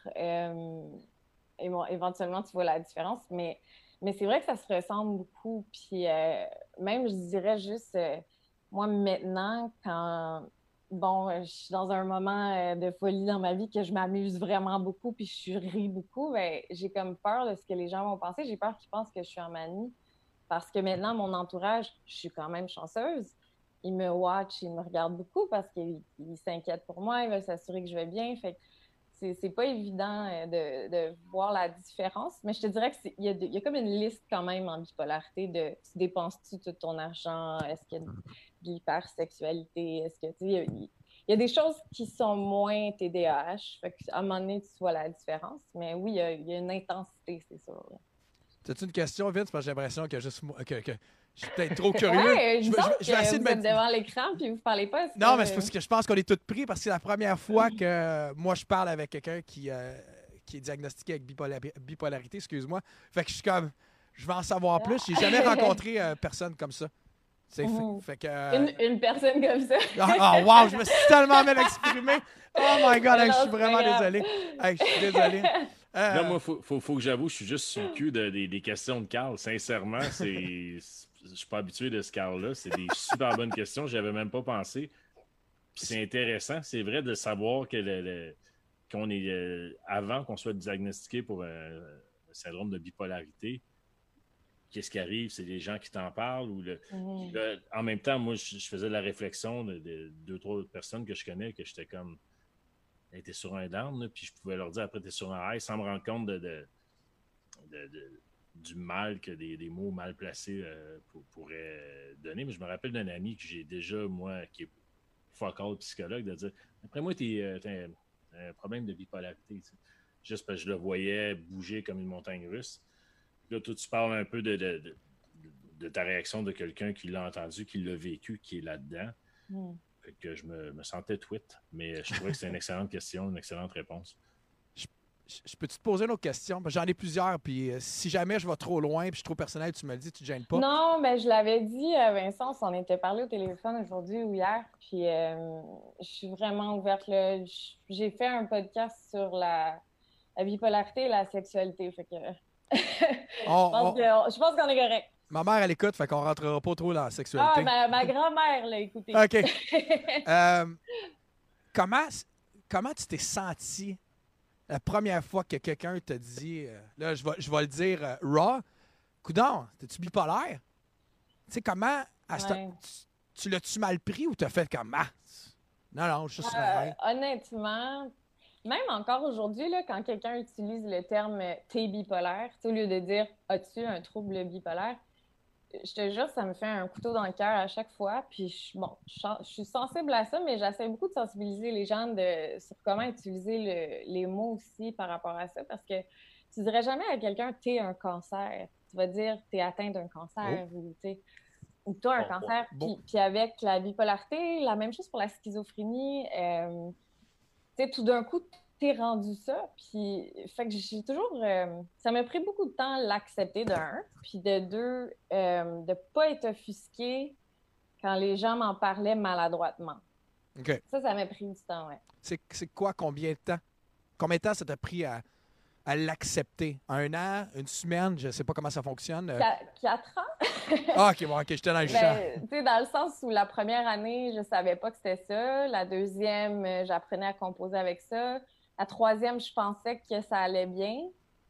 éventuellement, tu vois la différence, mais c'est vrai que ça se ressemble beaucoup. Puis même, je dirais juste, moi, maintenant, quand, je suis dans un moment de folie dans ma vie, que je m'amuse vraiment beaucoup, puis je ris beaucoup, ben, j'ai comme peur de ce que les gens vont penser. J'ai peur qu'ils pensent que je suis en manie. Parce que maintenant, mon entourage, je suis quand même chanceuse. Ils me watchent, ils me regardent beaucoup parce qu'ils s'inquiètent pour moi, ils veulent s'assurer que je vais bien. Fait que c'est pas évident de voir la différence. Mais je te dirais qu'il y a comme une liste quand même en bipolarité de tu dépenses-tu tout ton argent? Est-ce qu'il y a de l'hypersexualité? Est-ce que il y a des choses qui sont moins TDAH. Fait qu'à un moment donné, tu vois la différence. Mais oui, il y a une intensité, c'est sûr. T'as-tu une question, Vince? Parce que j'ai l'impression que juste moi, que je suis peut-être trop curieux. Ouais, je vais essayer de mettre devant l'écran puis vous parlez pas. Non, mais c'est parce que je pense qu'on est tous pris parce que c'est la première fois que moi je parle avec quelqu'un qui est diagnostiqué avec bipolarité, excuse-moi. Fait que je suis comme, je vais en savoir plus. J'ai jamais rencontré personne comme ça. Fait que, une personne comme ça. Wow, je me suis tellement mal exprimé. Oh my God, je suis vraiment désolé. Je suis désolé. Non, moi, faut que j'avoue, je suis juste sur le cul des questions de Carl. Sincèrement, je suis pas habitué de ce Carl-là. C'est des super bonnes questions. J'y avais même pas pensé. Puis c'est intéressant. C'est vrai de savoir que qu'on est avant qu'on soit diagnostiqué pour un syndrome de bipolarité. Qu'est-ce qui arrive? C'est les gens qui t'en parlent. Là, en même temps, moi, je faisais la réflexion de 2-3 autres personnes que je connais, que j'étais comme... T'es sur un down, là, puis je pouvais leur dire après t'es sur un high sans me rendre compte du mal que des mots mal placés pourraient donner. Mais je me rappelle d'un ami que j'ai déjà, moi, qui est fuck-all psychologue, de dire après moi, t'as un problème de bipolarité. T'sais. Juste parce que je le voyais bouger comme une montagne russe. Là, toi, tu parles un peu de ta réaction de quelqu'un qui l'a entendu, qui l'a vécu, qui est là-dedans. Fait que je me sentais tweet, mais je trouvais que c'était une excellente question, une excellente réponse. Je peux-tu te poser une autre question? J'en ai plusieurs, puis si jamais je vais trop loin puis je suis trop personnel, tu me le dis, tu te gênes pas? Non, mais je l'avais dit à Vincent, on était parlé au téléphone aujourd'hui ou hier, puis je suis vraiment ouverte. Là. J'ai fait un podcast sur la bipolarité et la sexualité, fait que je pense qu'on est correct. Ma mère, elle écoute, fait qu'on rentrera pas trop dans la sexualité. Ma grand-mère l'a écouté. OK. Comment tu t'es senti la première fois que quelqu'un te dit, là, je vais le dire raw, coudonc, t'es-tu bipolaire? Tu sais, comment, tu l'as-tu mal pris ou t'as fait comme, Non, je suis honnêtement, même encore aujourd'hui, là, quand quelqu'un utilise le terme « t'es bipolaire », au lieu de dire « as-tu un trouble bipolaire », je te jure, ça me fait un couteau dans le cœur à chaque fois. Puis, je suis sensible à ça, mais j'essaie beaucoup de sensibiliser les gens sur comment utiliser les mots aussi par rapport à ça. Parce que tu dirais jamais à quelqu'un « t'es un cancer ». Tu vas dire « t'es atteint d'un cancer » ou « t'as un cancer ». Puis avec la bipolarité, la même chose pour la schizophrénie. Tu sais, tout d'un coup, t'es rendu ça. Puis, fait que j'ai toujours... ça m'a pris beaucoup de temps l'accepter, de un. Puis de deux, de pas être offusquée quand les gens m'en parlaient maladroitement. OK. Ça m'a pris du temps, ouais. C'est quoi, combien de temps? Combien de temps ça t'a pris à l'accepter? 1 an, 1 semaine? Je sais pas comment ça fonctionne. 4 ans? Ah, OK, j'étais dans le champ. Tu sais, dans le sens où la première année, je savais pas que c'était ça. La deuxième, j'apprenais à composer avec ça. La troisième, je pensais que ça allait bien.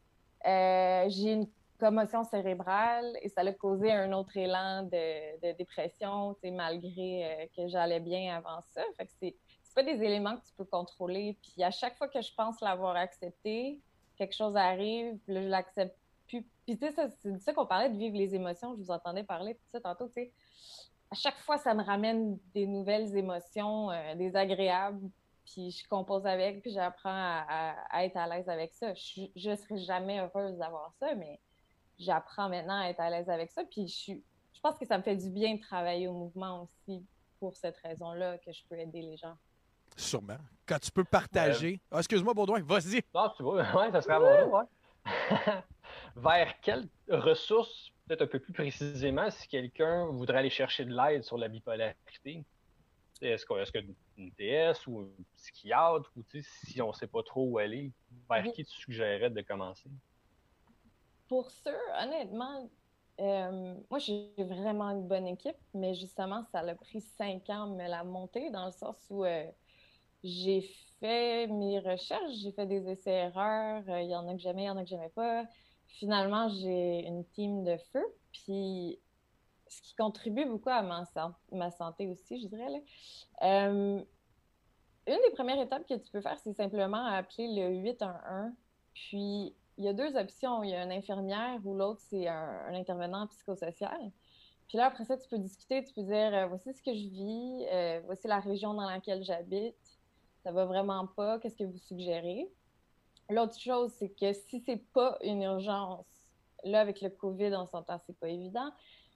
J'ai une commotion cérébrale et ça a causé un autre élan de dépression, tu sais, malgré que j'allais bien avant ça. Fait que c'est pas des éléments que tu peux contrôler. Puis à chaque fois que je pense l'avoir accepté, quelque chose arrive, puis là, je l'accepte plus. Puis tu sais, c'est de ça qu'on parlait, de vivre les émotions. Je vous entendais parler de ça tantôt, tu sais. À chaque fois, ça me ramène des nouvelles émotions désagréables. Puis je compose avec, puis j'apprends à être à l'aise avec ça. Je serai jamais heureuse d'avoir ça, mais j'apprends maintenant à être à l'aise avec ça. Puis je pense que ça me fait du bien de travailler au mouvement aussi pour cette raison-là, que je peux aider les gens. Sûrement. Quand tu peux partager... excuse-moi, Baudouin, vas-y. Non, tu vois, ouais, ça serait à mon tour, ouais. Vers quelles ressources, peut-être un peu plus précisément, si quelqu'un voudrait aller chercher de l'aide sur la bipolarité? Est-ce qu'une TS ou un psychiatre, ou si on ne sait pas trop où aller, vers qui tu suggérerais de commencer? Pour ça, honnêtement, moi, j'ai vraiment une bonne équipe, mais justement, ça a pris 5 ans de me la monter, dans le sens où j'ai fait mes recherches, j'ai fait des essais-erreurs, il y en a que j'aimais, il y en a que j'aimais pas. Finalement, j'ai une team de feu, puis ce qui contribue beaucoup à ma santé aussi, je dirais. Là. Une des premières étapes que tu peux faire, c'est simplement appeler le 811. Puis, il y a 2 options. Il y a une infirmière ou l'autre, c'est un intervenant psychosocial. Puis là, après ça, tu peux discuter, tu peux dire voici ce que je vis, voici la région dans laquelle j'habite, ça va vraiment pas, qu'est-ce que vous suggérez? L'autre chose, c'est que si c'est pas une urgence, là, avec le COVID, on s'entend, c'est pas évident.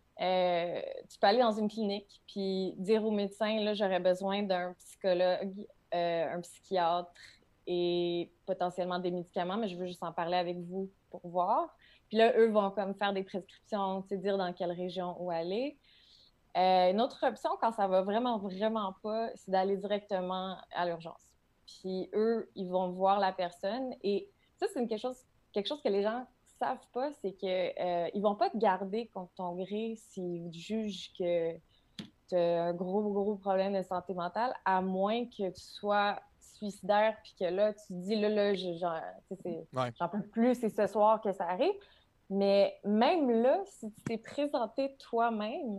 Tu peux aller dans une clinique puis dire au médecin, là, j'aurais besoin d'un psychologue, un psychiatre et potentiellement des médicaments, mais je veux juste en parler avec vous pour voir. Puis là, eux vont comme faire des prescriptions, tu sais, dire dans quelle région où aller. Une autre option, quand ça va vraiment, vraiment pas, c'est d'aller directement à l'urgence. Puis eux, ils vont voir la personne et ça, c'est quelque chose que les gens savent pas, c'est que ils vont pas te garder contre ton gré s'ils jugent que tu as un gros problème de santé mentale, à moins que tu sois suicidaire puis que là, tu te dis là j'en peux plus, c'est ce soir que ça arrive. Mais même là, si tu t'es présenté toi-même,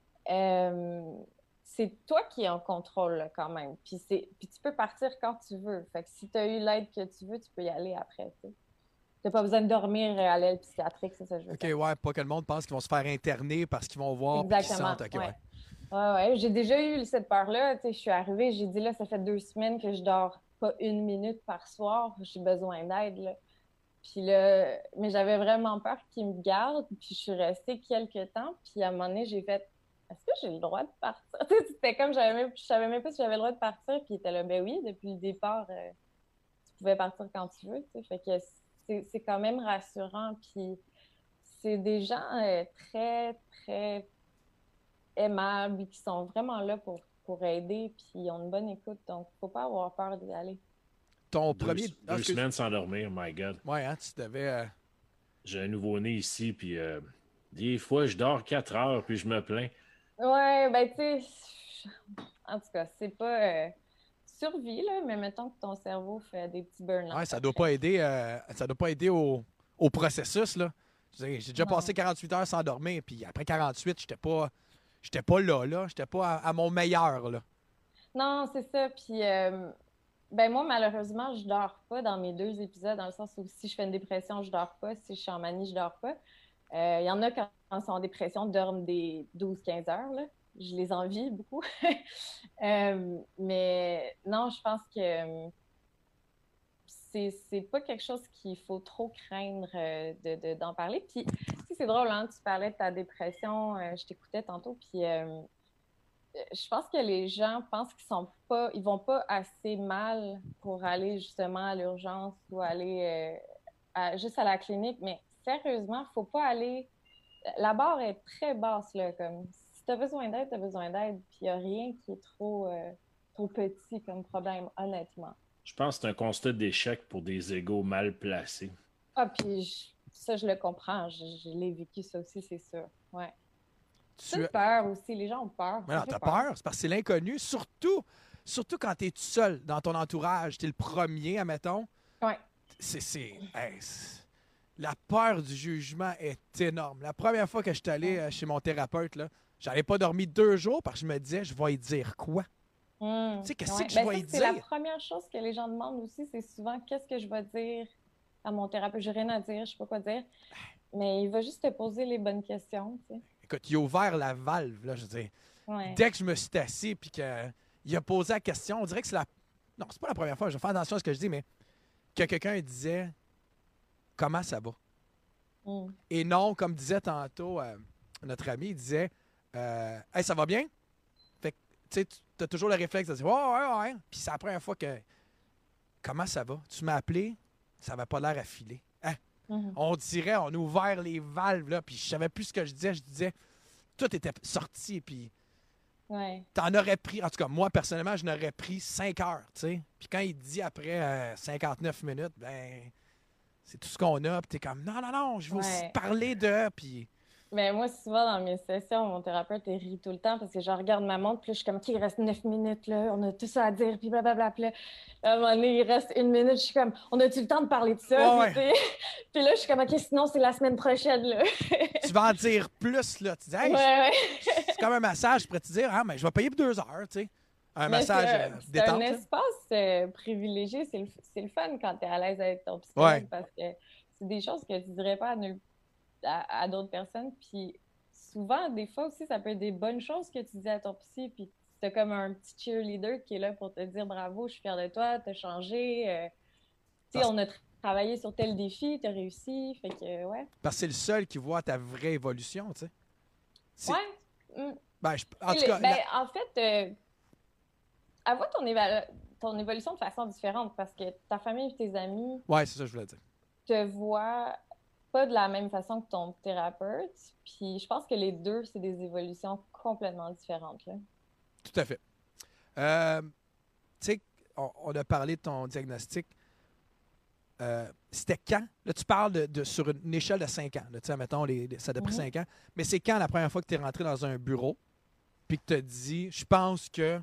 c'est toi qui es en contrôle là, quand même. Puis tu peux partir quand tu veux. Fait que si tu as eu l'aide que tu veux, tu peux y aller après, tu sais. T'as pas besoin de dormir à l'aile psychiatrique, c'est ça que je veux dire. OK, ouais, pas que le monde pense qu'ils vont se faire interner parce qu'ils vont voir et qu'ils sentent. OK, ouais. Ouais. J'ai déjà eu cette peur-là. Tu sais, je suis arrivée, j'ai dit, là, ça fait 2 semaines que je dors pas 1 minute par soir. J'ai besoin d'aide, là. Puis là, mais j'avais vraiment peur qu'ils me gardent. Puis je suis restée quelques temps. Puis à un moment donné, j'ai fait, est-ce que j'ai le droit de partir? Tu sais, c'était comme, je savais même pas si j'avais le droit de partir. Puis il était là, ben oui, depuis le départ, tu pouvais partir quand tu veux. Tu sais. Fait que c'est quand même rassurant. Puis c'est des gens très, très aimables qui sont vraiment là pour aider. Puis ils ont une bonne écoute. Donc, faut pas avoir peur d'y aller. Ton premier... 2 semaines sans dormir, my God. Ouais, hein, tu devais... J'ai un nouveau-né ici, puis des fois, je dors 4 heures, puis je me plains. Ouais, ben tu sais, en tout cas, c'est pas... survie, là, mais mettons que ton cerveau fait des petits burn-out. Ouais, ça doit pas aider au processus, là. J'ai déjà passé 48 heures sans dormir, puis après 48, j'étais pas là. J'étais pas à mon meilleur, là. Non, c'est ça. Puis, ben moi, malheureusement, je dors pas dans mes 2 épisodes, dans le sens où si je fais une dépression, je dors pas. Si je suis en manie, je dors pas. Il y en a quand ils sont en dépression, dorment des 12-15 heures, là. Je les envie beaucoup. Mais non, je pense que c'est pas quelque chose qu'il faut trop craindre d'en parler. Puis, c'est drôle, hein? Tu parlais de ta dépression, je t'écoutais tantôt, puis je pense que les gens pensent ils vont pas assez mal pour aller justement à l'urgence ou aller juste à la clinique, mais sérieusement, faut pas aller... La barre est très basse, là, comme si t'as besoin d'aide, t'as besoin d'aide, puis il y a rien qui est trop petit comme problème, honnêtement. Je pense que c'est un constat d'échec pour des égos mal placés. Ah, puis ça, je le comprends. Je l'ai vécu, ça aussi, c'est sûr. Ouais. Tu as peur aussi. Les gens ont peur. Mais non, t'as peur. C'est parce que c'est l'inconnu. Surtout quand t'es tout seul dans ton entourage. T'es le premier, admettons. Ouais. La peur du jugement est énorme. La première fois que je suis allé chez mon thérapeute, là, j'avais pas dormi 2 jours parce que je me disais, je vais y dire quoi? Tu sais, qu'est-ce que je vais y dire? C'est la première chose que les gens demandent aussi, c'est souvent qu'est-ce que je vais dire à mon thérapeute. J'ai rien à dire, je sais pas quoi dire. Mais il va juste te poser les bonnes questions. Tu sais. Écoute, il a ouvert la valve, là, je veux dire. Ouais. Dès que je me suis assis et qu'il a posé la question, on dirait que c'est la... Non, c'est pas la première fois, je vais faire attention à ce que je dis, mais que quelqu'un disait « Comment ça va? » Et non, comme disait tantôt notre ami, il disait « Hey, ça va bien? » Fait que, tu sais, tu as toujours le réflexe de dire « Ouais. » Puis c'est la première fois que « Comment ça va? Tu m'as appelé? Ça n'avait pas l'air à filer. Hein? On dirait, on a ouvert les valves, là, puis je savais plus ce que je disais, tout était sorti, puis t'en aurais pris, en tout cas, moi, personnellement, je n'aurais pris 5 heures, tu sais. Puis quand il dit après 59 minutes, ben, c'est tout ce qu'on a, puis t'es comme, non, je veux aussi parler de, puis... Mais moi, souvent, dans mes sessions, mon thérapeute, il rit tout le temps parce que je regarde ma montre, puis là, je suis comme, OK, il reste 9 minutes, là, on a tout ça à dire, puis blablabla. Puis là, à un moment donné, il reste 1 minute, je suis comme, on a-tu le temps de parler de ça? Puis là, je suis comme, OK, sinon, c'est la semaine prochaine, là. Tu vas en dire plus, là. Tu dis, hey, c'est comme un massage, je pourrais te dire, ah, mais je vais payer pour 2 heures, tu sais. Un massage détente. C'est un espace privilégié, c'est le fun quand tu es à l'aise avec ton psychologue parce que c'est des choses que tu dirais pas à d'autres personnes. Puis souvent, des fois aussi, ça peut être des bonnes choses que tu dis à ton psy. Puis tu as comme un petit cheerleader qui est là pour te dire bravo, je suis fière de toi, tu as changé. Tu sais, on a travaillé sur tel défi, tu as réussi. Fait que, Parce que c'est le seul qui voit ta vraie évolution, tu sais. Ben, en fait, elle voit ton évolution de façon différente parce que ta famille et tes amis. Ouais, c'est ça que je voulais dire. Te voient pas de la même façon que ton thérapeute. Puis je pense que les deux, c'est des évolutions complètement différentes. Là. Tout à fait. Tu sais, on a parlé de ton diagnostic. C'était quand? Là, tu parles sur une échelle de 5 ans. Tu sais, mettons, ça a pris 5 ans. Mais c'est quand la première fois que tu es rentré dans un bureau puis que tu as dit, je pense que...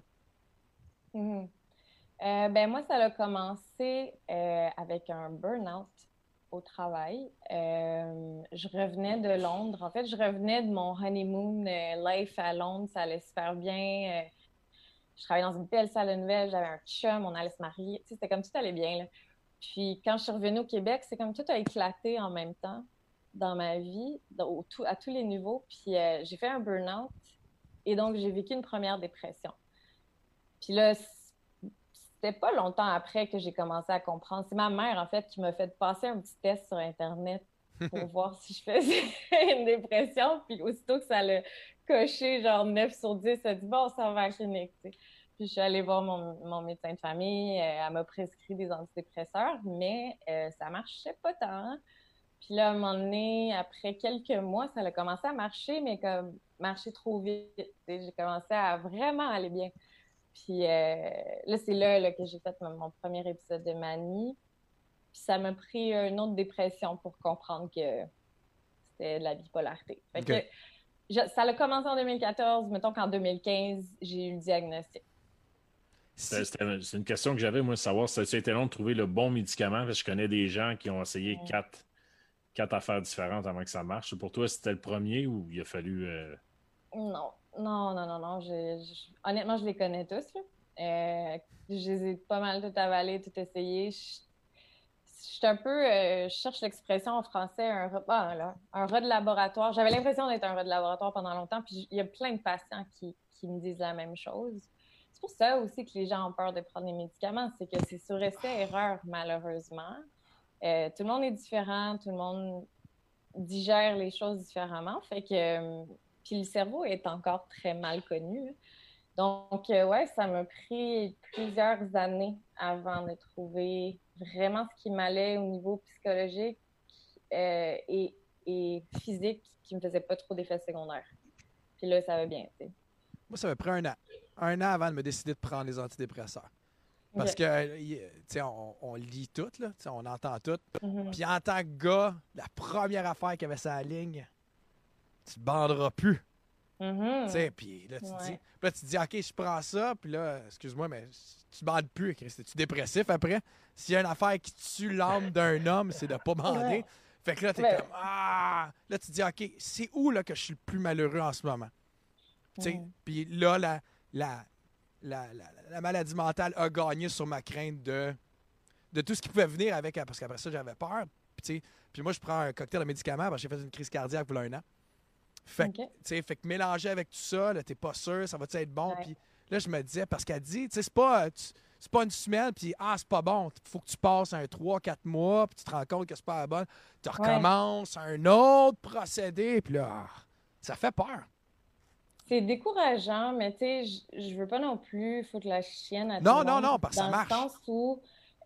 Ben moi, ça a commencé avec un burn-out au travail. Je revenais de Londres. En fait, je revenais de mon honeymoon life à Londres. Ça allait super bien. Je travaillais dans une belle salle de nouvelles. J'avais un chum. On allait se marier. Tu sais, c'était comme tout allait bien. Là. Puis quand je suis revenue au Québec, c'est comme tout a éclaté en même temps dans ma vie, à tous les niveaux. Puis j'ai fait un burn-out et donc j'ai vécu une première dépression. Puis là, c'était pas longtemps après que j'ai commencé à comprendre. C'est ma mère, en fait, qui m'a fait passer un petit test sur Internet pour voir si je faisais une dépression. Puis aussitôt que ça l'a coché, genre 9 sur 10, elle a dit « Bon, ça va à la clinique. » Puis je suis allée voir mon médecin de famille. Elle m'a prescrit des antidépresseurs, mais ça marchait pas tant. Puis là, à un moment donné, après quelques mois, ça a commencé à marcher, mais comme marcher trop vite. J'ai commencé à vraiment aller bien. Puis là, c'est là que j'ai fait mon premier épisode de manie. Puis ça m'a pris une autre dépression pour comprendre que c'était de la bipolarité. Fait que ça a commencé en 2014. Mettons qu'en 2015, j'ai eu le diagnostic. C'est une question que j'avais, moi, de savoir si ça a été long de trouver le bon médicament. Parce que je connais des gens qui ont essayé 4 affaires différentes avant que ça marche. Pour toi, c'était le premier ou il a fallu... Non. Honnêtement, je les connais tous. Je les ai pas mal tout avalés, tout essayé. Je suis un peu, je cherche l'expression en français, un rat de laboratoire. J'avais l'impression d'être un rat de laboratoire pendant longtemps, puis il y a plein de patients qui me disent la même chose. C'est pour ça aussi que les gens ont peur de prendre des médicaments, c'est que c'est sur essai-erreur, malheureusement. Tout le monde est différent, tout le monde digère les choses différemment, fait que puis le cerveau est encore très mal connu. Donc, ouais, ça m'a pris plusieurs années avant de trouver vraiment ce qui m'allait au niveau psychologique et physique qui me faisait pas trop d'effets secondaires. Puis là, ça va bien, tu sais. Moi, ça m'a pris 1 an. 1 an avant de me décider de prendre les antidépresseurs. Parce que, tu sais, on lit tout, là, on entend tout. Puis en tant que gars, la première affaire qu'il y avait sur la ligne, tu te banderas plus. Tu sais, puis là, tu te dis, OK, je prends ça, puis là, excuse-moi, mais tu bandes plus. Es-tu dépressif après? S'il y a une affaire qui tue l'âme d'un homme, c'est de pas bander. Fait que là, t'es comme, ah! Là, tu te dis, OK, c'est où là, que je suis le plus malheureux en ce moment? Tu sais, puis là, la maladie mentale a gagné sur ma crainte de tout ce qui pouvait venir avec, parce qu'après ça, j'avais peur. Puis moi, je prends un cocktail de médicaments parce que j'ai fait une crise cardiaque il y a 1 an. Fait que mélanger avec tout ça, là, t'es pas sûr, ça va-tu être bon? Puis là, je me disais, parce qu'elle dit, c'est pas une semaine, puis c'est pas bon. Faut que tu passes 3-4 mois, puis tu te rends compte que c'est pas la bonne. Tu recommences un autre procédé, puis là, ça fait peur. C'est décourageant, mais tu sais, je veux pas non plus foutre la chienne à tout le monde. Non, parce que ça marche. Dans le sens où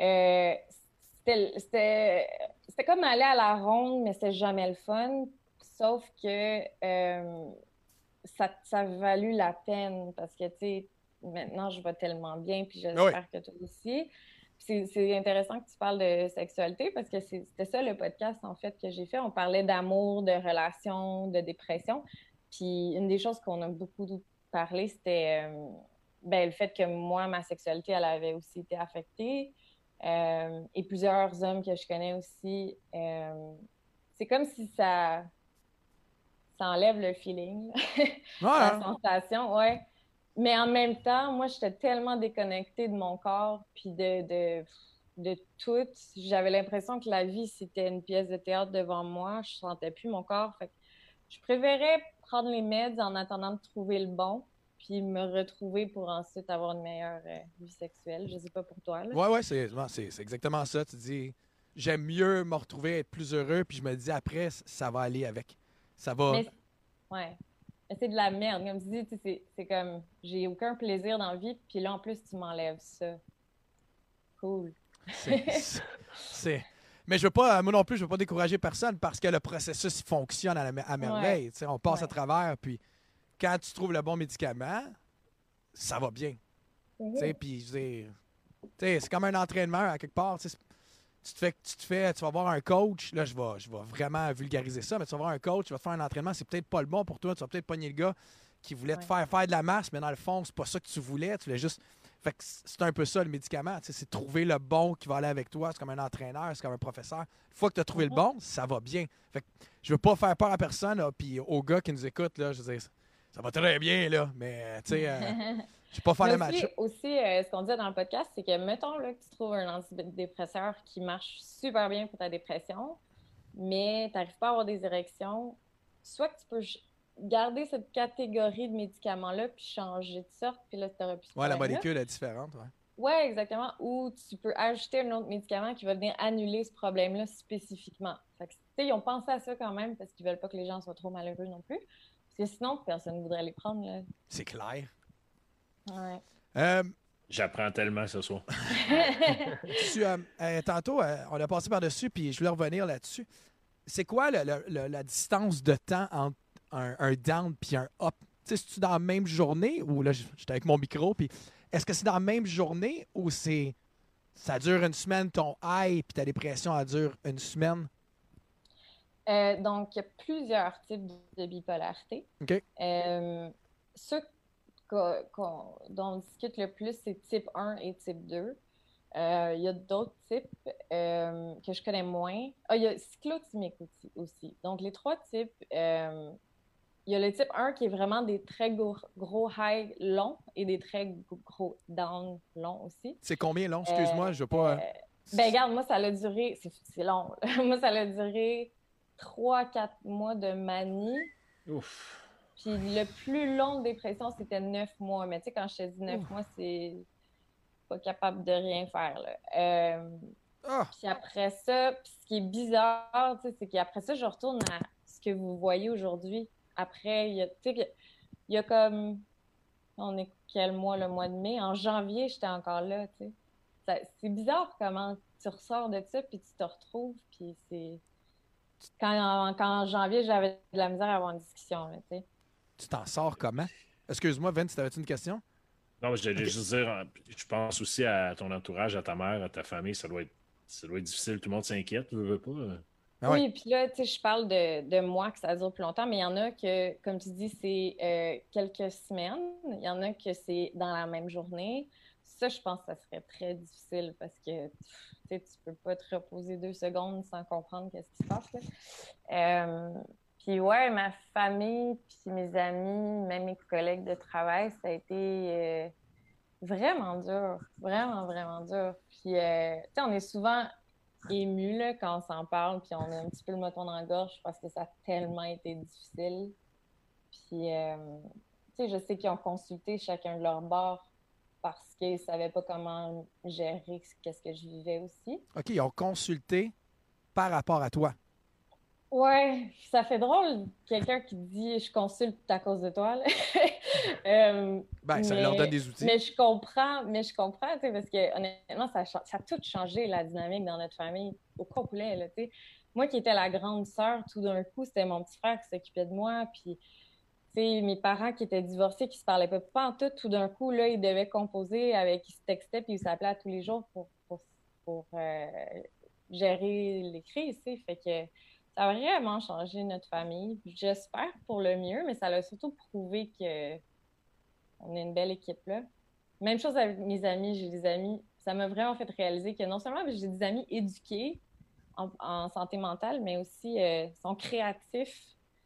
c'était comme aller à la ronde, mais c'est jamais le fun. Sauf que ça a valu la peine parce que, tu sais, maintenant, je vais tellement bien, puis j'espère que toi aussi. C'est intéressant que tu parles de sexualité parce que c'était ça le podcast, en fait, que j'ai fait. On parlait d'amour, de relations, de dépression. Puis une des choses qu'on a beaucoup parlé, c'était le fait que moi, ma sexualité, elle avait aussi été affectée. Et plusieurs hommes que je connais aussi. C'est comme si ça enlève le feeling, la sensation, Mais en même temps, moi, j'étais tellement déconnectée de mon corps puis de tout. J'avais l'impression que la vie, c'était une pièce de théâtre devant moi. Je sentais plus mon corps. Fait que je préférais prendre les meds en attendant de trouver le bon puis me retrouver pour ensuite avoir une meilleure vie sexuelle. Je sais pas pour toi. Oui, c'est exactement ça. Tu dis, j'aime mieux me retrouver, être plus heureux, puis je me dis, après, ça va aller avec. Ça va... Mais c'est de la merde. Comme tu dis, c'est comme, j'ai aucun plaisir dans la vie, puis là, en plus, tu m'enlèves ça. Cool. Mais je veux pas, moi non plus, je veux pas décourager personne parce que le processus fonctionne à merveille. On passe à travers, puis quand tu trouves le bon médicament, ça va bien. Puis, c'est comme un entraînement à quelque part. Tu vas voir un coach, là, je vais vraiment vulgariser ça, mais tu vas voir un coach, tu vas te faire un entraînement, c'est peut-être pas le bon pour toi, tu vas peut-être pogner le gars qui voulait te faire de la masse, mais dans le fond, c'est pas ça que tu voulais juste... Fait que c'est un peu ça, le médicament, c'est trouver le bon qui va aller avec toi, c'est comme un entraîneur, c'est comme un professeur. Une fois que tu as trouvé le bon, ça va bien. Fait que je veux pas faire peur à personne, puis aux gars qui nous écoutent, là, je veux dire, ça va très bien, là, mais tu sais... Je ne vais pas faire le match. Aussi, ce qu'on dit dans le podcast, c'est que, mettons là, que tu trouves un antidépresseur qui marche super bien pour ta dépression, mais tu n'arrives pas à avoir des érections, soit que tu peux garder cette catégorie de médicaments-là puis changer de sorte, puis là, tu n'auras plus de problème. La molécule est différente. Oui, exactement. Ou tu peux ajouter un autre médicament qui va venir annuler ce problème-là spécifiquement. Fait que, ils ont pensé à ça quand même parce qu'ils ne veulent pas que les gens soient trop malheureux non plus. Parce que sinon, personne ne voudrait les prendre. Là. C'est clair. Ouais. J'apprends tellement ce soir. Tantôt, on a passé par-dessus, puis je voulais revenir là-dessus. C'est quoi la distance de temps entre un down puis un up? C'est-tu dans la même journée ou là, j'étais avec mon micro, puis est-ce que c'est dans la même journée ou ça dure une semaine ton high puis ta dépression, elle dure une semaine? Donc, il y a plusieurs types de bipolarité. OK. Ceux dont on discute le plus, c'est type 1 et type 2. Il y a d'autres types que je connais moins. Il y a cyclotimique aussi. Donc, les 3 types, il y a le type 1 qui est vraiment des très gros highs longs et des très gros down longs aussi. C'est combien long? Excuse-moi, je veux pas... Ben, regarde, moi, ça a duré... C'est long. Moi, ça a duré 3-4 mois de manie. Ouf. Puis le plus long de dépression, c'était 9 mois. Mais tu sais, quand je te dis 9 mois, c'est pas capable de rien faire, là. Puis après ça, ce qui est bizarre, tu sais, c'est qu'après ça, je retourne à ce que vous voyez aujourd'hui. Après, il y a comme... On est quel mois? Le mois de mai. En janvier, j'étais encore là, tu sais. C'est bizarre comment tu ressors de ça, puis tu te retrouves, puis c'est... Quand en janvier, j'avais de la misère à avoir une discussion, là, tu sais. Tu t'en sors comment? Excuse-moi, Vince, t'avais-tu une question? Non, je voulais juste dire, je pense aussi à ton entourage, à ta mère, à ta famille, ça doit être difficile. Tout le monde s'inquiète, tu veux pas? Oui, puis là, tu sais, je parle de moi, que ça dure plus longtemps, mais il y en a que, comme tu dis, c'est quelques semaines. Il y en a que c'est dans la même journée. Ça, je pense que ça serait très difficile parce que, tu sais, tu peux pas te reposer 2 secondes sans comprendre qu'est-ce qui se passe, là. Puis ouais, ma famille, puis mes amis, même mes collègues de travail, ça a été vraiment dur. Vraiment, vraiment dur. Puis, tu sais, on est souvent ému là, quand on s'en parle, puis on a un petit peu le moton dans la gorge parce que ça a tellement été difficile. Puis, tu sais, je sais qu'ils ont consulté chacun de leur bord parce qu'ils ne savaient pas comment gérer ce que je vivais aussi. OK, ils ont consulté par rapport à toi. Ouais, ça fait drôle, quelqu'un qui dit « je consulte à cause de toi ». Ça leur donne des outils. Mais je comprends, tu sais, parce que honnêtement, ça a tout changé, la dynamique dans notre famille au complet, là, tu sais. Moi qui étais la grande sœur, tout d'un coup, c'était mon petit frère qui s'occupait de moi, puis, tu sais, mes parents qui étaient divorcés, qui se parlaient pas en tout d'un coup, là, ils devaient composer ils se textaient, puis ils s'appelaient à tous les jours pour gérer les crises, tu sais, fait que ça a vraiment changé notre famille. J'espère pour le mieux, mais ça l'a surtout prouvé qu'on est une belle équipe là. Même chose avec mes amis. J'ai des amis. Ça m'a vraiment fait réaliser que non seulement j'ai des amis éduqués en santé mentale, mais aussi sont créatifs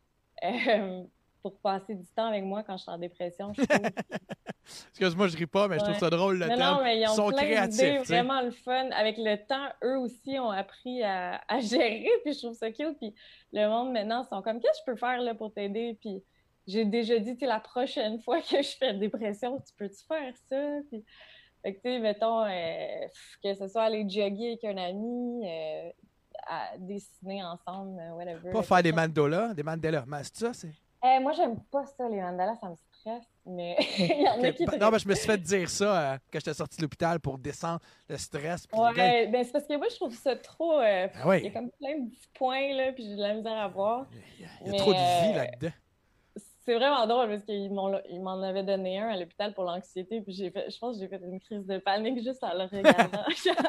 pour passer du temps avec moi quand je suis en dépression. Je trouve. Excuse-moi, je ris pas, mais je trouve ça drôle, le terme. Non, mais ils ont sont plein créatifs. d'idées, vraiment le fun. Avec le temps, eux aussi ont appris à gérer, puis je trouve ça cute. Puis le monde, maintenant, sont comme, qu'est-ce que je peux faire là, pour t'aider? Puis j'ai déjà dit, tu sais, la prochaine fois que je fais de dépression, tu peux-tu faire ça? Puis, fait que, tu sais, mettons, que ce soit aller jogger avec un ami, à dessiner ensemble, whatever. Pas faire des mandalas, mais c'est ça, moi, j'aime pas ça, les mandalas, ça me stresse, mais il y en a qui... Non, mais je me suis fait dire ça quand j'étais sorti de l'hôpital pour descendre le stress. Ouais, ben c'est parce que moi, je trouve ça trop... oui. Il y a comme plein de petits points, là, puis j'ai de la misère à voir. Il y a trop de vie là-dedans. C'est vraiment drôle parce qu'ils m'en avaient donné un à l'hôpital pour l'anxiété, puis je pense que j'ai fait une crise de panique juste en le regardant.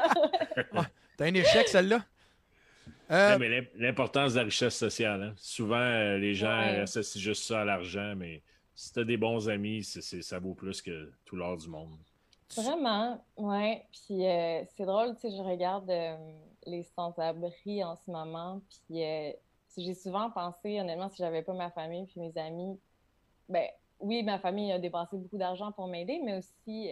T'as un échec, celle-là? Mais l'importance de la richesse sociale. Hein? Souvent, les gens associent juste ça à l'argent, mais si tu as des bons amis, ça vaut plus que tout l'or du monde. Vraiment, ouais. Puis c'est drôle, tu sais, je regarde les sans-abri en ce moment, puis j'ai souvent pensé, honnêtement, si j'avais pas ma famille puis mes amis, ben oui, ma famille a dépensé beaucoup d'argent pour m'aider, mais aussi...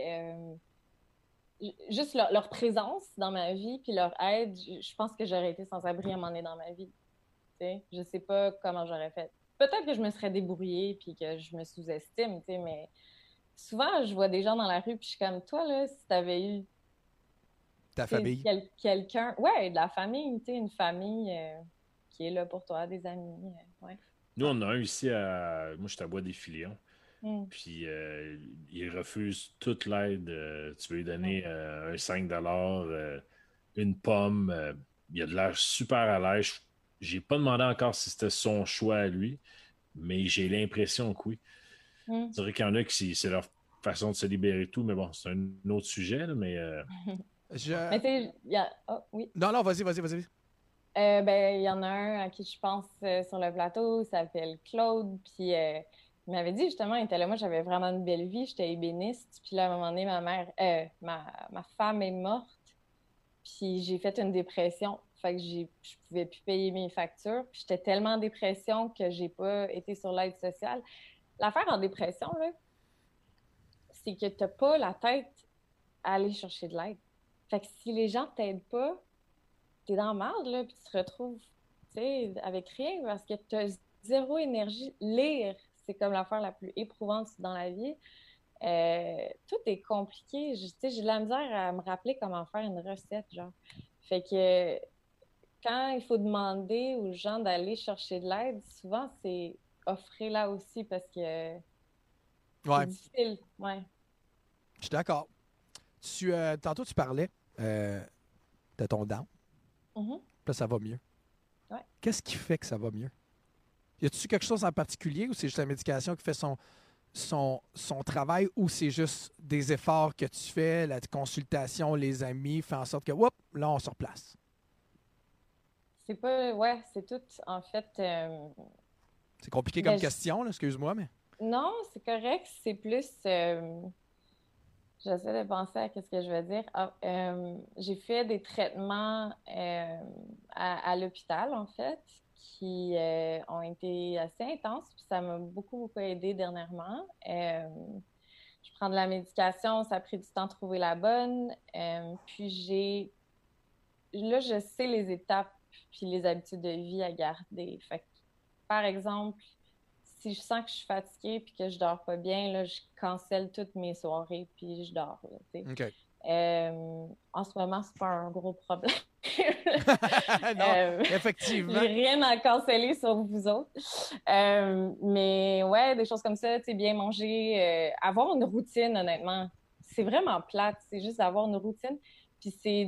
juste leur présence dans ma vie puis leur aide, je pense que j'aurais été sans abri à un moment donné dans ma vie. T'sais? Je sais pas comment j'aurais fait. Peut-être que je me serais débrouillée puis que je me sous-estime, mais souvent, je vois des gens dans la rue puis je suis comme, toi, là, si t'avais eu... Ta famille. Quelqu'un... Ouais, de la famille, une famille qui est là pour toi, des amis, ouais. Nous, on a un ici moi, je suis à Bois-des-Filions. Puis, il refuse toute l'aide. Tu veux lui donner un 5 une pomme. Il a de l'air super à l'aise. J'ai pas demandé encore si c'était son choix à lui, mais j'ai l'impression que oui. C'est vrai qu'il y en a qui c'est leur façon de se libérer et tout, mais bon, c'est un autre sujet, là, mais... Mais tu sais, oh, oui. Non, vas-y. Ben, il y en a un à qui je pense sur le plateau, il s'appelle Claude, puis... il m'avait dit, justement, il était là, moi, j'avais vraiment une belle vie, j'étais ébéniste. Puis là, à un moment donné, ma femme est morte. Puis j'ai fait une dépression Fait que je pouvais plus payer mes factures. Puis j'étais tellement en dépression que j'ai pas été sur l'aide sociale. L'affaire en dépression, là, c'est que t'as pas la tête à aller chercher de l'aide. Fait que si les gens t'aident pas, t'es dans la merde, là, puis tu te retrouves, tu sais, avec rien parce que t'as zéro énergie. Lire, c'est comme l'affaire la plus éprouvante dans la vie. Tout est compliqué. J'ai de la misère à me rappeler comment faire une recette, genre. Fait que quand il faut demander aux gens d'aller chercher de l'aide, souvent, c'est offrez-la aussi parce que c'est difficile. Ouais. Je suis d'accord. Tantôt, tu parlais de ton down. Mm-hmm. Là, ça va mieux. Ouais. Qu'est-ce qui fait que ça va mieux? Y a-t-il quelque chose en particulier ou c'est juste la médication qui fait son travail ou c'est juste des efforts que tu fais, la consultation, les amis, fait en sorte que, hop, là, on se replace? C'est pas... Ouais, c'est tout, en fait... C'est compliqué comme question, là, excuse-moi, mais... Non, c'est correct. C'est plus... J'essaie de penser à ce que je veux dire. J'ai fait des traitements à l'hôpital, en fait, qui ont été assez intenses, puis ça m'a beaucoup aidé dernièrement. Je prends de la médication, ça a pris du temps de trouver la bonne. Puis là, je sais les étapes puis les habitudes de vie à garder. Fait que, par exemple, si je sens que je suis fatiguée puis que je dors pas bien, là, je cancelle toutes mes soirées puis je dors. Là, OK. En ce moment, c'est pas un gros problème. Non, effectivement. J'ai rien à canceller sur vous autres. Mais ouais, des choses comme ça, tu sais, bien manger, avoir une routine, honnêtement. C'est vraiment plate. C'est juste d'avoir une routine. Puis c'est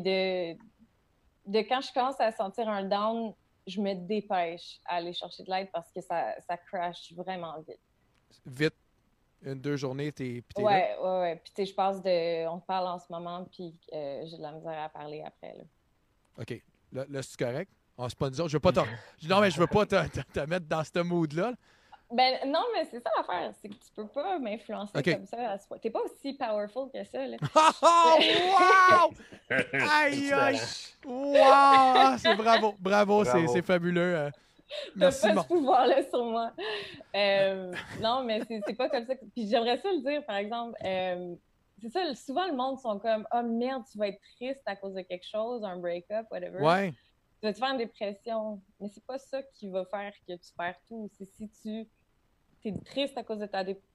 de quand je commence à sentir un down, je me dépêche à aller chercher de l'aide parce que ça crash vraiment vite. Vite. 1-2 journées, t'es là? Ouais. Puis tu sais, on te parle en ce moment, puis j'ai de la misère à parler après, là. OK. Là c'est correct? C'est pas nous autres. Je veux pas non, mais je veux pas te mettre dans ce mood-là. Ben non, mais c'est ça l'affaire. C'est que tu peux pas m'influencer comme ça. T'es pas aussi powerful que ça, là. Oh, wow! Aïe, aïe! Wow! C'est bravo. C'est fabuleux. Merci, T'as pas ce pouvoir-là sur moi. Non, mais c'est pas comme ça. Puis j'aimerais ça le dire, par exemple. C'est ça, souvent le monde sont comme « Oh merde, tu vas être triste à cause de quelque chose, un break-up, whatever. » Ouais. Tu vas te faire une dépression. Mais c'est pas ça qui va faire que tu perds tout. C'est si tu es triste à cause de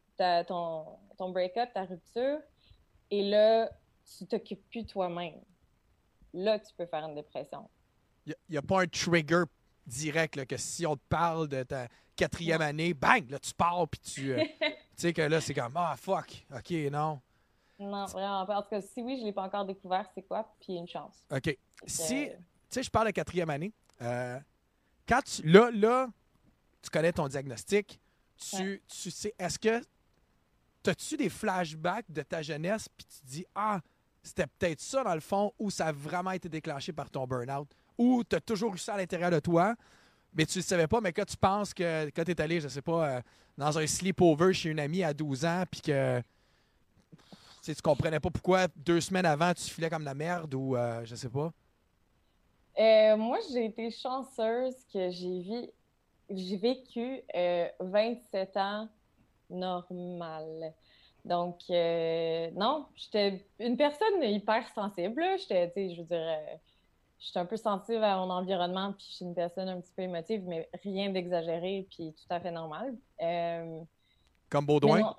ton break-up, ta rupture, et là, tu t'occupes plus toi-même. Là, tu peux faire une dépression. Il n'y a pas un trigger direct, là, que si on te parle de ta 4e année, bang, là, tu pars, puis tu sais que là, c'est comme « Ah, fuck, OK, non. » Non, vraiment pas. En tout cas, si oui, je ne l'ai pas encore découvert, c'est quoi, puis une chance. OK. Si, tu sais, je parle de 4e année, quand là, tu connais ton diagnostic, tu sais, est-ce que, as-tu des flashbacks de ta jeunesse, puis tu te dis, ah, c'était peut-être ça, dans le fond, où ça a vraiment été déclenché par ton burn-out, ou tu as toujours eu ça à l'intérieur de toi, mais tu ne le savais pas, mais que tu penses que quand tu es allé, je sais pas, dans un sleepover chez une amie à 12 ans, puis que tu comprenais pas pourquoi 2 semaines avant, tu filais comme la merde, ou je sais pas. Moi, j'ai été chanceuse que j'ai vécu 27 ans normal. Donc, non, j'étais une personne hyper sensible. J'étais, tu sais, je veux dire, j'étais un peu sensible à mon environnement, puis je suis une personne un petit peu émotive, mais rien d'exagéré, puis tout à fait normal. Comme Baudouin?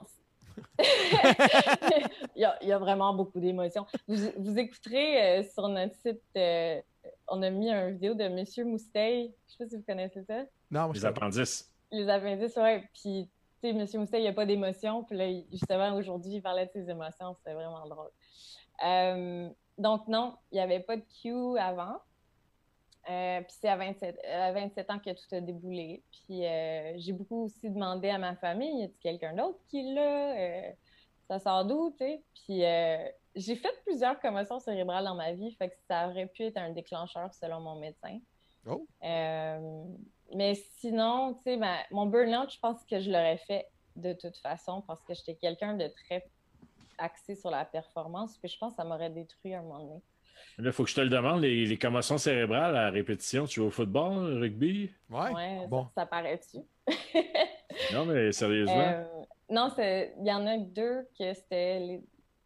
Il y a vraiment beaucoup d'émotions. Vous écouterez sur notre site, on a mis une vidéo de Monsieur Mousteil. Je sais pas si vous connaissez ça. Non, Les appendices. Les appendices, ouais. Puis, tu sais, Monsieur Mousteil, il n'y a pas d'émotions. Puis là, justement, aujourd'hui, il parlait de ses émotions. C'était vraiment drôle. Donc, non, il n'y avait pas de cue avant. Puis c'est à 27 ans que tout a déboulé. Puis j'ai beaucoup aussi demandé à ma famille, y a-t-il quelqu'un d'autre qui l'a? Ça sort d'où, tu sais? Puis j'ai fait plusieurs commotions cérébrales dans ma vie, fait que ça aurait pu être un déclencheur selon mon médecin. Oh. Mais sinon, tu sais, mon burn-out, je pense que je l'aurais fait de toute façon parce que j'étais quelqu'un de très axé sur la performance, puis je pense que ça m'aurait détruit à un moment donné. Là, il faut que je te le demande, les commotions cérébrales à répétition, tu joues au football, rugby? Ouais. Bon. Ça paraît-tu? Non, mais sérieusement? Non, il y en a deux que c'était les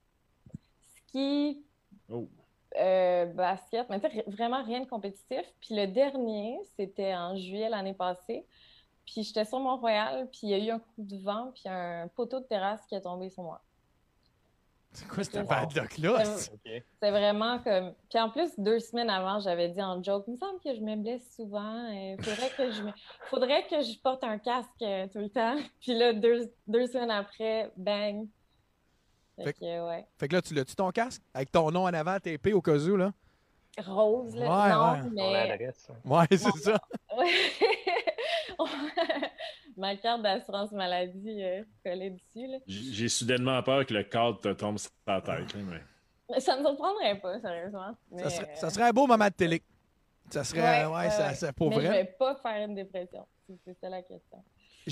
ski, basket, mais vraiment rien de compétitif. Puis le dernier, c'était en juillet l'année passée. Puis j'étais sur Mont-Royal, puis il y a eu un coup de vent, puis un poteau de terrasse qui est tombé sur moi. C'est quoi cette bad luck-là? C'est vraiment comme... Puis en plus, 2 semaines avant, j'avais dit en joke, il me semble que je me blesse souvent. Il faudrait que je porte un casque tout le temps. Puis là, 2 semaines après, bang. Fait que là, tu l'as-tu ton casque? Avec ton nom en avant, TP au cas où, là? Rose, là. Non, mais... Ouais, c'est ça. Ma carte d'assurance maladie collée dessus. Là. J'ai soudainement peur que le cadre te tombe sur la tête. Mais ça ne me surprendrait pas, sérieusement. Mais, ça serait un beau moment de télé. Ça serait, ça pour mais vrai. Je ne vais pas faire une dépression. C'est ça la question.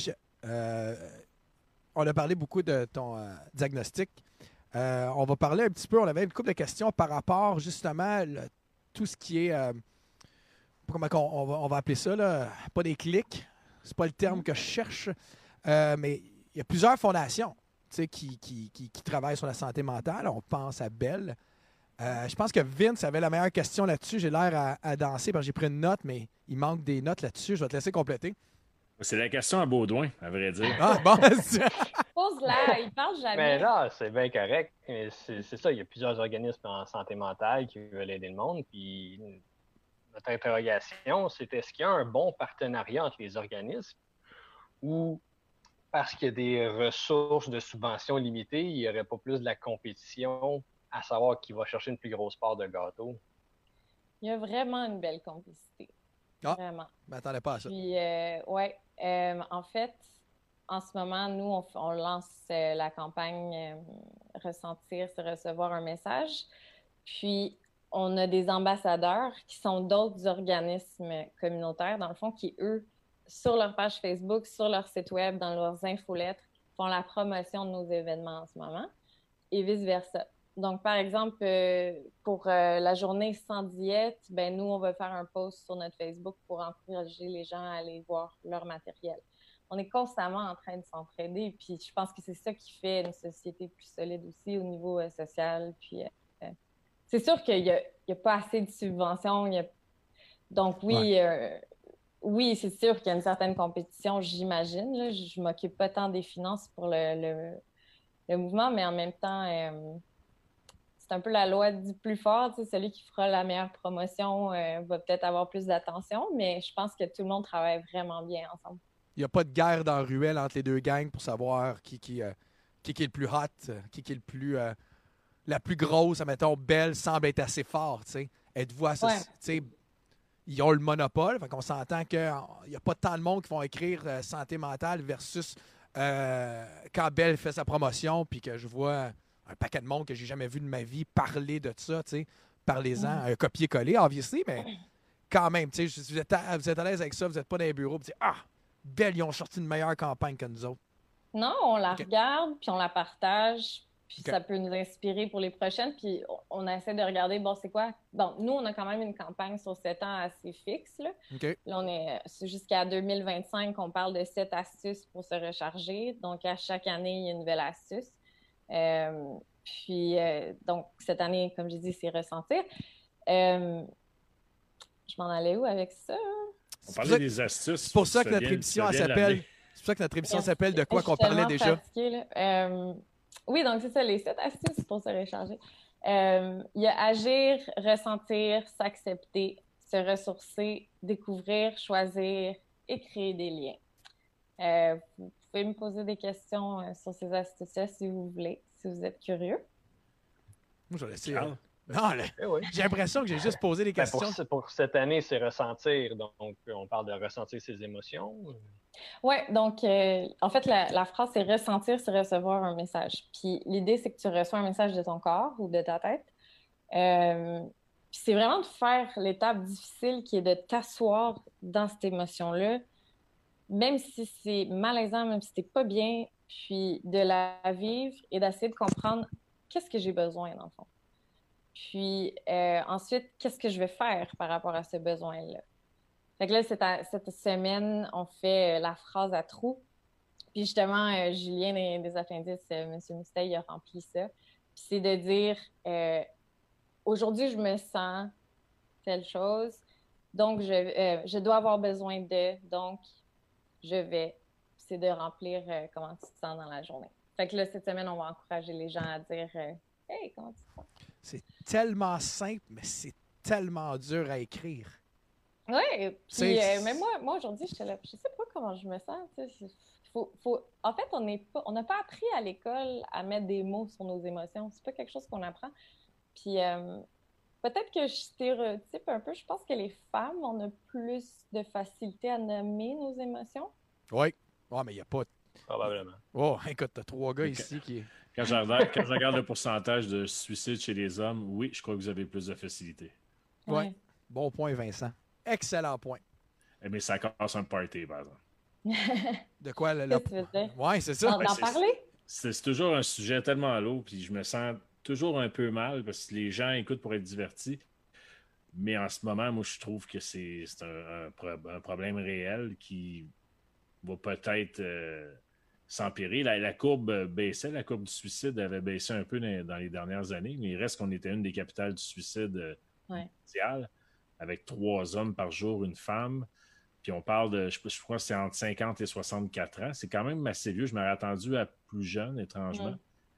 On a parlé beaucoup de ton diagnostic. On va parler un petit peu, on avait une couple de questions par rapport justement à tout ce qui est, comment on va appeler ça, là, pas des clics, c'est pas le terme que je cherche, mais il y a plusieurs fondations qui travaillent sur la santé mentale. On pense à Belle. Je pense que Vince avait la meilleure question là-dessus. J'ai l'air à danser parce que j'ai pris une note, mais il manque des notes là-dessus. Je vais te laisser compléter. C'est la question à Baudouin, à vrai dire. Ah, bon, pose-la, il parle jamais. Mais là, c'est bien correct. C'est ça, il y a plusieurs organismes en santé mentale qui veulent aider le monde. Puis notre interrogation, c'est est-ce qu'il y a un bon partenariat entre les organismes ou parce qu'il y a des ressources de subventions limitées, il n'y aurait pas plus de la compétition à savoir qui va chercher une plus grosse part de gâteau? Il y a vraiment une belle complicité. Ah, vraiment. Je m'attendais pas à ça. Puis, en fait, en ce moment, nous, on lance la campagne Ressentir, c'est recevoir un message. Puis, on a des ambassadeurs qui sont d'autres organismes communautaires, dans le fond, qui, eux, sur leur page Facebook, sur leur site web, dans leurs infolettres, font la promotion de nos événements en ce moment et vice-versa. Donc, par exemple, pour la journée sans diète, ben nous, on va faire un post sur notre Facebook pour encourager les gens à aller voir leur matériel. On est constamment en train de s'entraider, puis je pense que c'est ça qui fait une société plus solide aussi au niveau social. Puis, c'est sûr qu'il n'y a pas assez de subventions. Donc, oui, oui, c'est sûr qu'il y a une certaine compétition, j'imagine. Là. Je ne m'occupe pas tant des finances pour le mouvement, mais en même temps... c'est un peu la loi du plus fort. Tu sais, celui qui fera la meilleure promotion va peut-être avoir plus d'attention, mais je pense que tout le monde travaille vraiment bien ensemble. Il n'y a pas de guerre dans la ruelle entre les deux gangs pour savoir qui est le plus hot, qui est le plus... la plus grosse, admettons, Belle semble être assez fort. T'sais. Êtes-vous associé? Ils ont le monopole. Fait qu'on s'entend qu'il n'y a pas tant de monde qui vont écrire santé mentale versus quand Belle fait sa promotion puis que je vois... un paquet de monde que j'ai jamais vu de ma vie parler de ça, tu sais. Parlez-en, un copier-coller, obviously, mais quand même, tu sais, vous êtes à l'aise avec ça, vous n'êtes pas dans les bureaux, vous dites, Belle, ils ont sorti une meilleure campagne que nous autres. Non, on la regarde, puis on la partage, puis ça peut nous inspirer pour les prochaines, puis on essaie de regarder, bon, c'est quoi? Bon, nous, on a quand même une campagne sur 7 ans assez fixe, là. Là, c'est jusqu'à 2025 qu'on parle de 7 astuces pour se recharger, donc à chaque année, il y a une nouvelle astuce. Donc, cette année, comme j'ai dit, c'est ressentir. Je m'en allais où avec ça? On parlait des astuces. C'est pour ça que notre émission s'appelle. C'est pour ça que notre émission s'appelle De quoi qu'on parlait déjà. Oui, donc c'est ça, les 7 astuces pour se recharger. Il y a agir, ressentir, s'accepter, se ressourcer, découvrir, choisir et créer des liens. Vous pouvez me poser des questions sur ces astuces-là si vous voulez, si vous êtes curieux. Moi, je vais laisser. Non, j'ai l'impression que j'ai juste posé des questions. Pour cette année, c'est ressentir. Donc, on parle de ressentir ses émotions. Oui, donc, en fait, la phrase, c'est ressentir, c'est recevoir un message. Puis l'idée, c'est que tu reçois un message de ton corps ou de ta tête. Puis c'est vraiment de faire l'étape difficile qui est de t'asseoir dans cette émotion-là, même si c'est malaisant, même si t'es pas bien, puis de la vivre et d'essayer de comprendre qu'est-ce que j'ai besoin, dans le fond. Puis ensuite, qu'est-ce que je vais faire par rapport à ce besoin-là? Fait que là, cette semaine, on fait la phrase à trous. Puis justement, Julien des Appendices, M. Mousteil, il a rempli ça. Puis c'est de dire, aujourd'hui, je me sens telle chose, donc je dois avoir besoin donc je vais. C'est de remplir comment tu te sens dans la journée. Fait que là, cette semaine, on va encourager les gens à dire hey, comment tu te sens? C'est tellement simple, mais c'est tellement dur à écrire. Oui, puis mais moi aujourd'hui, je sais pas comment je me sens. En fait, on n'a pas appris à l'école à mettre des mots sur nos émotions. C'est pas quelque chose qu'on apprend. Puis peut-être que je stéréotype un peu. Je pense que les femmes, on a plus de facilité à nommer nos émotions. Oui. Ouais, mais il n'y a pas. Probablement. Oh, écoute, t'as 3 gars ici qui. Quand je regarde le pourcentage de suicides chez les hommes, oui, je crois que vous avez plus de facilité. Oui. Ouais. Bon point, Vincent. Excellent point. Mais ça casse un party, par exemple. De quoi Qu'est-ce que tu veux dire? Oui, c'est ça. D'en parler? C'est toujours un sujet tellement lourd, puis je me sens toujours un peu mal parce que les gens écoutent pour être divertis. Mais en ce moment, moi, je trouve que c'est un problème réel qui va peut-être s'empirer. La courbe baissait, la courbe du suicide avait baissé un peu dans les dernières années, mais il reste qu'on était une des capitales du suicide mondial, avec 3 hommes par jour, une femme. Puis on parle de, je crois que c'est entre 50 et 64 ans. C'est quand même assez vieux. Je m'aurais attendu à plus jeune, étrangement.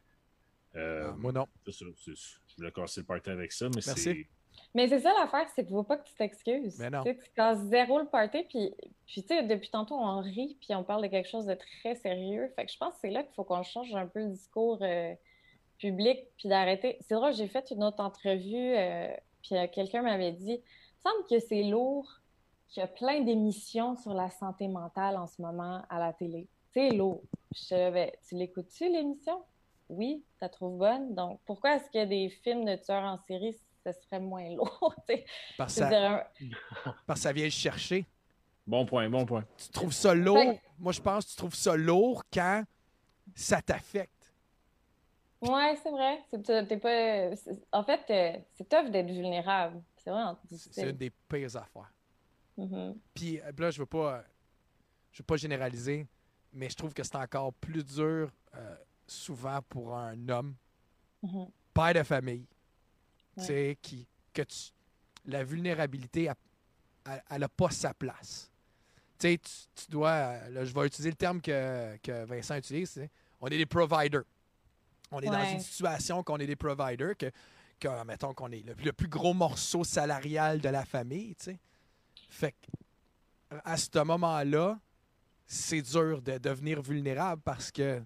Moi, non. C'est ça. Je voulais casser le party avec ça, mais Merci. c'est... Mais c'est ça l'affaire, c'est qu'il ne faut pas que tu t'excuses. Mais non. Tu casses zéro le party, puis tu sais, depuis tantôt, on rit, puis on parle de quelque chose de très sérieux. Fait que je pense que c'est là qu'il faut qu'on change un peu le discours public, puis d'arrêter. C'est drôle, j'ai fait une autre entrevue, puis quelqu'un m'avait dit, il me semble que c'est lourd, qu'il y a plein d'émissions sur la santé mentale en ce moment à la télé. C'est lourd. Tu l'écoutes-tu, l'émission? Oui, tu la trouves bonne. Donc, pourquoi est-ce qu'il y a des films de tueurs en série, ce serait moins lourd? Parce que ça vient le chercher. Bon point. Tu trouves ça lourd? Moi, je pense que tu trouves ça lourd quand ça t'affecte. Oui, c'est vrai. En fait, c'est tough d'être vulnérable. C'est vraiment difficile. C'est une des pires affaires. Mm-hmm. Puis là, je veux pas généraliser, mais je trouve que c'est encore plus dur souvent pour un homme, père de famille, la vulnérabilité, elle n'a pas sa place. Tu sais, tu dois, là, je vais utiliser le terme que Vincent utilise, on est des providers. On est dans une situation qu'on est des providers, que mettons qu'on est le plus gros morceau salarial de la famille, tu sais. Fait qu'à ce moment-là, c'est dur de devenir vulnérable parce que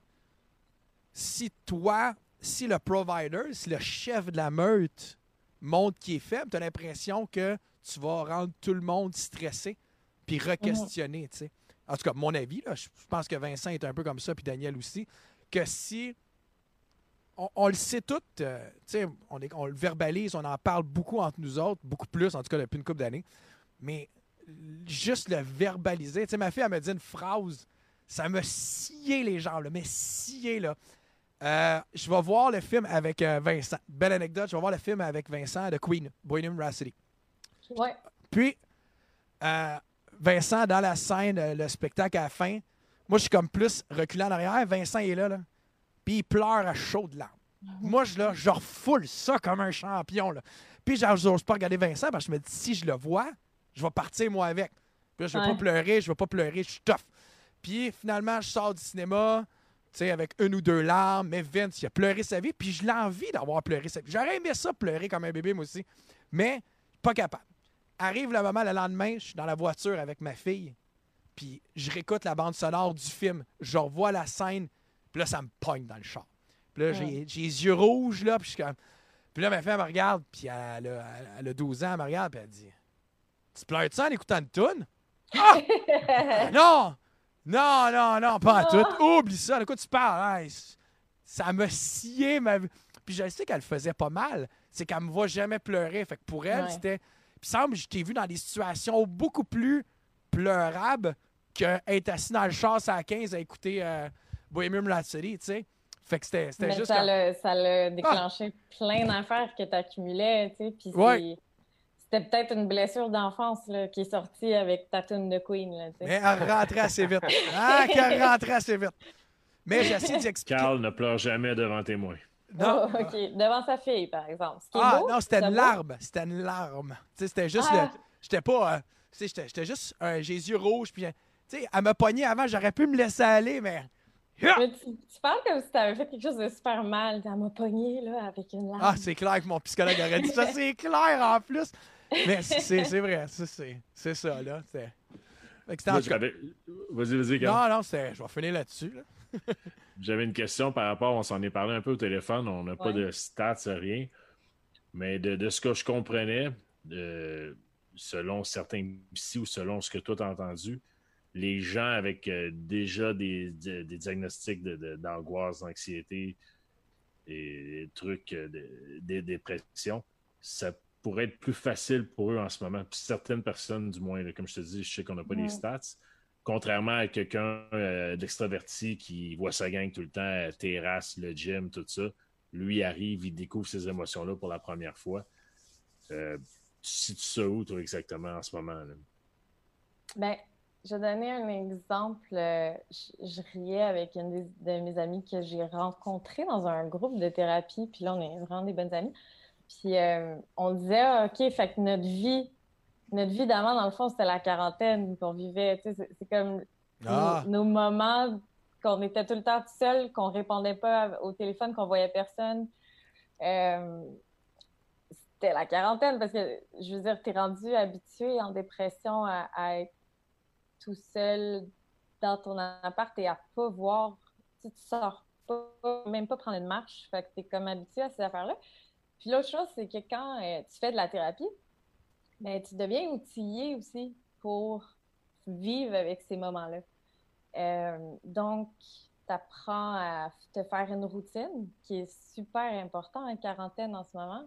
si le provider, si le chef de la meute montre qu'il est faible, tu as l'impression que tu vas rendre tout le monde stressé puis re-questionner, tu sais. En tout cas, mon avis, là, je pense que Vincent est un peu comme ça, puis Daniel aussi, que si on le sait tout, tu sais, on le verbalise, on en parle beaucoup entre nous autres, beaucoup plus, en tout cas depuis une couple d'années, mais juste le verbaliser. Tu sais, ma fille, elle me dit une phrase, ça m'a scié les jambes, mais scié, là. Je vais voir le film avec Vincent. Belle anecdote, je vais voir le film avec Vincent de Queen, Bohemian Rhapsody. Ouais. Puis, Vincent, dans la scène, le spectacle à la fin, moi, je suis comme plus reculé en arrière. Vincent est là. Puis, il pleure à chaudes larmes. Moi, je refoule ça comme un champion. Là. Puis, j'ose pas regarder Vincent parce que je me dis, si je le vois, je vais partir moi avec. Puis là, je veux pas pleurer, je suis tough. Puis, finalement, je sors du cinéma, tu sais, avec 1 ou 2 larmes. Mais Vince, il a pleuré sa vie. Puis, je l'ai envie d'avoir pleuré sa vie. J'aurais aimé ça, pleurer comme un bébé, moi aussi. Mais, pas capable. Arrive le moment, le lendemain, je suis dans la voiture avec ma fille, puis je réécoute la bande sonore du film. Je revois la scène, puis là, ça me pogne dans le char. Puis là, j'ai les yeux rouges, là, puis je suis comme... Puis là, ma fille, elle me regarde, puis elle a 12 ans, elle me regarde, puis elle dit « Tu pleures-tu en écoutant une toune? » Ah! Non! Non, pas en tout. Oublie ça, de quoi tu parles? Hein? Ça m'a scié ma vie. Puis je sais qu'elle le faisait pas mal. C'est qu'elle me voit jamais pleurer. Fait que pour elle, c'était... Puis semble, je t'ai vu dans des situations beaucoup plus pleurables qu'être assis dans le char à 15 à écouter Bohemian Rhapsody, tu sais. Fait que c'était Mais juste... ça l'a déclenché plein d'affaires que tu accumulais, tu sais. Puis c'était peut-être une blessure d'enfance là, qui est sortie avec ta toune de Queen, là, tu sais. Mais elle rentrait assez vite. Ah, qu'elle rentrait assez vite. Mais j'essaie d'expliquer... Carl ne pleure jamais devant témoin. Non. Oh, OK. Devant sa fille, par exemple. Ce qui est beau, non, c'était une beau. larme. C'était une larme. Tu sais, c'était juste... J'étais pas... tu sais, j'étais juste... j'ai les yeux rouges, puis... Tu sais, elle m'a pogné avant, j'aurais pu me laisser aller, mais... Mais tu parles comme si tu avais fait quelque chose de super mal. Elle m'a pogné, là, avec une larme. Ah, c'est clair que mon psychologue aurait dit ça. C'est clair, en plus. Mais c'est vrai. C'est ça, là. Vas-y, Carl. Non, je vais finir là-dessus, là. J'avais une question par rapport, on s'en est parlé un peu au téléphone, on n'a pas de stats, rien, mais de ce que je comprenais, selon certains psy ou selon ce que toi t'as entendu, les gens avec déjà des diagnostics d'angoisse, d'anxiété et trucs de dépression, ça pourrait être plus facile pour eux en ce moment. Puis certaines personnes, du moins, là, comme je te dis, je sais qu'on n'a pas les stats, contrairement à quelqu'un d'extraverti qui voit sa gang tout le temps, terrasse, le gym, tout ça, lui arrive, il découvre ces émotions-là pour la première fois. Tu situes ça où, toi, exactement, en ce moment? Là? Ben, je vais donner un exemple. Je riais avec une de mes amies que j'ai rencontrée dans un groupe de thérapie, puis là, on est vraiment des bonnes amies. Puis on disait, OK, fait que notre vie d'avant, dans le fond, c'était la quarantaine qu'on vivait. Tu sais, c'est comme nos moments qu'on était tout le temps tout seul, qu'on répondait pas au téléphone, qu'on voyait personne. C'était la quarantaine parce que, je veux dire, t'es rendu habitué en dépression à être tout seul dans ton appart et à pas voir. Tu sors pas, même pas prendre une marche. Fait que t'es comme habitué à ces affaires-là. Puis l'autre chose, c'est que quand tu fais de la thérapie, ben, tu deviens outillé aussi pour vivre avec ces moments-là. Donc, tu apprends à te faire une routine qui est super importante en quarantaine en ce moment.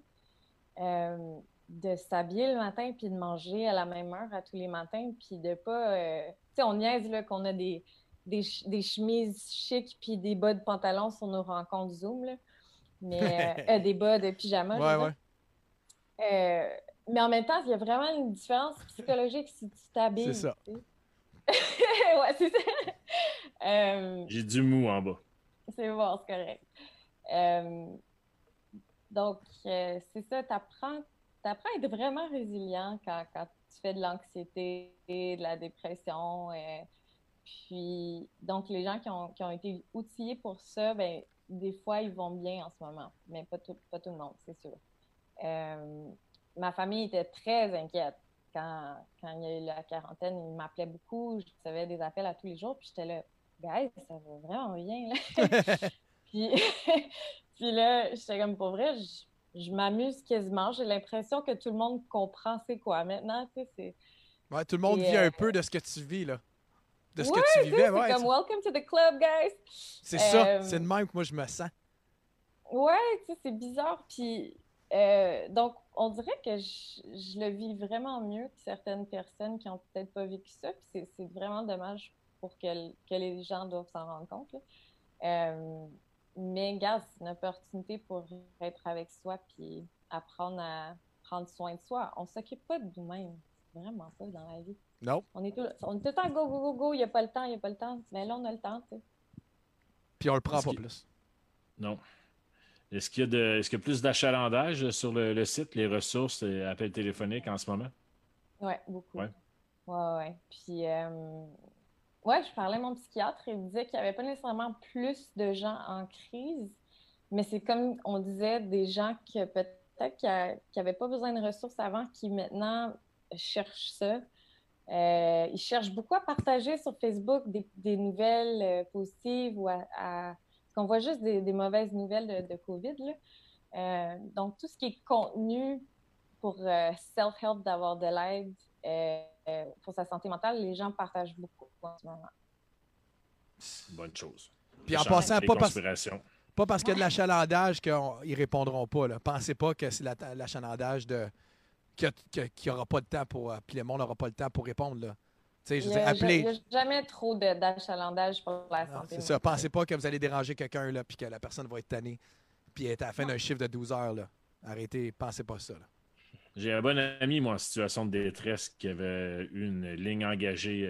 De s'habiller le matin puis de manger à la même heure à tous les matins puis de pas... tu sais, on niaise là, qu'on a des chemises chics puis des bas de pantalon sur nos rencontres Zoom, là. Mais des bas de pyjama. Mais en même temps, il y a vraiment une différence psychologique si tu t'habilles. C'est ça. Ouais, c'est ça. J'ai du mou en bas. C'est bon, c'est correct. Donc, c'est ça, t'apprends à être vraiment résilient quand tu fais de l'anxiété, de la dépression. Puis, donc, les gens qui ont été outillés pour ça, ben, des fois, ils vont bien en ce moment, mais pas tout le monde, c'est sûr. Ma famille était très inquiète quand il y a eu la quarantaine. Ils m'appelaient beaucoup, je recevais des appels à tous les jours, puis j'étais là, guys, ça va vraiment bien, là. puis là, j'étais comme, pour vrai, je m'amuse quasiment. J'ai l'impression que tout le monde comprend c'est quoi. Maintenant, tu sais, c'est... Ouais, tout le monde vit un peu de ce que tu vis, là. De ce que tu vivais, c'est comme « Welcome to the club, guys! » C'est ça, c'est de même que moi, je me sens. Ouais, tu sais, c'est bizarre, puis... donc, on dirait que je le vis vraiment mieux que certaines personnes qui n'ont peut-être pas vécu ça, puis c'est vraiment dommage pour que les gens doivent s'en rendre compte, là. Mais, regarde, c'est une opportunité pour être avec soi puis apprendre à prendre soin de soi. On ne s'occupe pas de nous-mêmes. C'est vraiment ça dans la vie. Non. On est tout le temps go, go, go, go, il n'y a pas le temps. Mais là, on a le temps, tu sais. Puis on le prend pas plus. Non. Est-ce qu'il y a plus d'achalandage sur le site, les ressources et appels téléphoniques en ce moment? Oui, beaucoup. Ouais. Ouais. Puis, je parlais à mon psychiatre et il me disait qu'il n'y avait pas nécessairement plus de gens en crise, mais c'est comme on disait, des gens qui peut-être qui n'avaient pas besoin de ressources avant, qui maintenant cherchent ça. Ils cherchent beaucoup à partager sur Facebook des nouvelles positives ou parce qu'on voit juste des mauvaises nouvelles de COVID, là. Donc, tout ce qui est contenu pour self-help, d'avoir de l'aide pour sa santé mentale, les gens partagent beaucoup en ce moment. Bonne chose. Puis en passant, pas parce qu'il y a de l'achalandage qu'ils répondront pas, là. Pensez pas que c'est l'achalandage qu'il n'y aura pas de temps pour... puis le monde n'aura pas le temps pour répondre, là. sais, je veux dire, appelez. Il n'y a jamais trop d'achalandage pour la santé. C'est ça. Pensez pas que vous allez déranger quelqu'un, là, puis que la personne va être tannée, puis être à la fin d'un chiffre de 12 heures, là. Arrêtez, pensez pas ça, là. J'ai un bon ami, moi, en situation de détresse, qui avait une ligne engagée,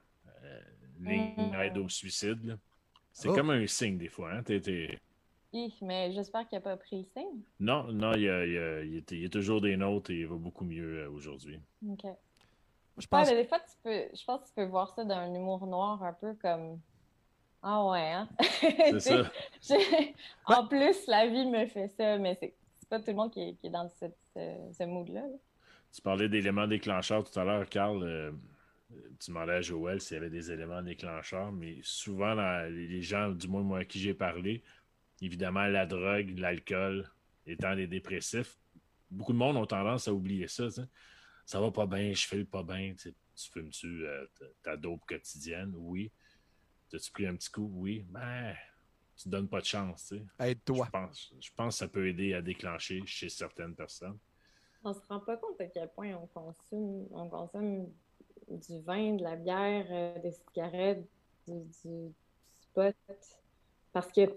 ligne aide au suicide. Là. C'est comme un signe, des fois. Hein? Mais j'espère qu'il n'a pas pris le signe. Non, il y a toujours des notes et il va beaucoup mieux aujourd'hui. OK. Je pense... des fois, je pense que tu peux voir ça d'un humour noir, un peu comme... Ah ouais, hein? C'est ça. En plus, la vie me fait ça, mais c'est pas tout le monde qui est dans ce mood-là. Là. Tu parlais d'éléments déclencheurs tout à l'heure, Carl. Tu demandais à Joël s'il y avait des éléments déclencheurs, mais souvent, les gens, du moins moi à qui j'ai parlé, évidemment, la drogue, l'alcool, étant des dépressifs, beaucoup de monde ont tendance à oublier ça. T'sais. Ça va pas bien, je file pas bien. Tu fumes-tu ta dope quotidienne? Oui. T'as-tu pris un petit coup? Oui. Ben, tu te donnes pas de chance. T'sais. Aide-toi. Je pense que ça peut aider à déclencher chez certaines personnes. On se rend pas compte à quel point on consomme du vin, de la bière, des cigarettes, du spot, parce qu'il n'y a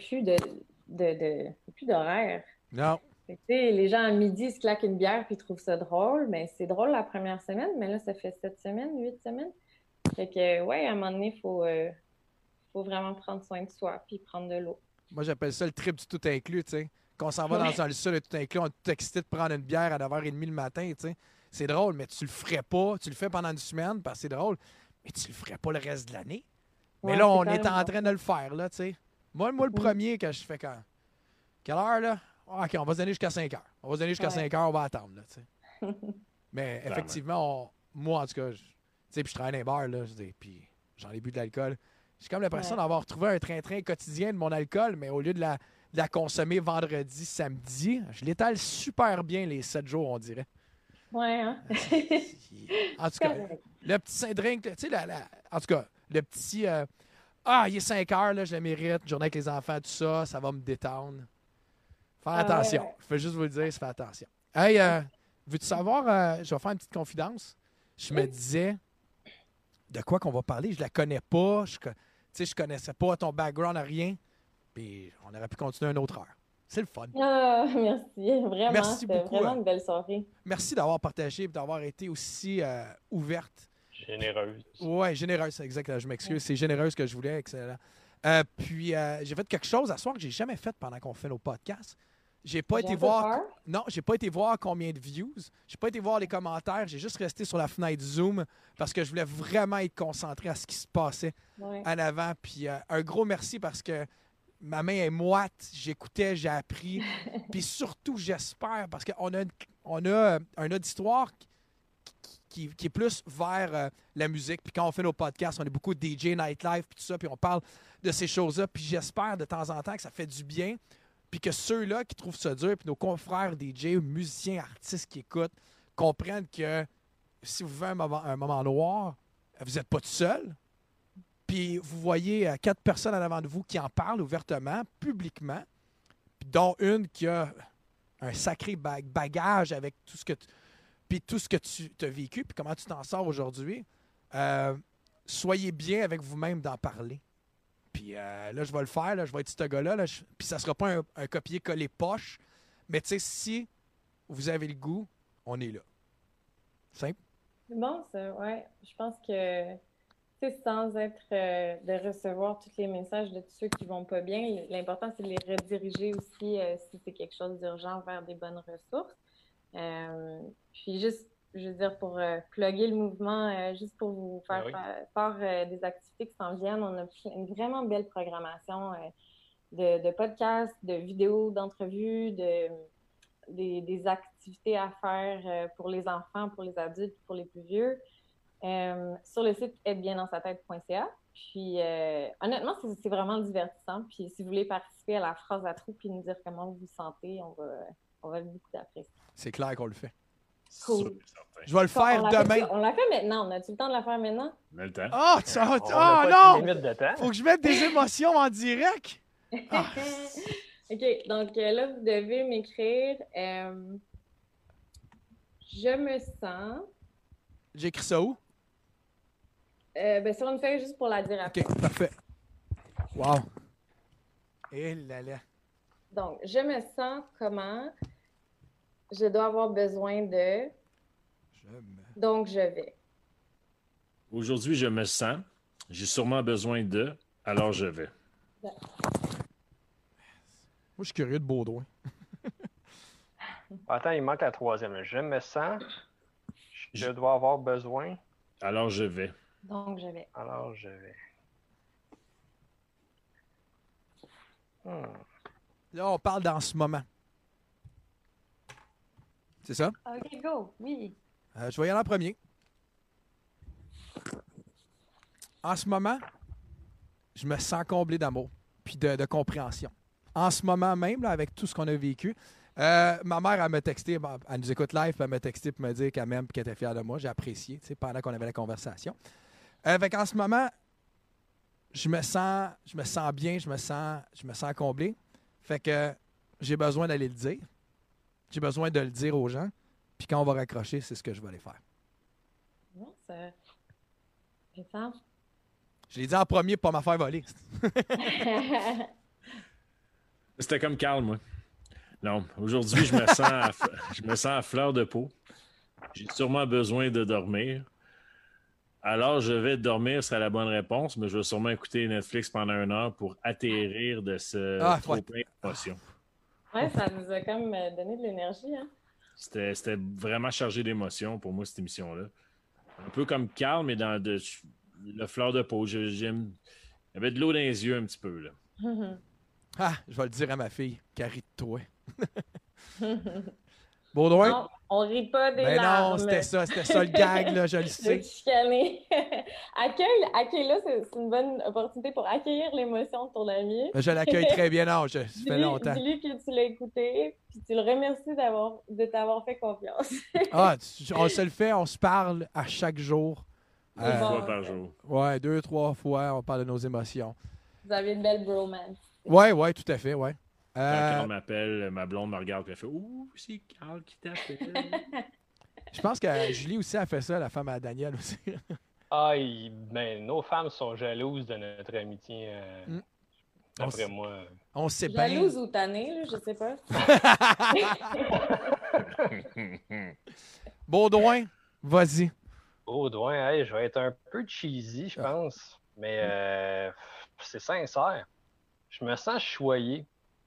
plus d'horaire. Non. Les gens à midi se claquent une bière puis ils trouvent ça drôle, mais c'est drôle la première semaine, mais là, ça fait 7 semaines, 8 semaines. Fait que, ouais, à un moment donné, il faut vraiment prendre soin de soi puis prendre de l'eau. Moi, j'appelle ça le trip du tout inclus, tu sais. Quand on s'en va dans un sol de tout inclus, on est tout excité de prendre une bière à 9h30 le matin, tu sais. C'est drôle, mais tu le ferais pas. Tu le fais pendant une semaine parce que c'est drôle, mais tu le ferais pas le reste de l'année. Mais là, on est en train de le faire, là, tu sais. Moi, le premier que je fais quand... Quelle heure, là? OK, on va se donner jusqu'à 5 heures. On va se donner jusqu'à 5 heures, on va attendre, là, tu sais. Mais effectivement, moi, en tout cas, tu sais, puis je travaille dans les bars, là, puis j'en ai bu de l'alcool. J'ai comme l'impression d'avoir retrouvé un train-train quotidien de mon alcool, mais au lieu de la consommer vendredi, samedi, je l'étale super bien les 7 jours, on dirait. Ouais, hein? En tout cas, le petit Saint-Drink, tu sais, en tout cas, le petit il est 5 heures, là, je le mérite, journée avec les enfants, tout ça, ça va me détendre. Faire attention. Je peux juste vous le dire, fais attention. Hey, veux-tu savoir, je vais faire une petite confidence. Je me disais, de quoi qu'on va parler? Je la connais pas, je connaissais pas ton background à rien, puis on aurait pu continuer une autre heure. C'est le fun. Ah, merci. Vraiment, merci beaucoup. C'était vraiment une belle soirée. Merci d'avoir partagé et d'avoir été aussi ouverte. Généreuse. Oui, généreuse, c'est exact. Je m'excuse. C'est généreuse que je voulais. Excellent. Puis, j'ai fait quelque chose à soir que j'ai jamais fait pendant qu'on fait nos podcasts. J'ai pas été voir. Non, j'ai pas été voir combien de views. J'ai pas été voir les commentaires. J'ai juste resté sur la fenêtre Zoom parce que je voulais vraiment être concentré à ce qui se passait en avant. Puis, un gros merci parce que ma main est moite, j'écoutais, j'ai appris. Puis surtout, j'espère, parce qu'on a un auditoire qui est plus vers la musique. Puis quand on fait nos podcasts, on est beaucoup DJ, nightlife, puis tout ça, puis on parle de ces choses-là. Puis j'espère de temps en temps que ça fait du bien. Puis que ceux-là qui trouvent ça dur, puis nos confrères DJ, musiciens, artistes qui écoutent, comprennent que si vous vivez un moment noir, vous n'êtes pas tout seul. Puis vous voyez 4 personnes en avant de vous qui en parlent ouvertement, publiquement, puis dont une qui a un sacré bagage avec tout ce que tu as vécu, puis comment tu t'en sors aujourd'hui. Soyez bien avec vous-même d'en parler. Puis là, je vais le faire, là, je vais être ce gars-là, puis ça ne sera pas un copier-coller poche, mais tu sais, si vous avez le goût, on est là. Simple. C'est bon, ça, ouais. Je pense que sans être de recevoir tous les messages de tous ceux qui vont pas bien, l'important, c'est de les rediriger aussi si c'est quelque chose d'urgent vers des bonnes ressources. Puis juste, je veux dire, pour plugger le mouvement, juste pour vous faire part des activités qui s'en viennent, on a une vraiment belle programmation de podcasts, de vidéos, d'entrevues, des activités à faire pour les enfants, pour les adultes, pour les plus vieux. Sur le site être-bien-dans-sa-tête.ca. Puis, honnêtement, c'est vraiment divertissant. Puis, si vous voulez participer à la phrase à trous puis nous dire comment vous vous sentez, on va beaucoup d'apprécier. C'est clair qu'on le fait. Cool. Je vais le faire demain. On l'a fait maintenant. On a-tu le temps de la faire maintenant? On a le temps. Non! Faut que je mette des émotions en direct. OK. Donc, là, vous devez m'écrire je me sens... J'écris ça où? Sur une feuille, juste pour la dire après. OK, parfait. Wow. Et là là. Donc, je me sens comment? Je dois avoir besoin de... Donc, je vais. Aujourd'hui, je me sens. J'ai sûrement besoin de. Alors, je vais. Moi, je suis curieux de Baudouin. Attends, il manque la troisième. Je me sens. Je dois avoir besoin. Alors, je vais. Donc, je vais. Alors, je vais. Là, on parle dans ce moment. C'est ça? OK, go. Oui. Je vais y aller en premier. En ce moment, je me sens comblé d'amour puis de compréhension. En ce moment même, là, avec tout ce qu'on a vécu, ma mère, elle m'a texté, elle nous écoute live, puis elle m'a texté pour me dire qu'elle m'aime et qu'elle était fière de moi. J'ai apprécié, pendant qu'on avait la conversation. En ce moment, je me sens bien, je me sens comblé. Fait que j'ai besoin d'aller le dire. J'ai besoin de le dire aux gens. Puis quand on va raccrocher, c'est ce que je vais aller faire. Non, c'est ça. Je l'ai dit en premier pour pas m'en faire voler. C'était comme Carl, moi. Non, aujourd'hui, je me sens à fleur de peau. J'ai sûrement besoin de dormir. Alors, je vais dormir serait la bonne réponse, mais je vais sûrement écouter Netflix pendant 1 heure pour atterrir de ce trop-plein d'émotions. Ouais, ça nous a comme donné de l'énergie, hein? C'était vraiment chargé d'émotions pour moi, cette émission-là. Un peu comme Carl, mais dans le fleur de peau. Il y avait de l'eau dans les yeux un petit peu, là. Je vais le dire à ma fille, Carrie de toi. Baudouin? Non, on rit pas des Ben larmes. non, c'était ça le gag, là, je le sais. De chicaner. Accueille-là, c'est une bonne opportunité pour accueillir l'émotion de ton ami. Je l'accueille très bien, non, ça fait longtemps. Dis-lui que tu l'as écouté, puis tu le remercies de t'avoir fait confiance. On se le fait, on se parle à chaque jour. 2 fois par jour. Ouais, 2, 3 fois, on parle de nos émotions. Vous avez une belle bromance. Ouais, tout à fait, ouais. Quand Carl m'appelle, ma blonde me regarde et elle fait « Ouh, c'est Carl qui t'appelle. » Je pense que Julie aussi a fait ça, la femme à Daniel aussi. Nos femmes sont jalouses de notre amitié. D'après moi. On sait bien. Jalouse ou tannée, là, je sais pas. Baudouin, vas-y. Baudouin, je vais être un peu cheesy, je pense. Mais c'est sincère. Je me sens choyé.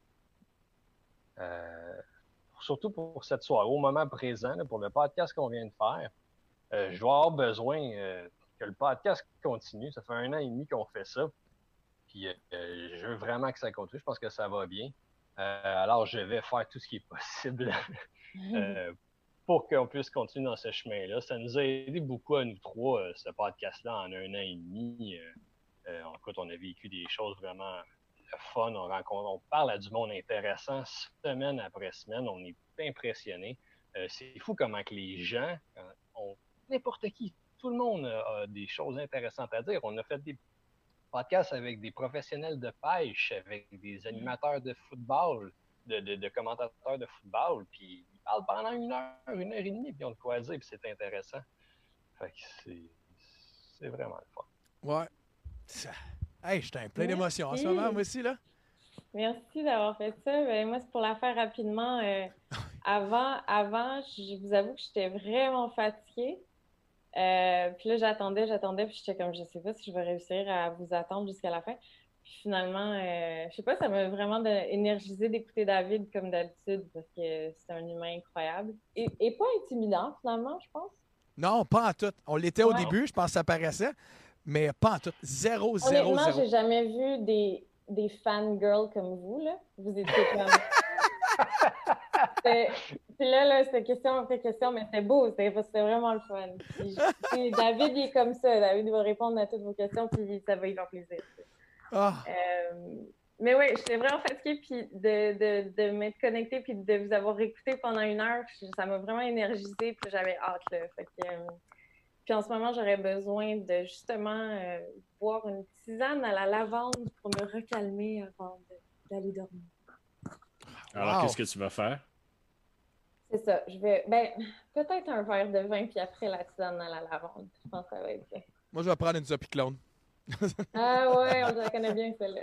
Surtout pour cette soirée, au moment présent, là, pour le podcast qu'on vient de faire. Je dois avoir besoin que le podcast continue. Ça fait 1 an et demi qu'on fait ça. Puis je veux vraiment que ça continue. Je pense que ça va bien. Alors, je vais faire tout ce qui est possible pour qu'on puisse continuer dans ce chemin-là. Ça nous a aidé beaucoup à nous trois, ce podcast-là, en 1 an et demi. Écoute, on a vécu des choses vraiment fun. On parle à du monde intéressant semaine après semaine. On est impressionnés. C'est fou comment que les gens, n'importe qui, tout le monde a des choses intéressantes à dire. On a fait des podcasts avec des professionnels de pêche, avec des animateurs de football, de commentateurs de football, puis ils parlent pendant 1 heure, 1 heure et demie, puis on a de quoi dire, puis c'est intéressant. Fait que c'est vraiment le fun. Ouais. Hey, j'étais plein d'émotions en ce moment, moi aussi, là. Merci d'avoir fait ça. Ben, moi, c'est pour la faire rapidement. Avant, je vous avoue que j'étais vraiment fatiguée. Puis là, j'attendais, puis j'étais comme, je sais pas si je vais réussir à vous attendre jusqu'à la fin. Puis finalement, je sais pas, ça m'a vraiment énergisé d'écouter David comme d'habitude, parce que c'est un humain incroyable. Et pas intimidant, finalement, je pense. Non, pas en tout. On l'était au début, je pense que ça paraissait, mais pas en tout. 0, 0, Honnêtement, 0. j'ai jamais vu des fangirls comme vous, là. Vous étiez comme... Puis là, c'était question après question, mais c'était beau, c'était vraiment le fun. Puis David, il est comme ça. David va répondre à toutes vos questions, puis ça va y faire plaisir. Mais oui, j'étais vraiment fatiguée, puis de m'être connectée, puis de vous avoir écouté pendant 1 heure, ça m'a vraiment énergisée, puis j'avais hâte, là. Fait que, puis en ce moment, j'aurais besoin de justement boire une tisane à la lavande pour me recalmer avant d'aller dormir. Alors, qu'est-ce que tu vas faire? C'est ça. Je vais, peut-être un verre de vin, puis après la tisane à la lavande. Je pense que ça va être bien. Moi, je vais prendre une Zopi Clone. Ah ouais, on la connaît bien, celle-là.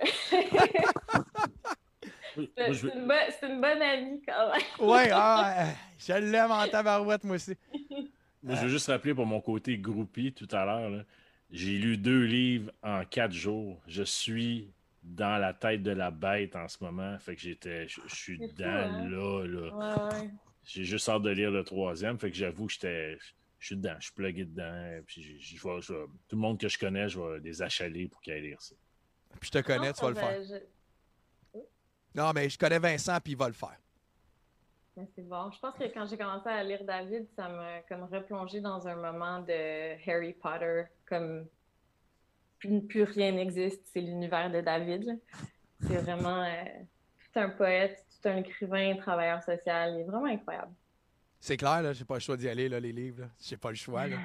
C'est une bonne amie, quand même. Ouais, je l'aime en tabarouette, moi aussi. Moi, je veux juste rappeler pour mon côté groupie tout à l'heure, là, j'ai lu 2 livres en 4 jours. Je suis dans la tête de la bête en ce moment. Fait que je suis C'est dedans, fou, hein? là. Ouais. J'ai juste hâte de lire le 3e. Fait que j'avoue que je suis dedans. Je suis plugué dedans. Puis tout le monde que je connais, je vais les achaler pour qu'ils aillent lire ça. Puis je te connais, tu vas le faire. Non, mais je connais Vincent, puis il va le faire. Mais c'est bon. Je pense que quand j'ai commencé à lire David, ça m'a comme replongé dans un moment de Harry Potter, comme plus rien n'existe, c'est l'univers de David, là. C'est vraiment tout un poète, tout un écrivain, travailleur social. Il est vraiment incroyable. C'est clair, là, j'ai pas le choix d'y aller, là, les livres. Là. J'ai pas le choix. Là.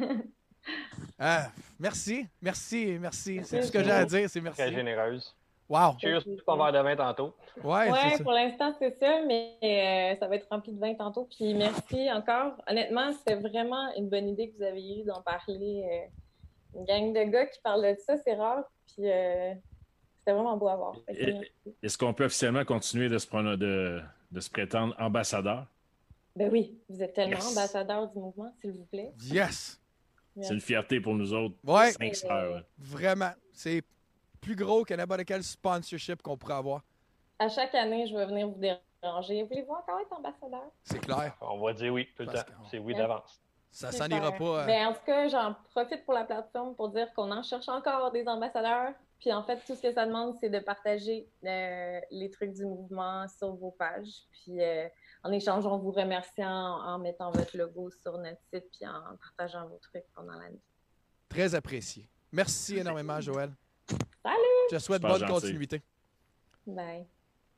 Merci. C'est tout ce que j'ai à dire, c'est merci. Très généreuse. Wow. Cheers pour ton verre de vin tantôt. Ouais, c'est ça. Pour l'instant, c'est ça, mais ça va être rempli de vin tantôt. Puis merci encore. Honnêtement, c'était vraiment une bonne idée que vous avez eue d'en parler. Une gang de gars qui parlent de ça, c'est rare. Puis c'était vraiment beau à voir. Est-ce qu'on peut officiellement continuer de se prétendre ambassadeur? Ben oui, vous êtes tellement ambassadeur du mouvement, s'il vous plaît. Yes! C'est une fierté pour nous autres. Ouais. 5 sœurs. Vraiment. C'est plus gros que n'importe quel sponsorship qu'on pourrait avoir. À chaque année, je vais venir vous déranger. Voulez-vous encore être ambassadeur? C'est clair. On va dire oui tout le temps. C'est oui d'avance. Ça s'en ira pas. Ben, en tout cas, j'en profite pour la plateforme pour dire qu'on en cherche encore des ambassadeurs. Puis en fait, tout ce que ça demande, c'est de partager les trucs du mouvement sur vos pages. Puis en échange, on vous remercie en mettant votre logo sur notre site puis en partageant vos trucs pendant l'année. Très apprécié. Merci énormément, Joël. Salut! Je te souhaite Super bonne gentil. continuité. Bye.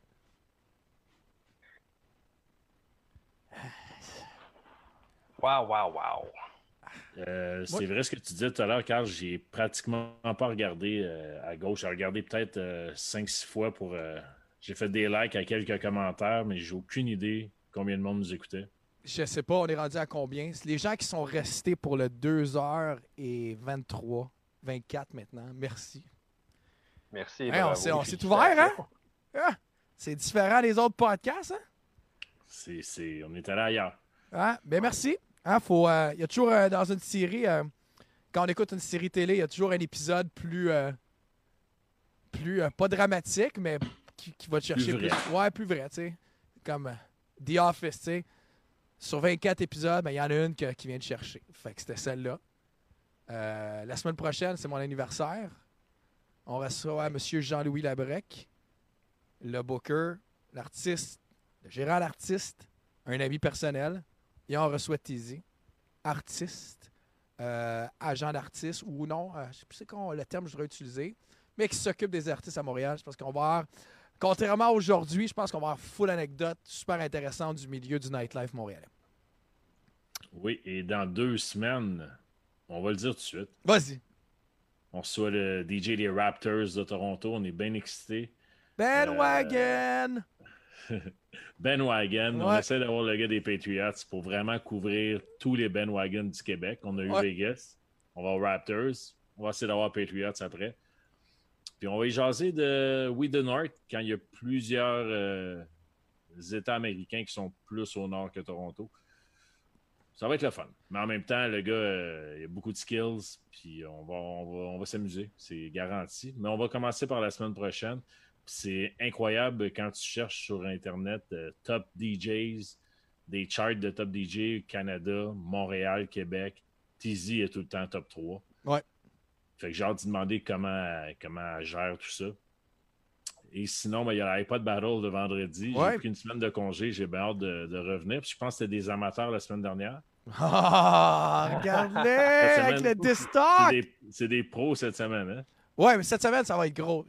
Wow. C'est vrai ce que tu disais tout à l'heure, Carl. J'ai pratiquement pas regardé à gauche. J'ai regardé peut-être 5-6 fois pour. J'ai fait des likes à quelques commentaires, mais j'ai aucune idée combien de monde nous écoutait. Je sais pas, on est rendu à combien? Les gens qui sont restés pour le 2h23, 24 maintenant, merci. Merci. Hey, on s'est ouvert, hein? Ah, c'est différent des autres podcasts, hein? On est allé ailleurs. Ah, ben merci. Hein, y a toujours dans une série, quand on écoute une série télé, il y a toujours un épisode plus pas dramatique, mais qui va te chercher Plus vrai. Ouais, plus vrai, tu sais. Comme The Office, tu sais. Sur 24 épisodes, ben, il y en a une qui vient te chercher. Fait que c'était celle-là. La semaine prochaine, c'est mon anniversaire. On reçoit M. Jean-Louis Labrec, le booker, l'artiste, le gérant d'artiste, un ami personnel. Et on reçoit Tizi, artiste, agent d'artiste ou non, je ne sais plus c'est quoi le terme que je voudrais utiliser, mais qui s'occupe des artistes à Montréal. Je pense qu'on va avoir, contrairement à aujourd'hui, je pense qu'on va avoir full anecdote super intéressante du milieu du nightlife montréalais. Oui, et dans 2 semaines, on va le dire tout de suite. Vas-y. On reçoit le DJ des Raptors de Toronto. On est bien excités. Ben Wagon! Ben Wagon. Ouais. On essaie d'avoir le gars des Patriots pour vraiment couvrir tous les Ben Wagon du Québec. On a eu Vegas. On va aux Raptors. On va essayer d'avoir Patriots après. Puis on va y jaser de We the North quand il y a plusieurs États américains qui sont plus au nord que Toronto. Ça va être le fun. Mais en même temps, le gars, il a beaucoup de skills. Puis on va s'amuser. C'est garanti. Mais on va commencer par la semaine prochaine. C'est incroyable quand tu cherches sur Internet top DJs, des charts de top DJ, Canada, Montréal, Québec. Tizi est tout le temps top 3. Ouais. Fait que j'ai hâte de demander comment elle gère tout ça. Et sinon, ben, il y a l'iPod Battle de vendredi. Ouais. J'ai pris une semaine de congé. J'ai bien hâte de revenir. Puis je pense que c'était des amateurs la semaine dernière. Ah, regardez avec le distock! C'est des pros cette semaine. Hein? Ouais, mais cette semaine, ça va être gros.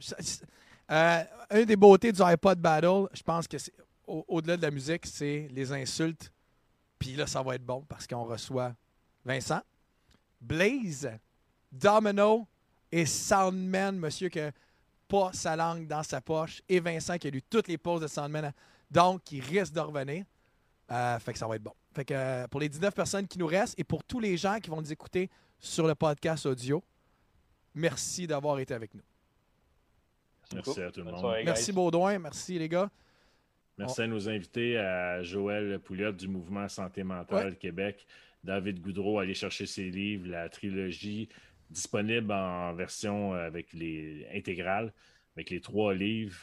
Une des beautés du iPod Battle, je pense que c'est au-delà de la musique, c'est les insultes. Puis là, ça va être bon parce qu'on reçoit Vincent, Blaze, Domino et Soundman, monsieur qui n'a pas sa langue dans sa poche, et Vincent qui a lu toutes les pauses de Soundman, donc qui risque de revenir. Fait que ça va être bon. Fait que pour les 19 personnes qui nous restent et pour tous les gens qui vont nous écouter sur le podcast audio, merci d'avoir été avec nous. Merci à tout le monde. Soirée, Merci guys. Baudouin, merci les gars. Merci à nos invités, à Joël Pouliot du Mouvement Santé Mentale Québec, David Goudreau, aller chercher ses livres, la trilogie disponible en version avec les intégrales, avec les 3 livres,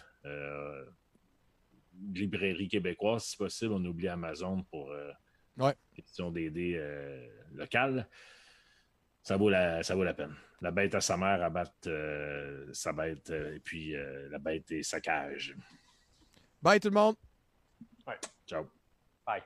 librairie québécoise si possible. On oublie Amazon pour question d'aider locale. Ça vaut la peine. La bête à sa mère abattre sa bête et puis la bête et sa cage. Bye tout le monde. Ouais. Ciao.